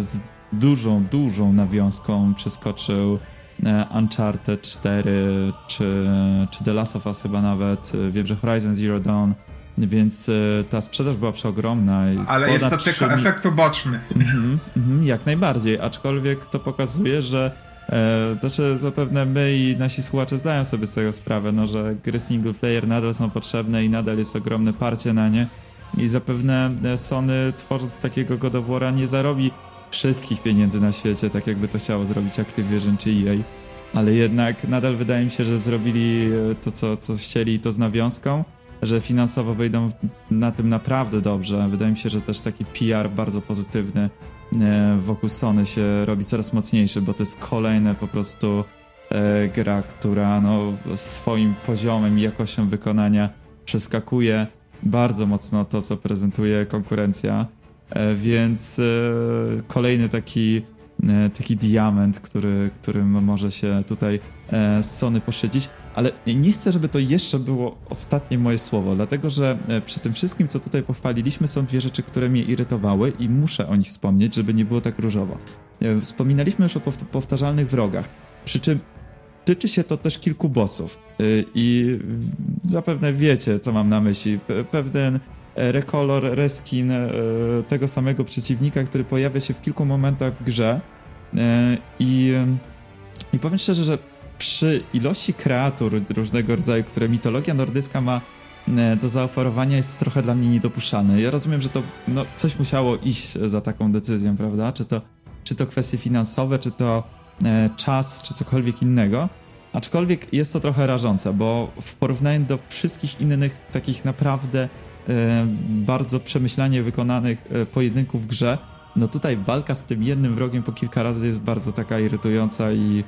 dużą, dużą nawiązką przeskoczył Uncharted cztery, czy, czy The Last of Us chyba nawet, wiem, że Horizon Zero Dawn, więc ta sprzedaż była przeogromna. Ale jest to tylko mi... efekt uboczny. Mm-hmm, mm-hmm, jak najbardziej, aczkolwiek to pokazuje, że e, znaczy zapewne my i nasi słuchacze zdają sobie z tego sprawę, no, że gry single player nadal są potrzebne i nadal jest ogromne parcie na nie i zapewne Sony, tworząc takiego God of War'a, nie zarobi wszystkich pieniędzy na świecie, tak jakby to chciało zrobić Activision czy E A, ale jednak nadal wydaje mi się, że zrobili to, co, co chcieli, to z nawiązką, że finansowo wyjdą na tym naprawdę dobrze. Wydaje mi się, że też taki P R bardzo pozytywny wokół Sony się robi coraz mocniejszy, bo to jest kolejna po prostu e, gra, która no, swoim poziomem i jakością wykonania przeskakuje bardzo mocno to, co prezentuje konkurencja. Więc kolejny taki, taki diament, który, którym może się tutaj Sony poszydzić, ale nie chcę, żeby to jeszcze było ostatnie moje słowo, dlatego że przy tym wszystkim, co tutaj pochwaliliśmy, są dwie rzeczy, które mnie irytowały i muszę o nich wspomnieć, żeby nie było tak różowo. Wspominaliśmy już o powtarzalnych wrogach, przy czym tyczy się to też kilku bossów i zapewne wiecie, co mam na myśli. Pewien recolor, reskin tego samego przeciwnika, który pojawia się w kilku momentach w grze i, i powiem szczerze, że przy ilości kreatur różnego rodzaju, które mitologia nordycka ma do zaoferowania, jest trochę dla mnie niedopuszczalne. Ja rozumiem, że to no, coś musiało iść za taką decyzją, prawda? Czy to, czy to kwestie finansowe, czy to e, czas, czy cokolwiek innego. Aczkolwiek jest to trochę rażące, bo w porównaniu do wszystkich innych takich naprawdę e, bardzo przemyślanie wykonanych e, pojedynków w grze, no tutaj walka z tym jednym wrogiem po kilka razy jest bardzo taka irytująca i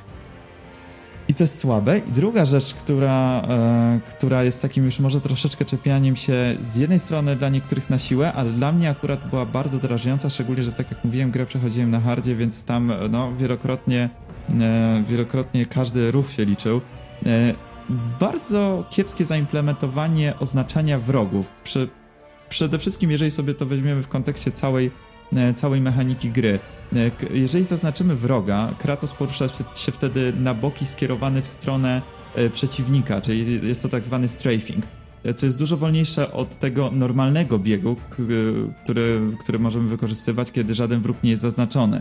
I to jest słabe. I druga rzecz, która, e, która jest takim już może troszeczkę czepianiem się z jednej strony dla niektórych na siłę, ale dla mnie akurat była bardzo drażniąca, szczególnie, że tak jak mówiłem, grę przechodziłem na hardzie, więc tam no, wielokrotnie, e, wielokrotnie każdy ruch się liczył. E, bardzo kiepskie zaimplementowanie oznaczania wrogów. Przy, przede wszystkim, jeżeli sobie to weźmiemy w kontekście całej całej mechaniki gry. Jeżeli zaznaczymy wroga, Kratos porusza się wtedy na boki skierowany w stronę przeciwnika, czyli jest to tak zwany strafing, co jest dużo wolniejsze od tego normalnego biegu, który, który możemy wykorzystywać, kiedy żaden wróg nie jest zaznaczony.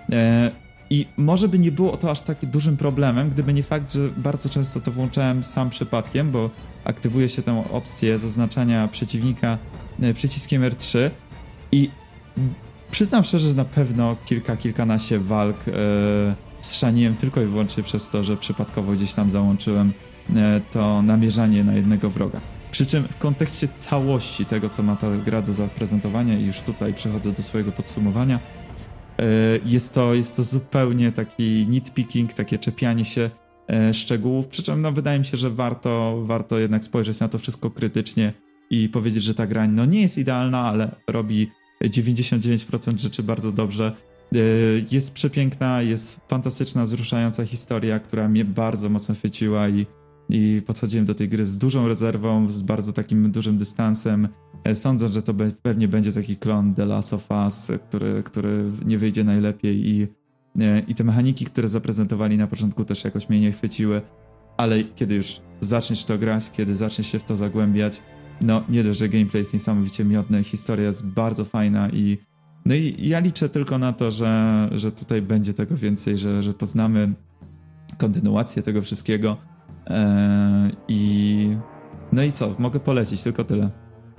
I może by nie było to aż tak dużym problemem, gdyby nie fakt, że bardzo często to włączałem sam przypadkiem, bo aktywuje się tę opcję zaznaczania przeciwnika przyciskiem R trzy i przyznam szczerze, że na pewno kilka, kilkanaście walk e, zszaniłem tylko i wyłącznie przez to, że przypadkowo gdzieś tam załączyłem e, to namierzanie na jednego wroga. Przy czym w kontekście całości tego, co ma ta gra do zaprezentowania i już tutaj przechodzę do swojego podsumowania, e, jest, to, jest to zupełnie taki nitpicking, takie czepianie się e, szczegółów, przy czym no, wydaje mi się, że warto, warto jednak spojrzeć na to wszystko krytycznie i powiedzieć, że ta gra no, nie jest idealna, ale robi dziewięćdziesiąt dziewięć procent rzeczy bardzo dobrze. Jest przepiękna, jest fantastyczna, wzruszająca historia, która mnie bardzo mocno chwyciła i, i podchodziłem do tej gry z dużą rezerwą, z bardzo takim dużym dystansem, sądząc, że to be, pewnie będzie taki klon The Last of Us, który, który nie wyjdzie najlepiej i, i te mechaniki, które zaprezentowali na początku, też jakoś mnie nie chwyciły, ale kiedy już zaczniesz to grać, kiedy zaczniesz się w to zagłębiać, no nie dość, że gameplay jest niesamowicie miodny, historia jest bardzo fajna i no i ja liczę tylko na to, że, że tutaj będzie tego więcej, że, że poznamy kontynuację tego wszystkiego eee, i no i co, mogę polecić, tylko tyle.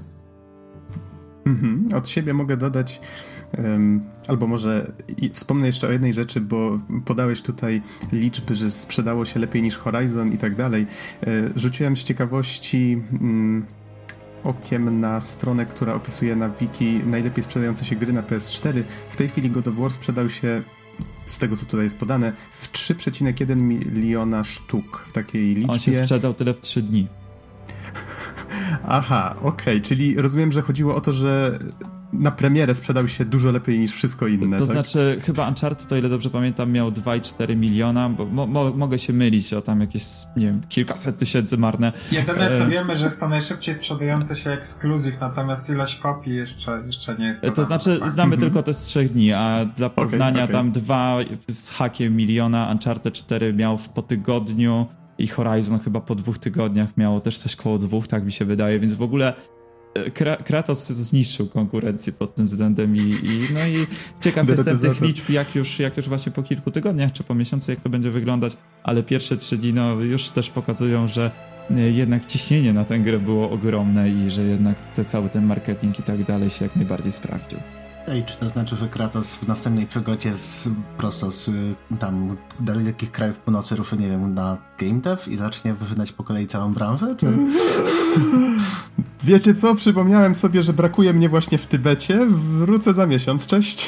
Mhm. Od siebie mogę dodać um, albo może i wspomnę jeszcze o jednej rzeczy, bo podałeś tutaj liczby, że sprzedało się lepiej niż Horizon i tak dalej. E, rzuciłem z ciekawości mm, okiem na stronę, która opisuje na wiki najlepiej sprzedające się gry na P S cztery. W tej chwili God of War sprzedał się, z tego co tutaj jest podane, w trzy przecinek jeden miliona sztuk w takiej liczbie. On się sprzedał tyle w trzy dni. Aha, okej, okay. Czyli rozumiem, że chodziło o to, że na premierę sprzedał się dużo lepiej niż wszystko inne. To tak? znaczy, chyba Uncharted, o ile dobrze pamiętam, miał dwa i cztery miliona, bo mo- mo- mogę się mylić o tam jakieś, nie wiem, kilkaset tysięcy marne. Jedyne e... co wiemy, że jest to najszybciej sprzedający się ekskluzyw, natomiast ilość kopii jeszcze, jeszcze nie jest. To znaczy, tak. znamy tylko te z trzech dni, a dla porównania okay, okay. tam dwa z hakiem miliona, Uncharted cztery miał w po tygodniu i Horizon chyba po dwóch tygodniach miało też coś koło dwóch, tak mi się wydaje, więc w ogóle Kra- Kratos zniszczył konkurencję pod tym względem i, i no i ciekaw jestem tych liczb, jak już, jak już właśnie po kilku tygodniach czy po miesiącu, jak to będzie wyglądać, ale pierwsze trzy dni no już też pokazują, że jednak ciśnienie na tę grę było ogromne i że jednak te, cały ten marketing i tak dalej się jak najbardziej sprawdził. Ej, czy to znaczy, że Kratos w następnej przygodzie z, prosto z tam dalekich krajów północy ruszy, nie wiem, na game dev i zacznie wyrzynać po kolei całą branżę? Czy... Wiecie co? Przypomniałem sobie, że brakuje mnie właśnie w Tybecie. Wrócę za miesiąc. Cześć.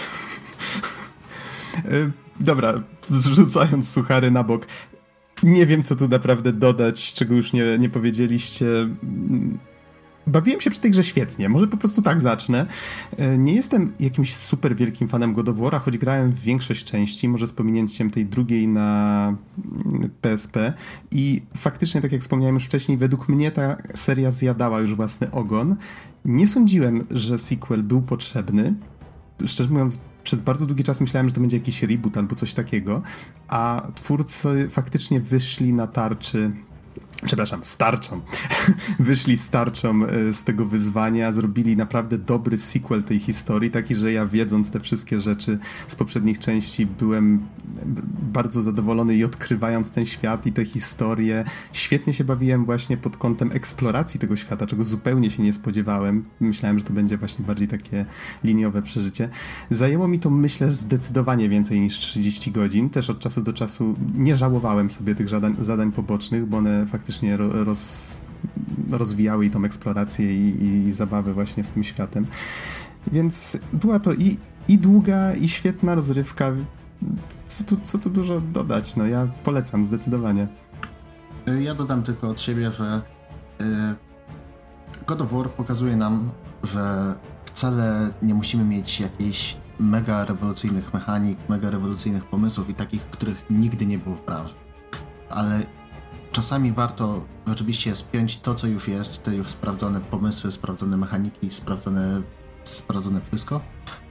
Dobra, zrzucając suchary na bok. Nie wiem, co tu naprawdę dodać, czego już nie, nie powiedzieliście. Bawiłem się przy tej grze świetnie, może po prostu tak zacznę. Nie jestem jakimś super wielkim fanem God of War'a, choć grałem w większość części, może z pominięciem tej drugiej na P S P i faktycznie, tak jak wspomniałem już wcześniej, według mnie ta seria zjadała już własny ogon. Nie sądziłem, że sequel był potrzebny. Szczerze mówiąc, przez bardzo długi czas myślałem, że to będzie jakiś reboot albo coś takiego, a twórcy faktycznie wyszli na tarczy Przepraszam, z tarczą. Wyszli z tarczą z tego wyzwania, zrobili naprawdę dobry sequel tej historii, taki, że ja wiedząc te wszystkie rzeczy z poprzednich części byłem bardzo zadowolony i odkrywając ten świat i tę historię. Świetnie się bawiłem właśnie pod kątem eksploracji tego świata, czego zupełnie się nie spodziewałem. Myślałem, że to będzie właśnie bardziej takie liniowe przeżycie. Zajęło mi to, myślę, zdecydowanie więcej niż trzydzieści godzin. Też od czasu do czasu nie żałowałem sobie tych zadań, zadań pobocznych, bo one faktycznie roz, rozwijały i tą eksplorację i, i, i zabawę właśnie z tym światem. Więc była to i, i długa, i świetna rozrywka. Co tu, co tu dużo dodać? No ja polecam zdecydowanie. Ja dodam tylko od siebie, że God of War pokazuje nam, że wcale nie musimy mieć jakichś mega rewolucyjnych mechanik, mega rewolucyjnych pomysłów i takich, których nigdy nie było w branży. Ale czasami warto rzeczywiście spiąć to, co już jest, te już sprawdzone pomysły, sprawdzone mechaniki, sprawdzone, sprawdzone wszystko,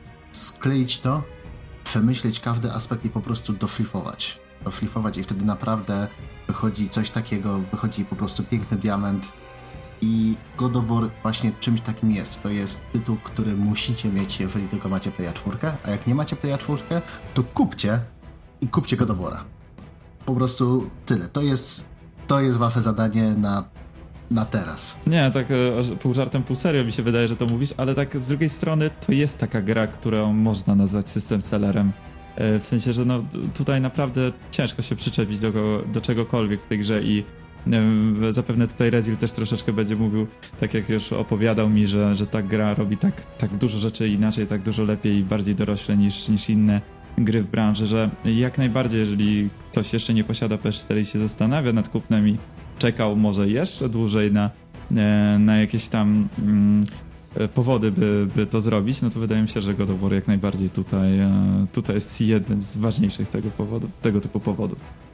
skleić to, przemyśleć każdy aspekt i po prostu doszlifować. Doszlifować i wtedy naprawdę wychodzi coś takiego, wychodzi po prostu piękny diament i God of War właśnie czymś takim jest. To jest tytuł, który musicie mieć, jeżeli tylko macie Playa cztery, a jak nie macie Playa cztery, to kupcie i kupcie God of War'a. Po prostu tyle. To jest To jest wasze zadanie na, na teraz. Nie, tak pół żartem, pół serio mi się wydaje, że to mówisz, ale tak z drugiej strony to jest taka gra, którą można nazwać system sellerem. W sensie, że no tutaj naprawdę ciężko się przyczepić do, do czegokolwiek w tej grze i wiem, zapewne tutaj Rezil też troszeczkę będzie mówił, tak jak już opowiadał mi, że, że ta gra robi tak, tak dużo rzeczy inaczej, tak dużo lepiej i bardziej dorośle niż, niż inne gry w branży, że jak najbardziej, jeżeli ktoś jeszcze nie posiada P S cztery i się zastanawia nad kupnem i czekał może jeszcze dłużej na, na jakieś tam mm, powody, by, by to zrobić, no to wydaje mi się, że God of War jak najbardziej tutaj, tutaj jest jednym z ważniejszych tego, powodu, tego typu powodów.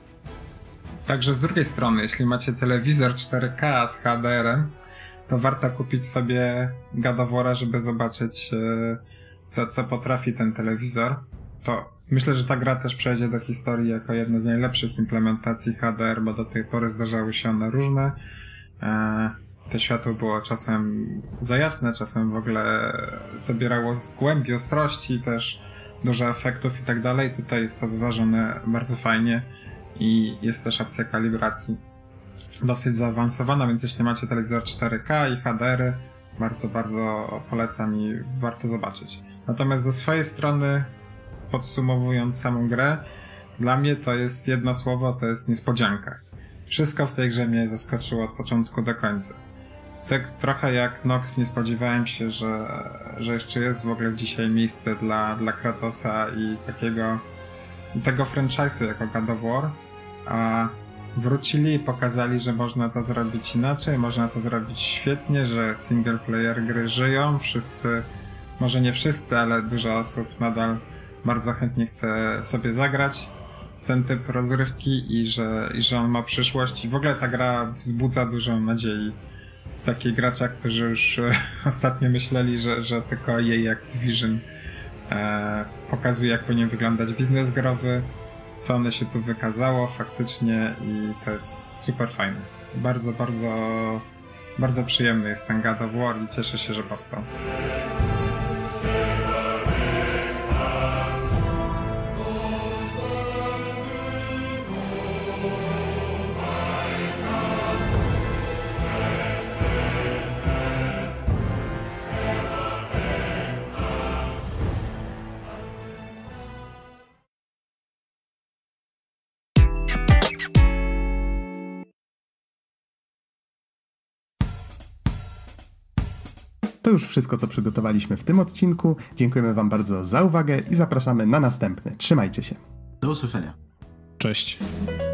Także z drugiej strony, jeśli macie telewizor cztery K z H D R-em, to warto kupić sobie God of War'a, żeby zobaczyć, co, co potrafi ten telewizor. To myślę, że ta gra też przejdzie do historii jako jedna z najlepszych implementacji H D R, bo do tej pory zdarzały się one różne. E, to światło było czasem za jasne, czasem w ogóle zabierało z głębi ostrości, też dużo efektów i tak dalej. Tutaj jest to wyważone bardzo fajnie i jest też opcja kalibracji dosyć zaawansowana, więc jeśli macie telewizor cztery K i H D R, bardzo, bardzo polecam i warto zobaczyć. Natomiast ze swojej strony, podsumowując samą grę, dla mnie to jest jedno słowo, to jest niespodzianka. Wszystko w tej grze mnie zaskoczyło od początku do końca. Tak trochę jak Nox, nie spodziewałem się, że, że jeszcze jest w ogóle dzisiaj miejsce dla, dla Kratosa i takiego tego franchise'u jako God of War, a wrócili i pokazali, że można to zrobić inaczej, można to zrobić świetnie, że single player gry żyją, wszyscy może nie wszyscy, ale dużo osób nadal bardzo chętnie chce sobie zagrać w ten typ rozrywki i że, i że on ma przyszłość i w ogóle ta gra wzbudza dużo nadziei w takich graczach, którzy już ostatnio myśleli, że, że tylko E A Activision e, pokazuje, jak powinien wyglądać biznes growy. Sony się tu wykazało faktycznie i to jest super fajne. Bardzo, bardzo, bardzo przyjemny jest ten God of War i cieszę się, że powstał. To już wszystko, co przygotowaliśmy w tym odcinku. Dziękujemy wam bardzo za uwagę i zapraszamy na następny. Trzymajcie się. Do usłyszenia. Cześć.